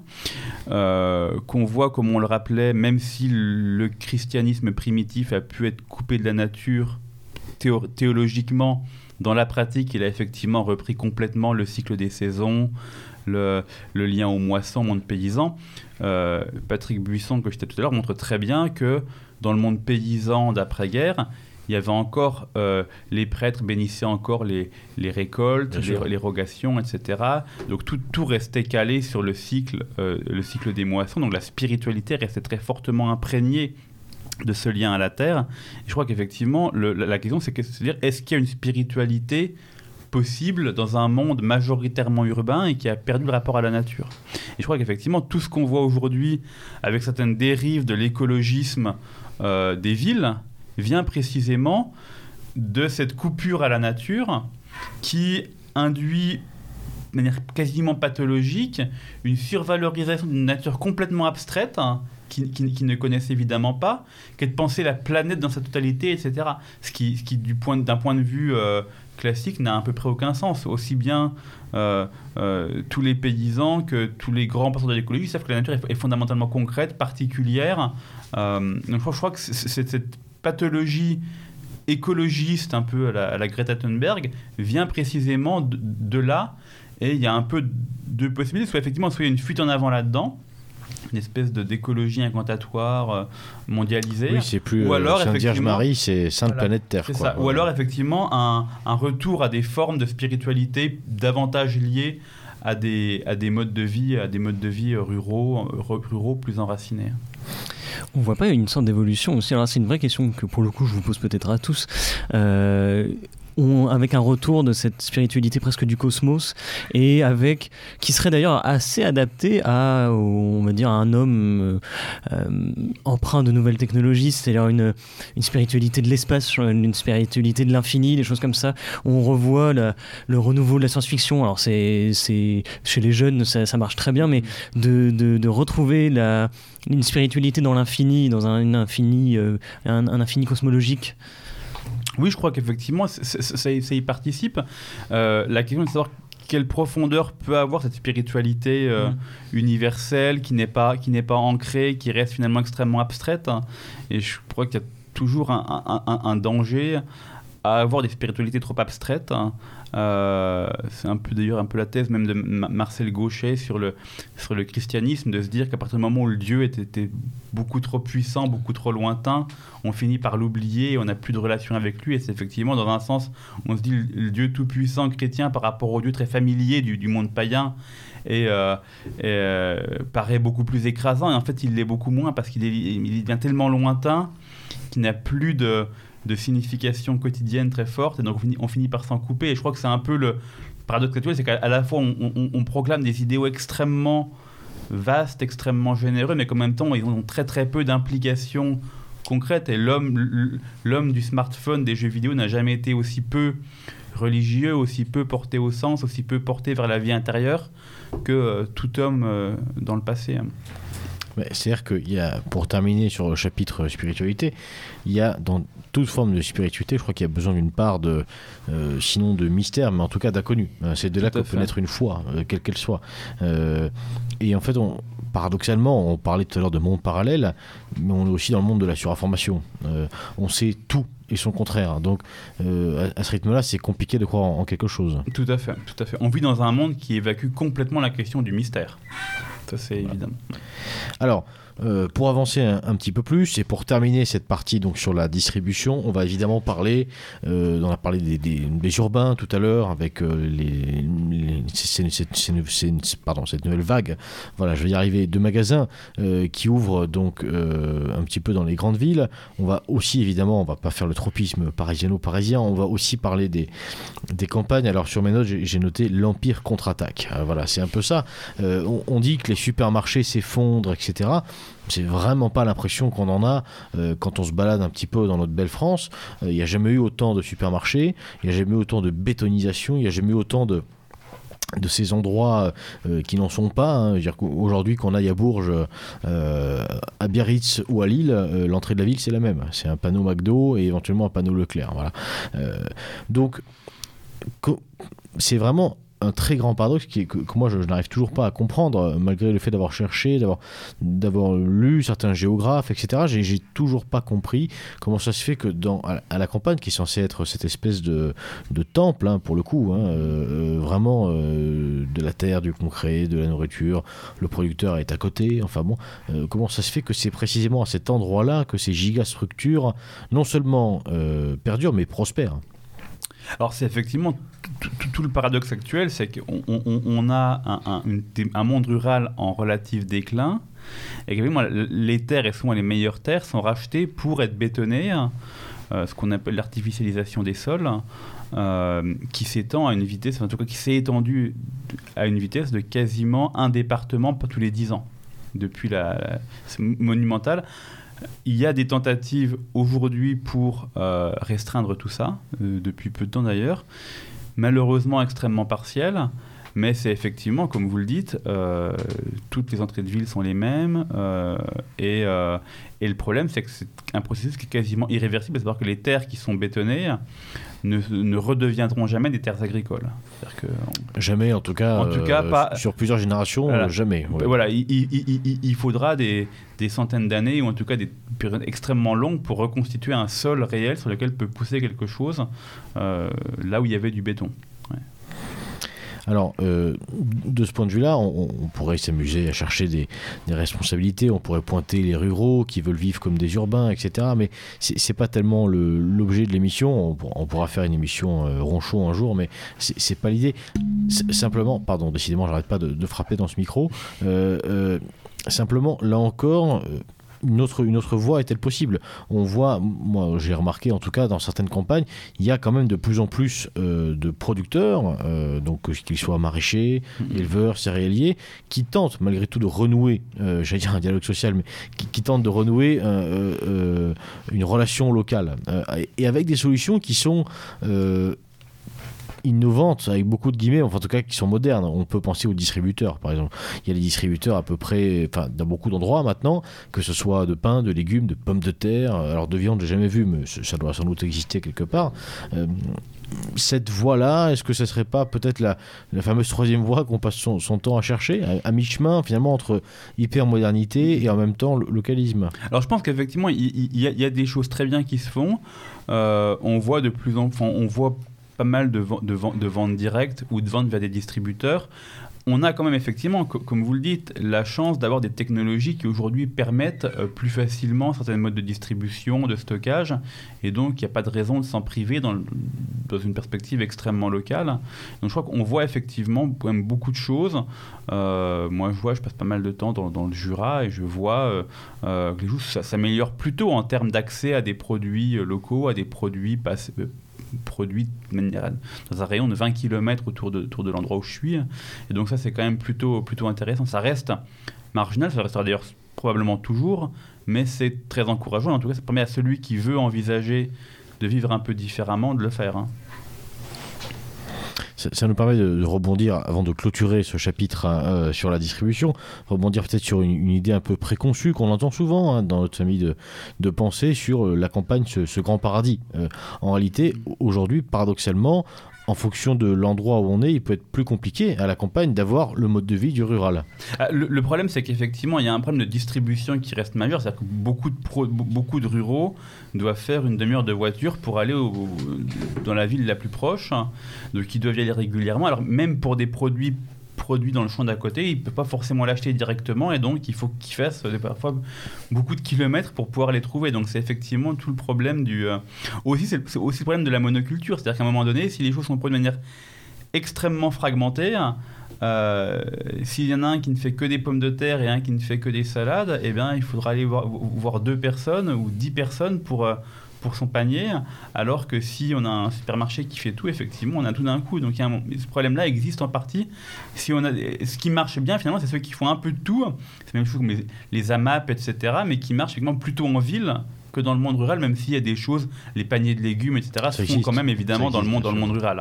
euh, qu'on voit, comme on le rappelait, même si le christianisme primitif a pu être coupé de la nature, Théo- théologiquement, dans la pratique, il a effectivement repris complètement le cycle des saisons, le, le lien aux moissons, au monde paysan. Euh, Patrick Buisson, que je citais tout à l'heure, montre très bien que dans le monde paysan d'après-guerre, il y avait encore, euh, les prêtres bénissaient encore les, les récoltes, les, les rogations, et cetera. Donc tout, tout restait calé sur le cycle, euh, le cycle des moissons. Donc la spiritualité restait très fortement imprégnée de ce lien à la terre. Et je crois qu'effectivement, le, la, la question, c'est de se dire, est-ce qu'il y a une spiritualité possible dans un monde majoritairement urbain et qui a perdu le rapport à la nature ? Et je crois qu'effectivement, tout ce qu'on voit aujourd'hui avec certaines dérives de l'écologisme euh, des villes vient précisément de cette coupure à la nature qui induit de manière quasiment pathologique une survalorisation d'une nature complètement abstraite, hein, Qui, qui, qui ne connaissent évidemment pas, qu'est de penser la planète dans sa totalité, et cetera. Ce qui, ce qui du point, d'un point de vue euh, classique, n'a à peu près aucun sens. Aussi bien euh, euh, tous les paysans que tous les grands penseurs de l'écologie savent que la nature est, est fondamentalement concrète, particulière. Euh, donc je crois que c'est, c'est, cette pathologie écologiste, un peu à la, à la Greta Thunberg, vient précisément de, de là. Et il y a un peu de possibilités, soit effectivement, soit il y a une fuite en avant là-dedans, une espèce de d'écologie incantatoire euh, mondialisée. Oui, c'est plus ou alors, euh, Sainte Vierge Marie, c'est Sainte voilà, Planète Terre. C'est quoi. ça. Ou alors effectivement un, un retour à des formes de spiritualité davantage liées à des, à des modes de vie, à des modes de vie ruraux, ruraux plus enracinés. On voit pas une sorte d'évolution aussi. Alors c'est une vraie question que pour le coup je vous pose peut-être à tous. Euh, on, avec un retour de cette spiritualité presque du cosmos et avec qui serait d'ailleurs assez adapté à, on va dire, à un homme euh, empreint de nouvelles technologies, c'est-à-dire une, une spiritualité de l'espace, une spiritualité de l'infini, des choses comme ça. On revoit la, le renouveau de la science-fiction. Alors c'est, c'est chez les jeunes ça, ça marche très bien, mais de, de, de retrouver la une spiritualité dans l'infini, dans un, une infini, euh, un, un infini cosmologique. Oui, je crois qu'effectivement, c'est, c'est, ça, ça y participe. Euh, la question est de savoir quelle profondeur peut avoir cette spiritualité euh, mmh. universelle, qui n'est pas, qui n'est pas ancrée, qui reste finalement extrêmement abstraite. Et je crois qu'il y a toujours un, un, un, un danger à avoir des spiritualités trop abstraites. Euh, c'est un peu d'ailleurs un peu la thèse même de Marcel Gauchet sur le, sur le christianisme, de se dire qu'à partir du moment où le Dieu était, était beaucoup trop puissant, beaucoup trop lointain, on finit par l'oublier et on n'a plus de relation avec lui. Et c'est effectivement dans un sens, on se dit le, le Dieu tout-puissant chrétien par rapport au Dieu très familier du, du monde païen et, euh, et euh, paraît beaucoup plus écrasant, et en fait il l'est beaucoup moins parce qu'il est, il devient tellement lointain qu'il n'a plus de de signification quotidienne très forte, et donc on finit, on finit par s'en couper. Et je crois que c'est un peu le paradoxe actuel, c'est qu'à la fois on, on, on proclame des idéaux extrêmement vastes, extrêmement généreux, mais qu'en même temps ils ont très très peu d'implications concrètes. Et l'homme, l'homme du smartphone, des jeux vidéo n'a jamais été aussi peu religieux, aussi peu porté au sens, aussi peu porté vers la vie intérieure que euh, tout homme euh, dans le passé. C'est-à-dire qu'il y a, pour terminer sur le chapitre spiritualité, il y a dans toute forme de spiritualité, je crois qu'il y a besoin d'une part de, euh, sinon de mystère, mais en tout cas d'inconnu. C'est de là que peut naître une foi, euh, quelle qu'elle soit. Euh, et en fait, on, paradoxalement, on parlait tout à l'heure de monde parallèle, mais on est aussi dans le monde de la surinformation. Euh, on sait tout et son contraire. Donc, euh, à, à ce rythme-là, c'est compliqué de croire en, en quelque chose. Tout à fait, tout à fait. On vit dans un monde qui évacue complètement la question du mystère. Ça, c'est voilà. Évident. Alors, euh, pour avancer un, un petit peu plus, et pour terminer cette partie donc, sur la distribution, on va évidemment parler, euh, on a parlé des, des, des urbains tout à l'heure, avec euh, les, les, c'est, c'est, c'est, c'est, pardon, cette nouvelle vague, voilà, je vais y arriver, de magasins euh, qui ouvrent donc euh, un petit peu dans les grandes villes. On va aussi, évidemment, on va pas faire le tropisme parisiano-parisien, on va aussi parler des, des campagnes. Alors, sur mes notes, j'ai, j'ai noté l'Empire contre-attaque. Euh, voilà, c'est un peu ça. Euh, on, on dit que les supermarchés s'effondrent, et cetera. C'est vraiment pas l'impression qu'on en a euh, quand on se balade un petit peu dans notre belle France. Il euh, n'y a jamais eu autant de supermarchés, il n'y a jamais eu autant de bétonisation, il n'y a jamais eu autant de de ces endroits euh, qui n'en sont pas. Hein. Je veux dire qu'aujourd'hui, qu'on aille à Bourges, euh, à Biarritz ou à Lille, euh, l'entrée de la ville, c'est la même. C'est un panneau McDo et éventuellement un panneau Leclerc. Voilà. Euh, donc, co- c'est vraiment un très grand paradoxe qui est que, que moi je, je n'arrive toujours pas à comprendre, malgré le fait d'avoir cherché, d'avoir, d'avoir lu certains géographes, et cetera. J'ai, j'ai toujours pas compris comment ça se fait que dans, à, à la campagne, qui est censée être cette espèce de, de temple, hein, pour le coup, hein, euh, vraiment euh, de la terre, du concret, de la nourriture, le producteur est à côté, enfin bon, euh, comment ça se fait que c'est précisément à cet endroit-là que ces gigastructures non seulement euh, perdurent, mais prospèrent? Alors c'est effectivement tout, tout, tout le paradoxe actuel, c'est qu'on on, on a un, un, une, un monde rural en relatif déclin, et que les terres, et souvent les meilleures terres, sont rachetées pour être bétonnées, euh, ce qu'on appelle l'artificialisation des sols, euh, qui s'étend à une vitesse, en tout cas qui s'est étendue à une vitesse de quasiment un département pas tous les dix ans, depuis la, la c'est monumental. Il y a des tentatives aujourd'hui pour euh, restreindre tout ça, euh, depuis peu de temps d'ailleurs, malheureusement extrêmement partielles, mais c'est effectivement, comme vous le dites, euh, toutes les entrées de ville sont les mêmes, euh, et, euh, et le problème c'est que c'est un processus qui est quasiment irréversible, c'est-à-dire que les terres qui sont bétonnées ne, ne redeviendront jamais des terres agricoles. C'est-à-dire que on... Jamais, en tout cas, en tout cas euh, pas... sur plusieurs générations, voilà. euh, jamais. Ouais. Voilà, il, il, il, il faudra des, des centaines d'années, ou en tout cas des périodes extrêmement longues pour reconstituer un sol réel sur lequel peut pousser quelque chose, euh, là où il y avait du béton. Ouais. Alors, euh, de ce point de vue-là, on, on pourrait s'amuser à chercher des, des responsabilités, on pourrait pointer les ruraux qui veulent vivre comme des urbains, et cetera. Mais c'est, c'est pas tellement le, l'objet de l'émission. On, on pourra faire une émission euh, Ronchon un jour, mais c'est, c'est pas l'idée. C'est, simplement, pardon, décidément, j'arrête pas de, de frapper dans ce micro. Euh, euh, simplement, là encore... Euh, Une autre, une autre voie est-elle possible ? On voit, moi j'ai remarqué en tout cas dans certaines campagnes, il y a quand même de plus en plus euh, de producteurs, euh, donc qu'ils soient maraîchers, mmh. éleveurs, céréaliers, qui tentent malgré tout de renouer, euh, j'allais dire un dialogue social, mais qui, qui tentent de renouer euh, euh, une relation locale, euh, et avec des solutions qui sont... Euh, innovantes, avec beaucoup de guillemets, enfin en tout cas qui sont modernes. On peut penser aux distributeurs, par exemple. Il y a des distributeurs à peu près, enfin dans beaucoup d'endroits maintenant, que ce soit de pain, de légumes, de pommes de terre, alors de viande, j'ai jamais vu, mais ça doit sans doute exister quelque part. Euh, cette voie-là, est-ce que ce serait pas peut-être la, la fameuse troisième voie qu'on passe son, son temps à chercher, à, à mi-chemin finalement entre hyper-modernité et en même temps le localisme ? Alors je pense qu'effectivement, il, il, y a, il y a des choses très bien qui se font. Euh, on voit de plus en plus, on voit pas mal de, de, de ventes directes ou de ventes via des distributeurs. On a quand même effectivement, co- comme vous le dites, la chance d'avoir des technologies qui aujourd'hui permettent euh, plus facilement certains modes de distribution, de stockage, et donc il n'y a pas de raison de s'en priver dans, le, dans une perspective extrêmement locale. Donc je crois qu'on voit effectivement quand même beaucoup de choses. Euh, moi je vois, je passe pas mal de temps dans, dans le Jura et je vois euh, euh, que les choses ça, s'améliorent plutôt en termes d'accès à des produits locaux, à des produits passés, produits de manière, dans un rayon de vingt kilomètres autour de, autour de l'endroit où je suis. Et donc ça, c'est quand même plutôt, plutôt intéressant. Ça reste marginal, ça restera d'ailleurs probablement toujours, mais c'est très encourageant. En tout cas, ça permet à celui qui veut envisager de vivre un peu différemment de le faire. Hein. Ça, ça nous permet de, de rebondir, avant de clôturer ce chapitre euh, sur la distribution, rebondir peut-être sur une, une idée un peu préconçue qu'on entend souvent hein, dans notre famille de, de pensée sur euh, la campagne, ce, ce grand paradis. Euh, en réalité, aujourd'hui, paradoxalement, en fonction de l'endroit où on est, il peut être plus compliqué à la campagne d'avoir le mode de vie du rural. Ah, le, le problème, c'est qu'effectivement, il y a un problème de distribution qui reste majeur. C'est-à-dire que beaucoup de, pro, beaucoup de ruraux doivent faire une demi-heure de voiture pour aller au, dans la ville la plus proche. Donc, ils doivent y aller régulièrement. Alors, même pour des produits produits dans le champ d'à côté, il ne peut pas forcément l'acheter directement et donc il faut qu'il fasse euh, parfois beaucoup de kilomètres pour pouvoir les trouver. Donc c'est effectivement tout le problème du... Euh, aussi, c'est, c'est aussi le problème de la monoculture. C'est-à-dire qu'à un moment donné, si les choses sont produites de manière extrêmement fragmentée, euh, s'il y en a un qui ne fait que des pommes de terre et un qui ne fait que des salades, eh bien, il faudra aller voir, voir deux personnes ou dix personnes pour... Euh, pour son panier, alors que si on a un supermarché qui fait tout, effectivement, on a tout d'un coup. Donc il y a un, ce problème-là existe en partie. Si on a, ce qui marche bien, finalement, c'est ceux qui font un peu de tout. C'est la même chose comme les, les A M A P, et cetera, mais qui marchent effectivement plutôt en ville que dans le monde rural, même s'il y a des choses, les paniers de légumes, et cetera, se font quand même évidemment dans le monde, dans le monde rural.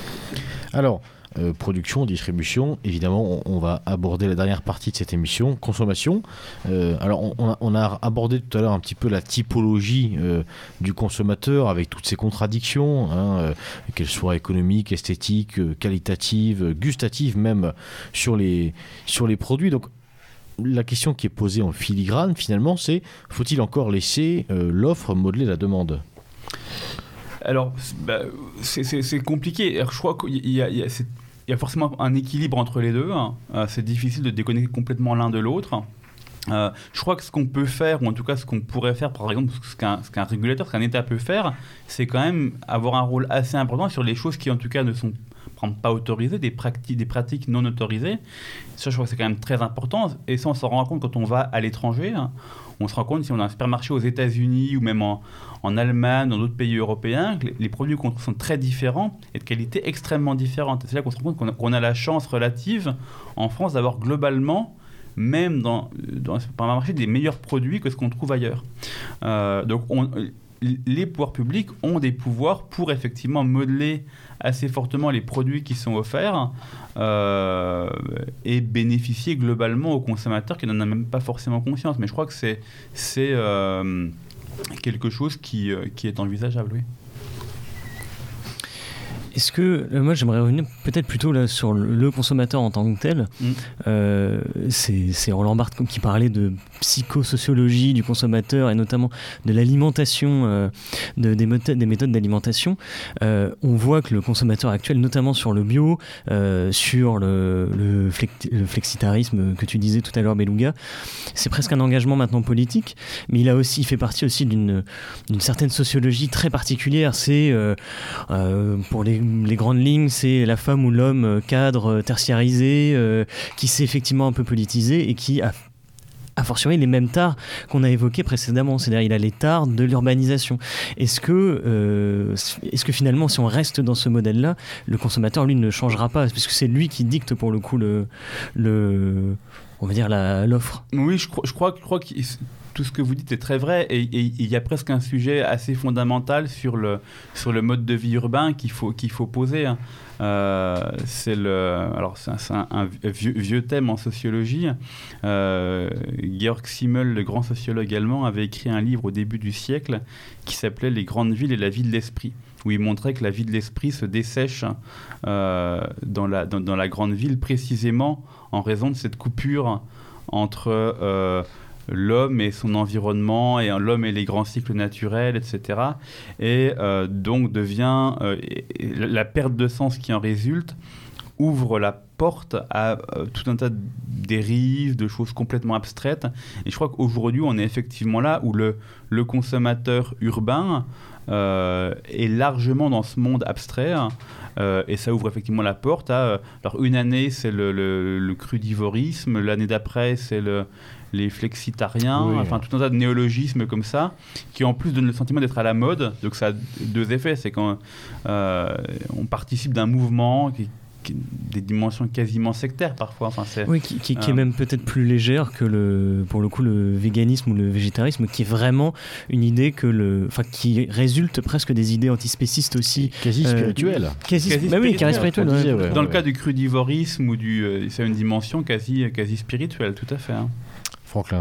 Alors, Euh, production, distribution, évidemment on, on va aborder la dernière partie de cette émission, consommation. Euh, alors on, on, a, on a abordé tout à l'heure un petit peu la typologie euh, du consommateur avec toutes ses contradictions, hein, euh, qu'elles soient économiques, esthétiques, euh, qualitatives, gustatives même sur les, sur les produits. Donc la question qui est posée en filigrane finalement, c'est faut-il encore laisser euh, l'offre modeler la demande ? Alors, bah, c'est, c'est, c'est compliqué. Alors, je crois qu'il y a, il y a, c'est, il y a forcément un équilibre entre les deux. Hein. Euh, c'est difficile de déconnecter complètement l'un de l'autre. Euh, je crois que ce qu'on peut faire, ou en tout cas ce qu'on pourrait faire, par exemple, ce qu'un, ce qu'un régulateur, ce qu'un État peut faire, c'est quand même avoir un rôle assez important sur les choses qui, en tout cas, ne sont pas autorisées, des pratiques, des pratiques non autorisées. Ça, je crois que c'est quand même très important. Et ça, on s'en rend compte quand on va à l'étranger. Hein. On se rend compte, si on a un supermarché aux États-Unis ou même en, en Allemagne, dans d'autres pays européens, que les, les produits qu'on trouve sont très différents et de qualité extrêmement différente. Et c'est là qu'on se rend compte qu'on a, qu'on a la chance relative en France d'avoir globalement, même dans, dans le supermarché, des meilleurs produits que ce qu'on trouve ailleurs. Euh, donc, on, les pouvoirs publics ont des pouvoirs pour effectivement modeler assez fortement les produits qui sont offerts euh, et bénéficier globalement aux consommateurs qui n'en ont même pas forcément conscience. Mais je crois que c'est, c'est euh, quelque chose qui, euh, qui est envisageable, oui. Est-ce que, euh, moi j'aimerais revenir peut-être plutôt là, sur le, le consommateur en tant que tel. Mm. Euh, c'est, c'est Roland Barthes qui parlait de psychosociologie du consommateur et notamment de l'alimentation, euh, de, des, méthodes, des méthodes d'alimentation. Euh, on voit que le consommateur actuel, notamment sur le bio, euh, sur le, le, flex, le flexitarisme que tu disais tout à l'heure, Beluga, c'est presque un engagement maintenant politique, mais il, a aussi, il fait partie aussi d'une, d'une certaine sociologie très particulière. C'est, euh, euh, pour les, les grandes lignes, c'est la femme ou l'homme cadre tertiarisé, euh, qui s'est effectivement un peu politisé et qui a a fortiori les mêmes tares qu'on a évoqués précédemment, c'est-à-dire il a les tares de l'urbanisation. Est-ce que, euh, est-ce que finalement, si on reste dans ce modèle-là, le consommateur, lui, ne changera pas, parce que c'est lui qui dicte pour le coup le, le on va dire la, l'offre. Oui, je crois, je crois, je crois que tout ce que vous dites est très vrai, et il y a presque un sujet assez fondamental sur le, sur le mode de vie urbain qu'il faut, qu'il faut poser. Hein. Euh, c'est le, alors c'est un, c'est un, un vieux, vieux thème en sociologie. Euh, Georg Simmel, le grand sociologue allemand, avait écrit un livre au début du siècle qui s'appelait « Les grandes villes et la vie de l'esprit », où il montrait que la vie de l'esprit se dessèche euh, dans, la, dans, dans la grande ville, précisément en raison de cette coupure entre euh, l'homme et son environnement, et l'homme et les grands cycles naturels, et cetera. Et euh, donc devient euh, la perte de sens qui en résulte ouvre la porte à euh, tout un tas de dérives, de choses complètement abstraites. Et je crois qu'aujourd'hui, on est effectivement là où le, le consommateur urbain euh, est largement dans ce monde abstrait. Euh, et ça ouvre effectivement la porte à... Euh, alors, une année, c'est le, le, le crudivorisme. L'année d'après, c'est le... les flexitariens, oui, enfin tout un tas de néologismes comme ça, qui en plus donnent le sentiment d'être à la mode. Donc ça a deux effets, c'est quand euh, on participe d'un mouvement qui, qui, des dimensions quasiment sectaires parfois. Enfin, c'est, oui, qui, qui, qui euh, est même peut-être plus légère que le, pour le coup, le véganisme ou le végétarisme, qui est vraiment une idée que le, enfin, qui résulte presque des idées antispécistes aussi, quasi spirituelles. Euh, quasi, quasi bah oui, quasi spirituelles. Ouais. Ouais. Ouais, Dans ouais. le cas du crudivorisme ou du, euh, c'est une dimension quasi, quasi spirituelle, tout à fait. Hein. Franklin.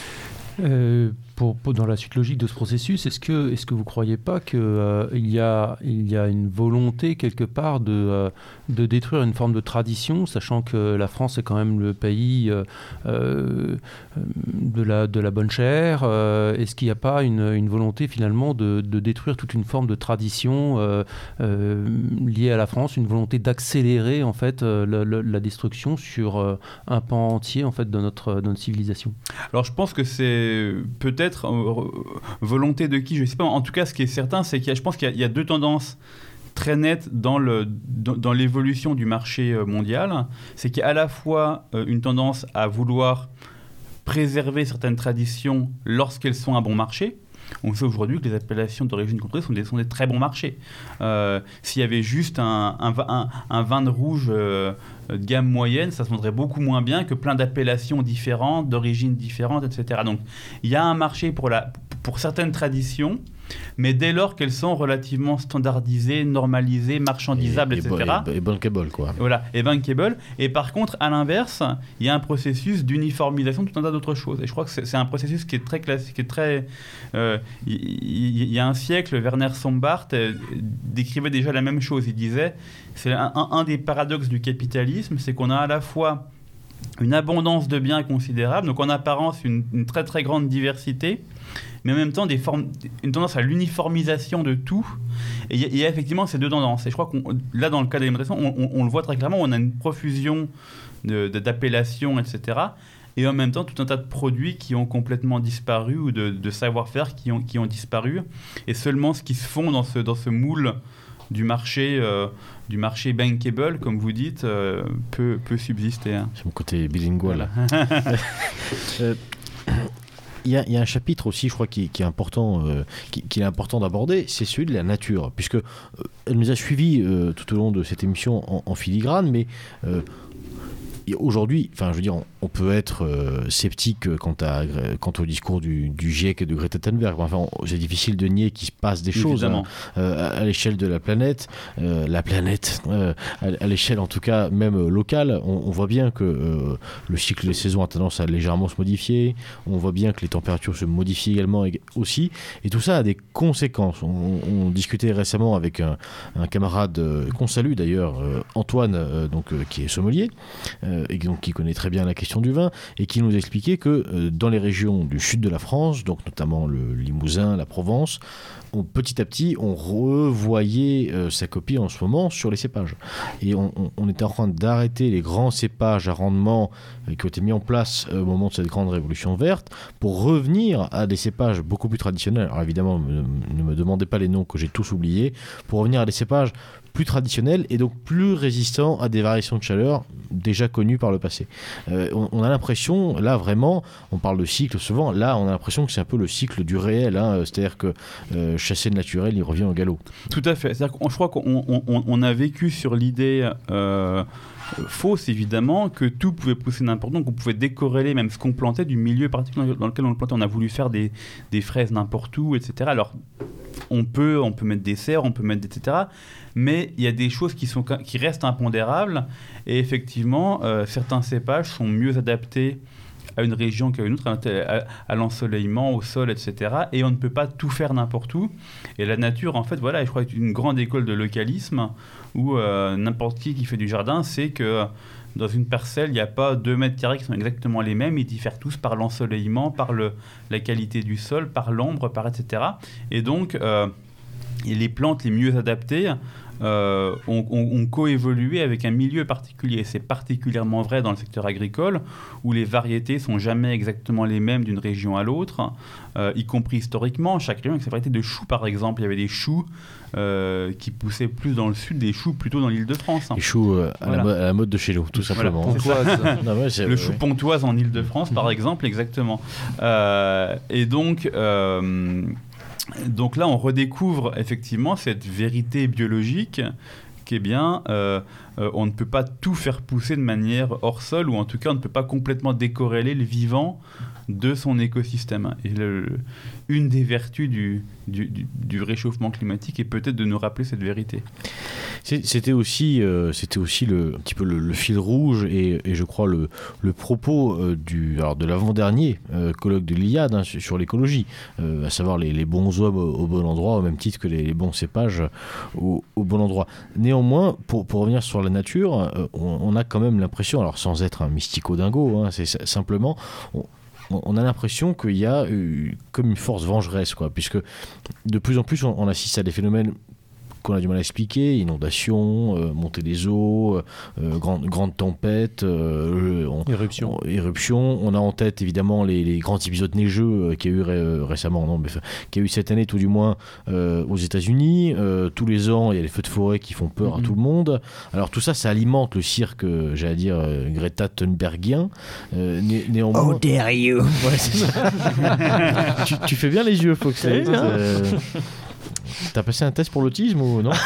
Euh, pour, pour, dans la suite logique de ce processus, est-ce que, est-ce que vous ne croyez pas qu'il euh, y a, il y a une volonté quelque part de, euh, de détruire une forme de tradition, sachant que la France est quand même le pays euh, euh, de, la, de la bonne chère. euh, Est-ce qu'il n'y a pas une, une volonté finalement de, de détruire toute une forme de tradition euh, euh, liée à la France, une volonté d'accélérer en fait euh, la, la, la destruction sur euh, un pan entier en fait de notre, de notre civilisation? Alors je pense que c'est peut-être Euh, volonté de qui, je ne sais pas. En tout cas, ce qui est certain, c'est qu'il y a, je pense qu'il y a, il y a deux tendances très nettes dans, le, dans, dans l'évolution du marché mondial. C'est qu'il y a à la fois euh, une tendance à vouloir préserver certaines traditions lorsqu'elles sont un bon marché. On sait aujourd'hui que les appellations d'origine contrôlée sont des, sont des très bons marchés. Euh, s'il y avait juste un, un, un, un vin de rouge euh, de gamme moyenne, ça se vendrait beaucoup moins bien que plein d'appellations différentes, d'origines différentes, et cetera. Donc, il y a un marché pour, la, pour certaines traditions, mais dès lors qu'elles sont relativement standardisées, normalisées, marchandisables, et, et et cetera. Et, et bankable, quoi. Voilà, et bankable. Et par contre, à l'inverse, il y a un processus d'uniformisation de tout un tas d'autres choses. Et je crois que c'est, c'est un processus qui est très classique, qui est très... Euh, il, il y a un siècle, Werner Sombart euh, décrivait déjà la même chose. Il disait, c'est un, un, un des paradoxes du capitalisme, c'est qu'on a à la fois une abondance de biens considérable, donc en apparence une, une très très grande diversité, mais en même temps des formes, une tendance à l'uniformisation de tout. Et il y, y a effectivement ces deux tendances. Et je crois que là, dans le cas de l'alimentation, on, on, on le voit très clairement, on a une profusion de, de, d'appellations, et cetera. Et en même temps, tout un tas de produits qui ont complètement disparu, ou de, de savoir-faire qui ont, qui ont disparu. Et seulement ce qui se fond dans ce, dans ce moule du marché, euh, du marché bankable, comme vous dites, euh, peut, peut subsister. Hein. C'est mon côté bilingual. Voilà. euh, Il y, a, il y a un chapitre aussi, je crois, qui, qui est important, euh, qui, qui est important d'aborder, c'est celui de la nature, puisque euh, elle nous a suivis euh, tout au long de cette émission en, en filigrane, mais euh, aujourd'hui, enfin, je veux dire, on, on peut être euh, sceptique quant, à, quant au discours du, du GIEC et de Greta Thunberg. Enfin, on, c'est difficile de nier qu'il se passe des choses hein, euh, à, à l'échelle de la planète, euh, la planète, euh, à, à l'échelle en tout cas même euh, locale. On, on voit bien que euh, le cycle des saisons a tendance à légèrement se modifier. On voit bien que les températures se modifient également aussi. Et tout ça a des conséquences. On, on discutait récemment avec un, un camarade euh, qu'on salue d'ailleurs, euh, Antoine, euh, donc, euh, qui est sommelier. Euh, et donc qui connaît très bien la question du vin, et qui nous expliquait que euh, dans les régions du sud de la France, donc notamment le Limousin, la Provence, on, petit à petit, on revoyait euh, sa copie en ce moment sur les cépages. Et on, on, on était en train d'arrêter les grands cépages à rendement euh, qui ont été mis en place euh, au moment de cette grande révolution verte, pour revenir à des cépages beaucoup plus traditionnels. Alors évidemment, me, ne me demandez pas les noms que j'ai tous oubliés, pour revenir à des cépages plus traditionnels et donc plus résistants à des variations de chaleur déjà connues par le passé. Euh, on, on a l'impression, là vraiment, on parle de cycle souvent, là on a l'impression que c'est un peu le cycle du réel, hein, c'est-à-dire que euh, chasser le naturel, il revient au galop. Tout à fait, c'est-à-dire que je crois qu'on on, on a vécu sur l'idée euh, fausse évidemment que tout pouvait pousser n'importe où, qu'on pouvait décorréler même ce qu'on plantait du milieu particulier dans lequel on le plantait. On a voulu faire des, des fraises n'importe où, et cetera. Alors on peut, on peut mettre des serres, on peut mettre et cetera. Mais il y a des choses qui, sont, qui restent impondérables, et effectivement, euh, certains cépages sont mieux adaptés à une région qu'à une autre, à, à l'ensoleillement, au sol, et cetera. Et on ne peut pas tout faire n'importe où. Et la nature, en fait, voilà, je crois que c'est une grande école de localisme où euh, n'importe qui qui fait du jardin sait que dans une parcelle, il n'y a pas deux mètres carrés qui sont exactement les mêmes. Ils diffèrent tous par l'ensoleillement, par le, la qualité du sol, par l'ombre, par et cetera. Et donc, euh, les plantes les mieux adaptées Euh, ont, ont, ont coévolué avec un milieu particulier. C'est particulièrement vrai dans le secteur agricole, où les variétés sont jamais exactement les mêmes d'une région à l'autre, euh, y compris historiquement. Chaque région avec sa variété de choux, par exemple. Il y avait des choux euh, qui poussaient plus dans le sud, des choux plutôt dans l'Île-de-France. Les choux euh, à, voilà. la mo- à la mode de chez nous, tout simplement. Voilà, non, ouais, le chou ouais. pontoise en Île-de-France, par exemple, exactement. Euh, et donc... Euh, Donc là, on redécouvre effectivement cette vérité biologique qui est bien, euh, euh, on ne peut pas tout faire pousser de manière hors sol, ou en tout cas, on ne peut pas complètement décorréler le vivant de son écosystème. Et le, une des vertus du, du, du, du réchauffement climatique est peut-être de nous rappeler cette vérité. C'était aussi, euh, c'était aussi le, un petit peu le, le fil rouge et, et je crois le, le propos euh, du, alors de l'avant-dernier euh, colloque de l'Iliade hein, sur, sur l'écologie, euh, à savoir les, les bons hommes au, au bon endroit, au même titre que les, les bons cépages au, au bon endroit. Néanmoins, pour, pour revenir sur la nature, euh, on, on a quand même l'impression, alors sans être un mystico-dingo, hein, c'est simplement... On, on a l'impression qu'il y a euh, comme une force vengeresse, quoi, puisque de plus en plus on, on assiste à des phénomènes qu'on a du mal à expliquer, inondations, euh, montée des eaux, euh, grande, grande tempête, euh, on, éruption. On, éruption. On a en tête évidemment les, les grands épisodes neigeux euh, qu'il y a eu ré, récemment, non, mais, qu'il y a eu cette année tout du moins euh, aux États-Unis. Euh, tous les ans, il y a les feux de forêt qui font peur mm-hmm. à tout le monde. Alors tout ça, ça alimente le cirque, euh, j'allais dire, euh, Greta Thunbergien. Euh, né, néanmoins... Oh, dare you ouais, tu, tu fais bien les yeux, Foxley. euh... T'as passé un test pour l'autisme ou non?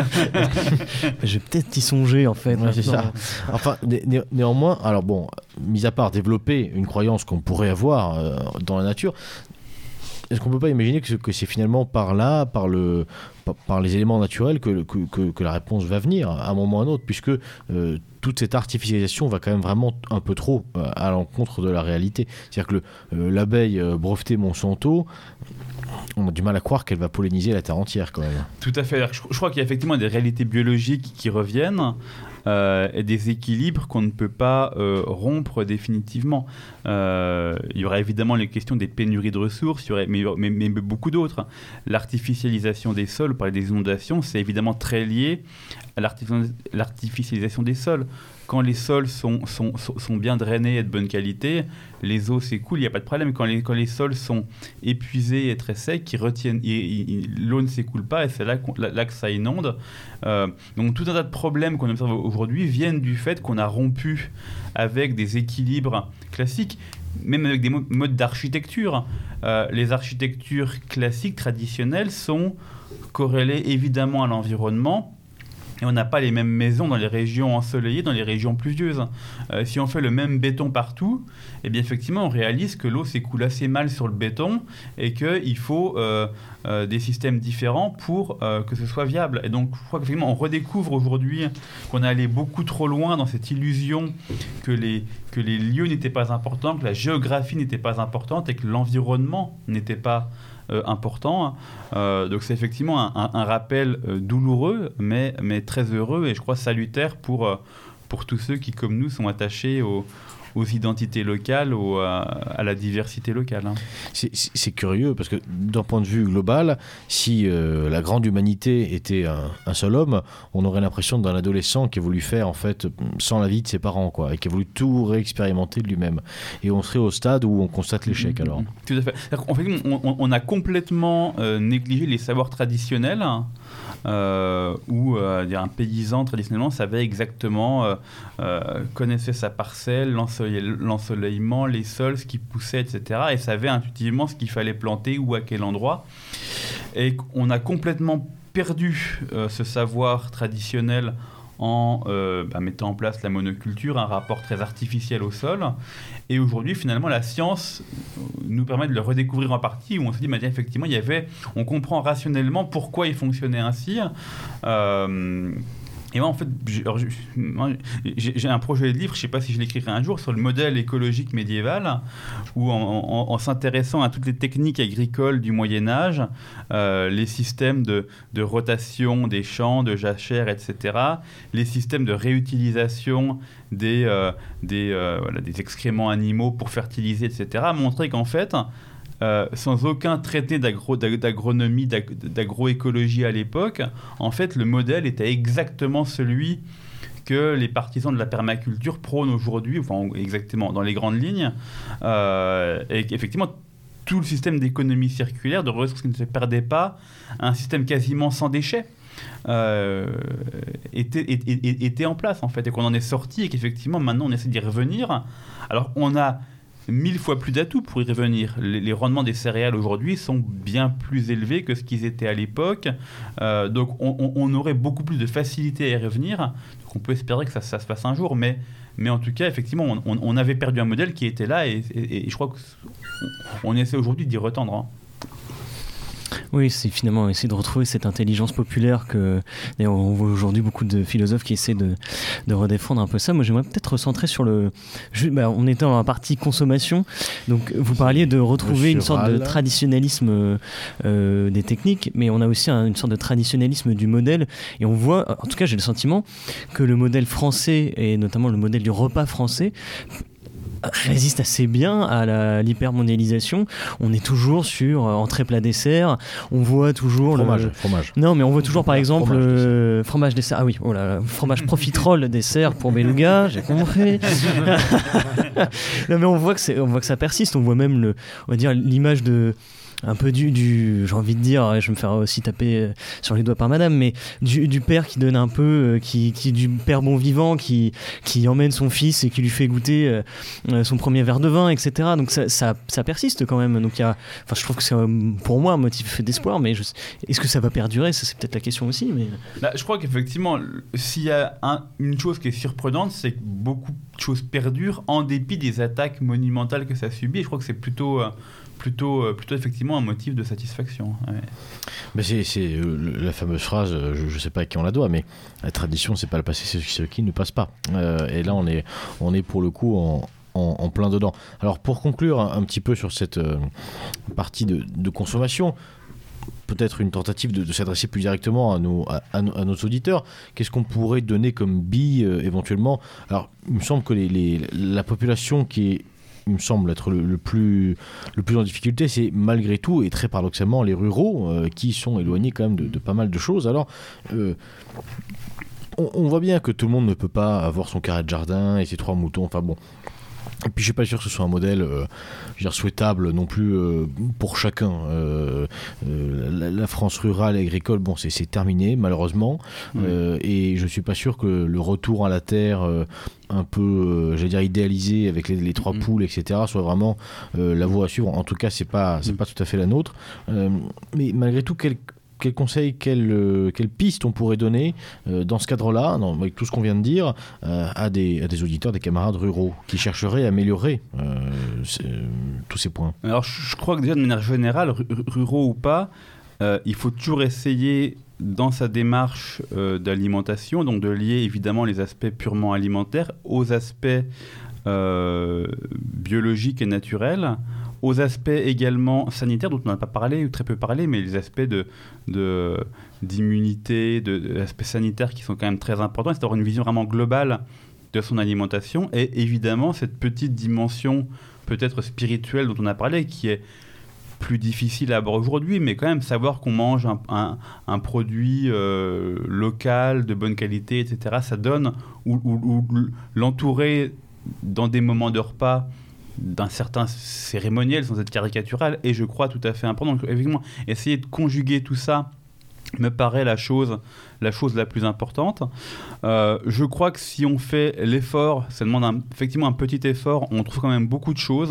Je vais peut-être y songer en fait. Ouais, c'est ça. Enfin, né- né- néanmoins, alors bon, mis à part développer une croyance qu'on pourrait avoir euh, dans la nature, est-ce qu'on peut pas imaginer que, que c'est finalement par là, par le, par, par les éléments naturels que, que, que, que la réponse va venir à un moment ou à un autre, puisque euh, toute cette artificialisation va quand même vraiment un peu trop euh, à l'encontre de la réalité. C'est-à-dire que le, euh, l'abeille euh, brevetée Monsanto, on a du mal à croire qu'elle va polliniser la terre entière quand même. Tout à fait. Je, je crois qu'il y a effectivement des réalités biologiques qui reviennent euh, et des équilibres qu'on ne peut pas euh, rompre définitivement. Euh, il y aura évidemment les questions des pénuries de ressources, il y aurait, mais, mais, mais beaucoup d'autres. L'artificialisation des sols, par des inondations, c'est évidemment très lié à l'artific- l'artificialisation des sols. Quand les sols sont, sont, sont bien drainés et de bonne qualité, les eaux s'écoulent, il n'y a pas de problème. Quand les, quand les sols sont épuisés et très secs, ils retiennent, ils, ils, l'eau ne s'écoule pas et c'est là, là, là que ça inonde. Euh, donc tout un tas de problèmes qu'on observe aujourd'hui viennent du fait qu'on a rompu avec des équilibres classiques, même avec des modes d'architecture. Euh, les architectures classiques, traditionnelles, sont corrélées évidemment à l'environnement, Et on n'a pas les mêmes maisons dans les régions ensoleillées, dans les régions pluvieuses. Euh, si on fait le même béton partout, eh bien effectivement, on réalise que l'eau s'écoule assez mal sur le béton et qu'il faut euh, euh, des systèmes différents pour euh, que ce soit viable. Et donc, je crois qu'effectivement, on redécouvre aujourd'hui qu'on est allé beaucoup trop loin dans cette illusion que les, que les lieux n'étaient pas importants, que la géographie n'était pas importante et que l'environnement n'était pas Euh, important. Euh, donc c'est effectivement un, un, un rappel euh, douloureux, mais, mais très heureux et je crois salutaire pour, euh, pour tous ceux qui, comme nous, sont attachés aux, aux identités locales, aux, à, à la diversité locale. Hein. C'est, c'est, c'est curieux parce que d'un point de vue global, si euh, la grande humanité était un, un seul homme, on aurait l'impression d'un adolescent qui a voulu faire en fait sans l'avis de ses parents, quoi, et qui a voulu tout réexpérimenter de lui-même. Et on serait au stade où on constate l'échec. Alors. Tout à fait. En fait, on, on a complètement euh, négligé les savoirs traditionnels. Euh, où euh, un paysan traditionnellement savait exactement, euh, euh, connaissait sa parcelle, l'ensoleil- l'ensoleillement, les sols, ce qui poussait, et cetera. Et savait intuitivement ce qu'il fallait planter ou à quel endroit. Et on a complètement perdu euh, ce savoir traditionnel en euh, bah, mettant en place la monoculture, un rapport très artificiel au sol. Et aujourd'hui, finalement, la science nous permet de le redécouvrir en partie, où on se dit, bah, tiens, effectivement, il y avait, on comprend rationnellement pourquoi il fonctionnait ainsi. Euh, et moi, en fait, j'ai, alors, j'ai, j'ai un projet de livre, je ne sais pas si je l'écrirai un jour, sur le modèle écologique médiéval, où en, en, en s'intéressant à toutes les techniques agricoles du Moyen-Âge, euh, les systèmes de, de rotation des champs, de jachères, et cetera, les systèmes de réutilisation des, euh, des, euh, voilà, des excréments animaux pour fertiliser, et cetera, montrer qu'en fait, Euh, sans aucun traité d'agro, d'agronomie, d'agroécologie à l'époque, en fait, le modèle était exactement celui que les partisans de la permaculture prônent aujourd'hui, enfin exactement dans les grandes lignes, euh, et qu'effectivement, tout le système d'économie circulaire, de ressources qui ne se perdaient pas, un système quasiment sans déchets, euh, était, était, était en place, en fait, et qu'on en est sorti, et qu'effectivement, maintenant, on essaie d'y revenir. Alors, on a mille fois plus d'atouts pour y revenir. Les, les rendements des céréales aujourd'hui sont bien plus élevés que ce qu'ils étaient à l'époque. Euh, donc on, on, on aurait beaucoup plus de facilité à y revenir. Donc on peut espérer que ça, ça se fasse un jour, mais, mais en tout cas, effectivement, on, on, on avait perdu un modèle qui était là et, et, et je crois qu'on on essaie aujourd'hui d'y retendre. Hein. Oui, c'est finalement essayer de retrouver cette intelligence populaire que, d'ailleurs, on voit aujourd'hui beaucoup de philosophes qui essaient de, de redéfendre un peu ça. Moi, j'aimerais peut-être recentrer sur le... Je, bah, on était dans la partie consommation, donc vous parliez de retrouver une sorte de traditionnalisme euh, des techniques, mais on a aussi un, une sorte de traditionnalisme du modèle, et on voit, en tout cas j'ai le sentiment, que le modèle français, et notamment le modèle du repas français, résiste assez bien à la, l'hypermondialisation. On est toujours sur euh, entrée plat dessert. On voit toujours fromage, le fromage. Non, mais on voit toujours par exemple fromage le dessert. fromage dessert. Ah oui, oh là, fromage profiterole dessert pour Beluga. J'ai compris. Non, mais on voit que c'est, on voit que ça persiste. On voit même le, on va dire l'image de un peu du, du, j'ai envie de dire, je vais me faire aussi taper sur les doigts par madame, mais du, du père qui donne un peu, qui, qui du père bon vivant, qui, qui emmène son fils et qui lui fait goûter euh, son premier verre de vin, et cetera. Donc ça, ça, ça persiste quand même. Donc il y a, enfin, je trouve que c'est pour moi un motif d'espoir, mais je, est-ce que ça va perdurer? Ça, c'est peut-être la question aussi. Mais... Là, je crois qu'effectivement, s'il y a un, une chose qui est surprenante, c'est que beaucoup de choses perdurent en dépit des attaques monumentales que ça subit. Et je crois que c'est plutôt... Euh, Plutôt, plutôt effectivement un motif de satisfaction. Ouais. Mais c'est, c'est euh, la fameuse phrase, je ne sais pas à qui on la doit, mais la tradition, c'est pas le passé, c'est ce qui ne passe pas. Euh, et là, on est, on est pour le coup en, en, en plein dedans. Alors, pour conclure un, un petit peu sur cette euh, partie de, de consommation, peut-être une tentative de, de s'adresser plus directement à nos, à, à, à nos auditeurs. Qu'est-ce qu'on pourrait donner comme bille euh, éventuellement? Alors, il me semble que les, les, la population qui est il me semble être le, le, plus, le plus en difficulté, c'est malgré tout, et très paradoxalement, les ruraux, euh, qui sont éloignés quand même de, de pas mal de choses. Alors, euh, on, on voit bien que tout le monde ne peut pas avoir son carré de jardin et ses trois moutons, enfin bon. Et puis je suis pas sûr que ce soit un modèle euh, je veux dire, souhaitable non plus euh, pour chacun. Euh, euh, la, la France rurale et agricole, bon, c'est, c'est terminé malheureusement. Mmh. Euh, et je suis pas sûr que le retour à la terre euh, un peu, euh, j'allais dire idéalisé avec les, les trois mmh. poules, et cetera, soit vraiment euh, la voie à suivre. En tout cas, c'est pas, c'est mmh. pas tout à fait la nôtre. Euh, mais malgré tout, quel, quel conseil, quelle, euh, quelle piste on pourrait donner euh, dans ce cadre-là, dans, avec tout ce qu'on vient de dire, euh, à, des, à des auditeurs, des camarades ruraux qui chercheraient à améliorer euh, euh, tous ces points? Alors, je crois que déjà, de manière générale, ruraux ou pas, euh, il faut toujours essayer, dans sa démarche euh, d'alimentation, donc de lier évidemment les aspects purement alimentaires aux aspects euh, biologiques et naturels, aux aspects également sanitaires, dont on n'a pas parlé ou très peu parlé, mais les aspects de, de, d'immunité, de, de, d'aspects sanitaires qui sont quand même très importants, c'est d'avoir une vision vraiment globale de son alimentation, et évidemment cette petite dimension peut-être spirituelle dont on a parlé, qui est plus difficile à avoir aujourd'hui, mais quand même savoir qu'on mange un, un, un produit euh, local, de bonne qualité, et cetera, ça donne, ou, ou, ou l'entourer dans des moments de repas d'un certain cérémoniel, sans être caricatural, et je crois tout à fait important. Donc, effectivement, essayer de conjuguer tout ça me paraît la chose, la chose la plus importante. Euh, je crois que si on fait l'effort, ça demande un, effectivement un petit effort, on trouve quand même beaucoup de choses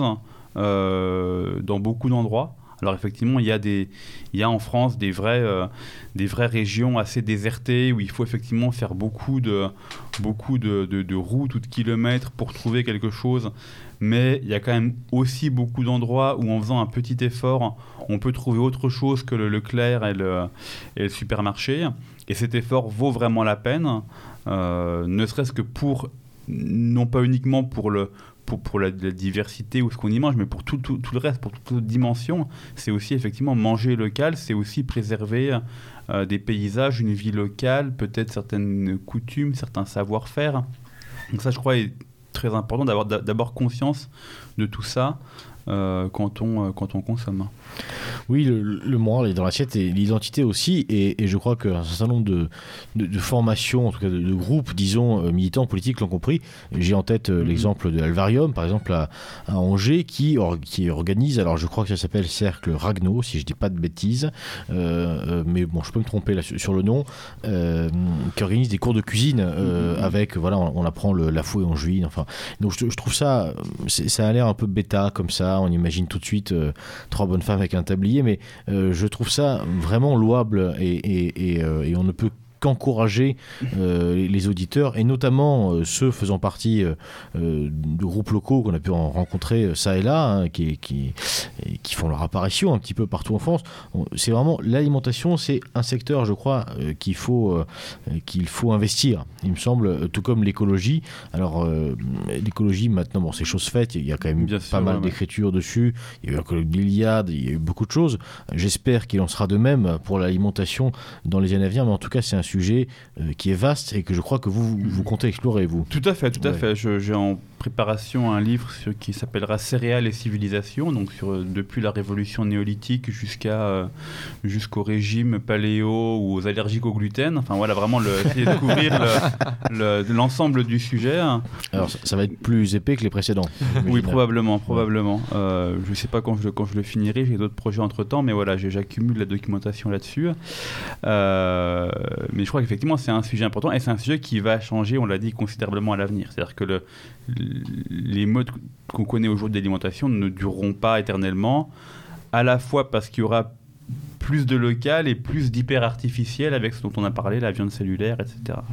euh, dans beaucoup d'endroits. Alors effectivement, il y a, des, il y a en France des vraies, euh, des vraies régions assez désertées où il faut effectivement faire beaucoup de, beaucoup de, de, de routes ou de kilomètres pour trouver quelque chose. Mais il y a quand même aussi beaucoup d'endroits où en faisant un petit effort, on peut trouver autre chose que le Leclerc et le, et le supermarché. Et cet effort vaut vraiment la peine, euh, ne serait-ce que pour, non pas uniquement pour le... pour, pour la, la diversité ou ce qu'on y mange, mais pour tout, tout, tout le reste, pour toute autre dimension, c'est aussi effectivement manger local, c'est aussi préserver euh, des paysages, une vie locale, peut-être certaines coutumes, certains savoir-faire. Donc ça, je crois, est très important d'avoir d'abord conscience de tout ça euh, quand, on, euh, quand on consomme. Oui, le, le moral est dans l'assiette et l'identité aussi, et, et je crois qu'un certain nombre de, de, de formations, en tout cas de, de groupes, disons, euh, militants, politiques l'ont compris. J'ai en tête euh, mmh. l'exemple de Alvarium, par exemple, à, à Angers, qui, or, qui organise, alors je crois que ça s'appelle Cercle Ragno, si je ne dis pas de bêtises, euh, euh, mais bon, je peux me tromper là, sur, sur le nom, euh, qui organise des cours de cuisine euh, mmh. avec, voilà, on, on apprend le, la fouet en juillet, enfin. Donc je, je trouve ça, ça a l'air un peu bêta comme ça, on imagine tout de suite euh, trois bonnes femmes avec un tablier, mais euh, je trouve ça vraiment louable et, et, et, euh, et on ne peut qu'encourager euh, les, les auditeurs et notamment euh, ceux faisant partie euh, de groupes locaux qu'on a pu en rencontrer euh, ça et là, hein, qui, qui, qui font leur apparition un petit peu partout en France. On, c'est vraiment l'alimentation, c'est un secteur, je crois, euh, qu'il faut, euh, qu'il faut investir. Il me semble, tout comme l'écologie. Alors euh, l'écologie maintenant, bon, c'est chose faite. Il y a quand même Bien pas sûr, mal ouais, d'écriture ouais. dessus. Il y a eu un colloque de l'Iliade, il y a eu beaucoup de choses. J'espère qu'il en sera de même pour l'alimentation dans les années à venir, mais en tout cas, c'est un sujet euh, qui est vaste et que je crois que vous, vous, vous comptez explorer, vous. Tout à fait, tout ouais. à fait. Je, j'ai en préparation un livre sur, qui s'appellera Céréales et civilisation, donc sur, depuis la révolution néolithique jusqu'à, euh, jusqu'au régime paléo ou aux allergiques au gluten. Enfin voilà, vraiment le, essayer de couvrir le, le, l'ensemble du sujet. Alors ça, ça va être plus épais que les précédents. Oui, probablement, probablement. Euh, je ne sais pas quand je, quand je le finirai, j'ai d'autres projets entre-temps, mais voilà, j'accumule la documentation là-dessus. Euh, mais je crois qu'effectivement, c'est un sujet important et c'est un sujet qui va changer, on l'a dit, considérablement à l'avenir. C'est-à-dire que le, les modes qu'on connaît aujourd'hui d'alimentation ne dureront pas éternellement, à la fois parce qu'il y aura plus de local et plus d'hyper-artificiel avec ce dont on a parlé, la viande cellulaire, et cetera.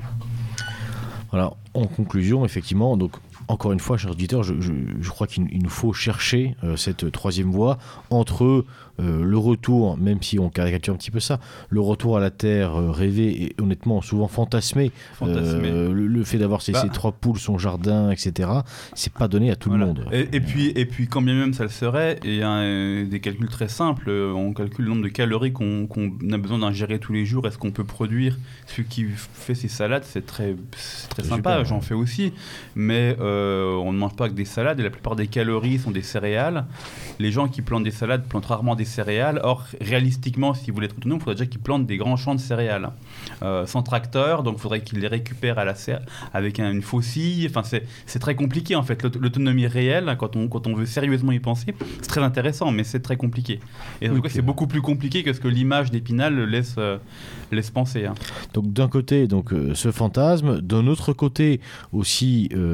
Voilà, en conclusion, effectivement, donc encore une fois, chers auditeurs, je, je, je crois qu'il nous faut chercher euh, cette troisième voie entre euh, le retour, même si on caricature un petit peu ça, le retour à la terre euh, rêvé et honnêtement souvent fantasmé, fantasmé. Euh, le, le fait d'avoir ces, bah. ces trois poules, son jardin, et cetera, c'est pas donné à tout voilà. le monde. Et, et, puis, et puis, quand bien même ça le serait, il y a un, des calculs très simples, on calcule le nombre de calories qu'on, qu'on a besoin d'ingérer tous les jours, est-ce qu'on peut produire? Celui qui fait ses salades, c'est très, c'est très c'est sympa, super, j'en ouais. fais aussi, mais euh, on ne mange pas que des salades et la plupart des calories sont des céréales. Les gens qui plantent des salades plantent rarement des céréales. Or, réalistiquement, si vous voulez être autonome, il faudrait déjà qu'ils plantent des grands champs de céréales. Euh, sans tracteur, donc il faudrait qu'ils les récupèrent à la serre avec un, une faucille. Enfin, c'est, c'est très compliqué en fait. L'aut- l'autonomie réelle, quand on, quand on veut sérieusement y penser, c'est très intéressant, mais c'est très compliqué. Et en okay. tout cas, c'est beaucoup plus compliqué que ce que l'image d'Épinal laisse, euh, laisse penser. Hein. Donc d'un côté, donc, euh, ce fantasme. D'un autre côté aussi, euh, j'allais dire,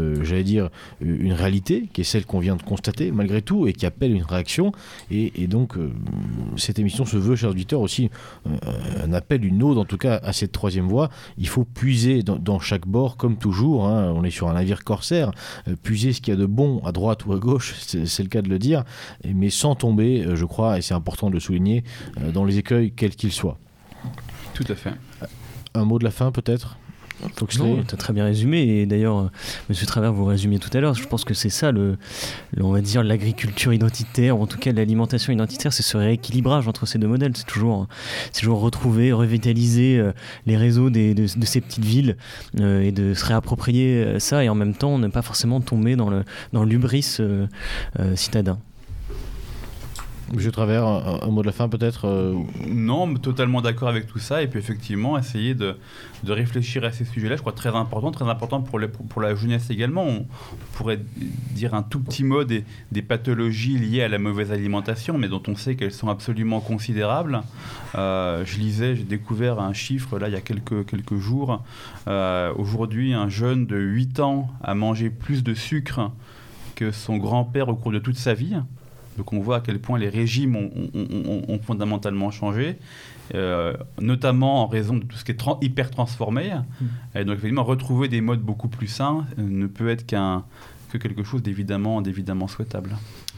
dire, une réalité qui est celle qu'on vient de constater malgré tout et qui appelle une réaction. Et, et donc, euh, cette émission se veut, chers auditeurs, aussi euh, un appel, une ode en tout cas à cette troisième voie. Il faut puiser dans, dans chaque bord, comme toujours. Hein, on est sur un navire corsaire. Euh, puiser ce qu'il y a de bon à droite ou à gauche, c'est, c'est le cas de le dire, mais sans tomber, euh, je crois, et c'est important de le souligner, euh, dans les écueils, quels qu'ils soient. Tout à fait. Un mot de la fin, peut-être ? Non, tu as très bien résumé, et d'ailleurs euh, Monsieur Travers vous résumiez tout à l'heure, je pense que c'est ça le, le, on va dire l'agriculture identitaire, ou en tout cas l'alimentation identitaire, c'est ce rééquilibrage entre ces deux modèles, c'est toujours, c'est toujours retrouver, revitaliser euh, les réseaux des, de, de ces petites villes euh, et de se réapproprier euh, ça, et en même temps ne pas forcément tomber dans le, dans l'hubris euh, euh, citadin. Monsieur Travers, un, un mot de la fin peut-être euh... Non, totalement d'accord avec tout ça. Et puis effectivement, essayer de, de réfléchir à ces sujets-là, je crois très important, très important pour, les, pour la jeunesse également. On pourrait dire un tout petit mot des, des pathologies liées à la mauvaise alimentation, mais dont on sait qu'elles sont absolument considérables. Euh, je lisais, j'ai découvert un chiffre là il y a quelques, quelques jours. Euh, aujourd'hui, un jeune de huit ans a mangé plus de sucre que son grand-père au cours de toute sa vie. Donc on voit à quel point les régimes ont, ont, ont, ont fondamentalement changé, euh, notamment en raison de tout ce qui est tra- hyper transformé. Mmh. Et donc effectivement, retrouver des modes beaucoup plus sains euh, ne peut être qu'un, que quelque chose d'évidemment, d'évidemment souhaitable.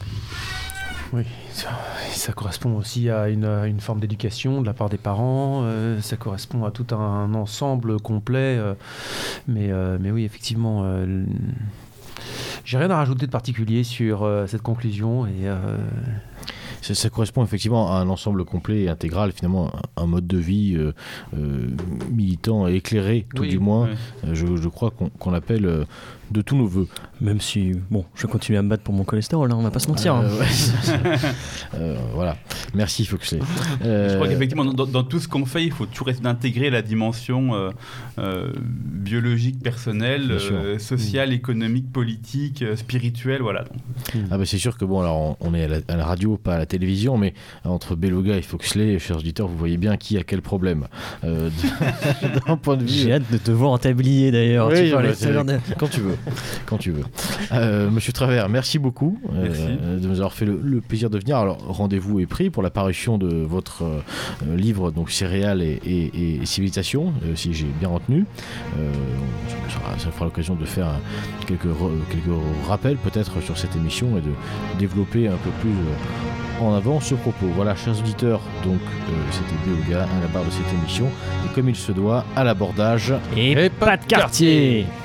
Oui, ça, ça correspond aussi à une, à une forme d'éducation de la part des parents, euh, ça correspond à tout un ensemble complet, euh, mais, euh, mais oui, effectivement... Euh, J'ai rien à rajouter de particulier sur euh, cette conclusion et euh... ça, ça correspond effectivement à un ensemble complet et intégral, finalement un, un mode de vie euh, euh, militant et éclairé, tout oui, du moins, oui. euh, je, je crois qu'on, qu'on l'appelle euh, de tous nos voeux. Même si, bon, je continue à me battre pour mon cholestérol, hein, on va pas se mentir. Euh, hein. ouais, ça, ça. euh, voilà, merci Foxley. Euh... Je crois qu'effectivement, dans, dans tout ce qu'on fait, il faut toujours essayer d'intégrer la dimension euh, euh, biologique, personnelle, euh, sociale, mmh. économique, politique, euh, spirituelle, voilà. Donc. Ah bah c'est sûr que bon, alors on, on est à la, à la radio, pas à la télévision, mais entre Beloga et Foxley, chers auditeurs, vous voyez bien qui a quel problème. Euh, de, d'un point de vue. J'ai hâte de te voir en tablier d'ailleurs. Oui, tu bah, de... quand tu veux, quand tu veux. Euh, Monsieur Travers, merci beaucoup merci. Euh, de nous avoir fait le, le plaisir de venir. Alors rendez-vous est pris pour la parution de votre euh, livre, donc Céréales et, et, et civilisation, euh, si j'ai bien retenu. Euh, ça, ça fera l'occasion de faire un, quelques, re, quelques rappels peut-être sur cette émission et de développer un peu plus euh, en avant ce propos. Voilà, chers auditeurs, donc euh, c'était Beloga à la barre de cette émission et comme il se doit, à l'abordage et, et pas de quartier.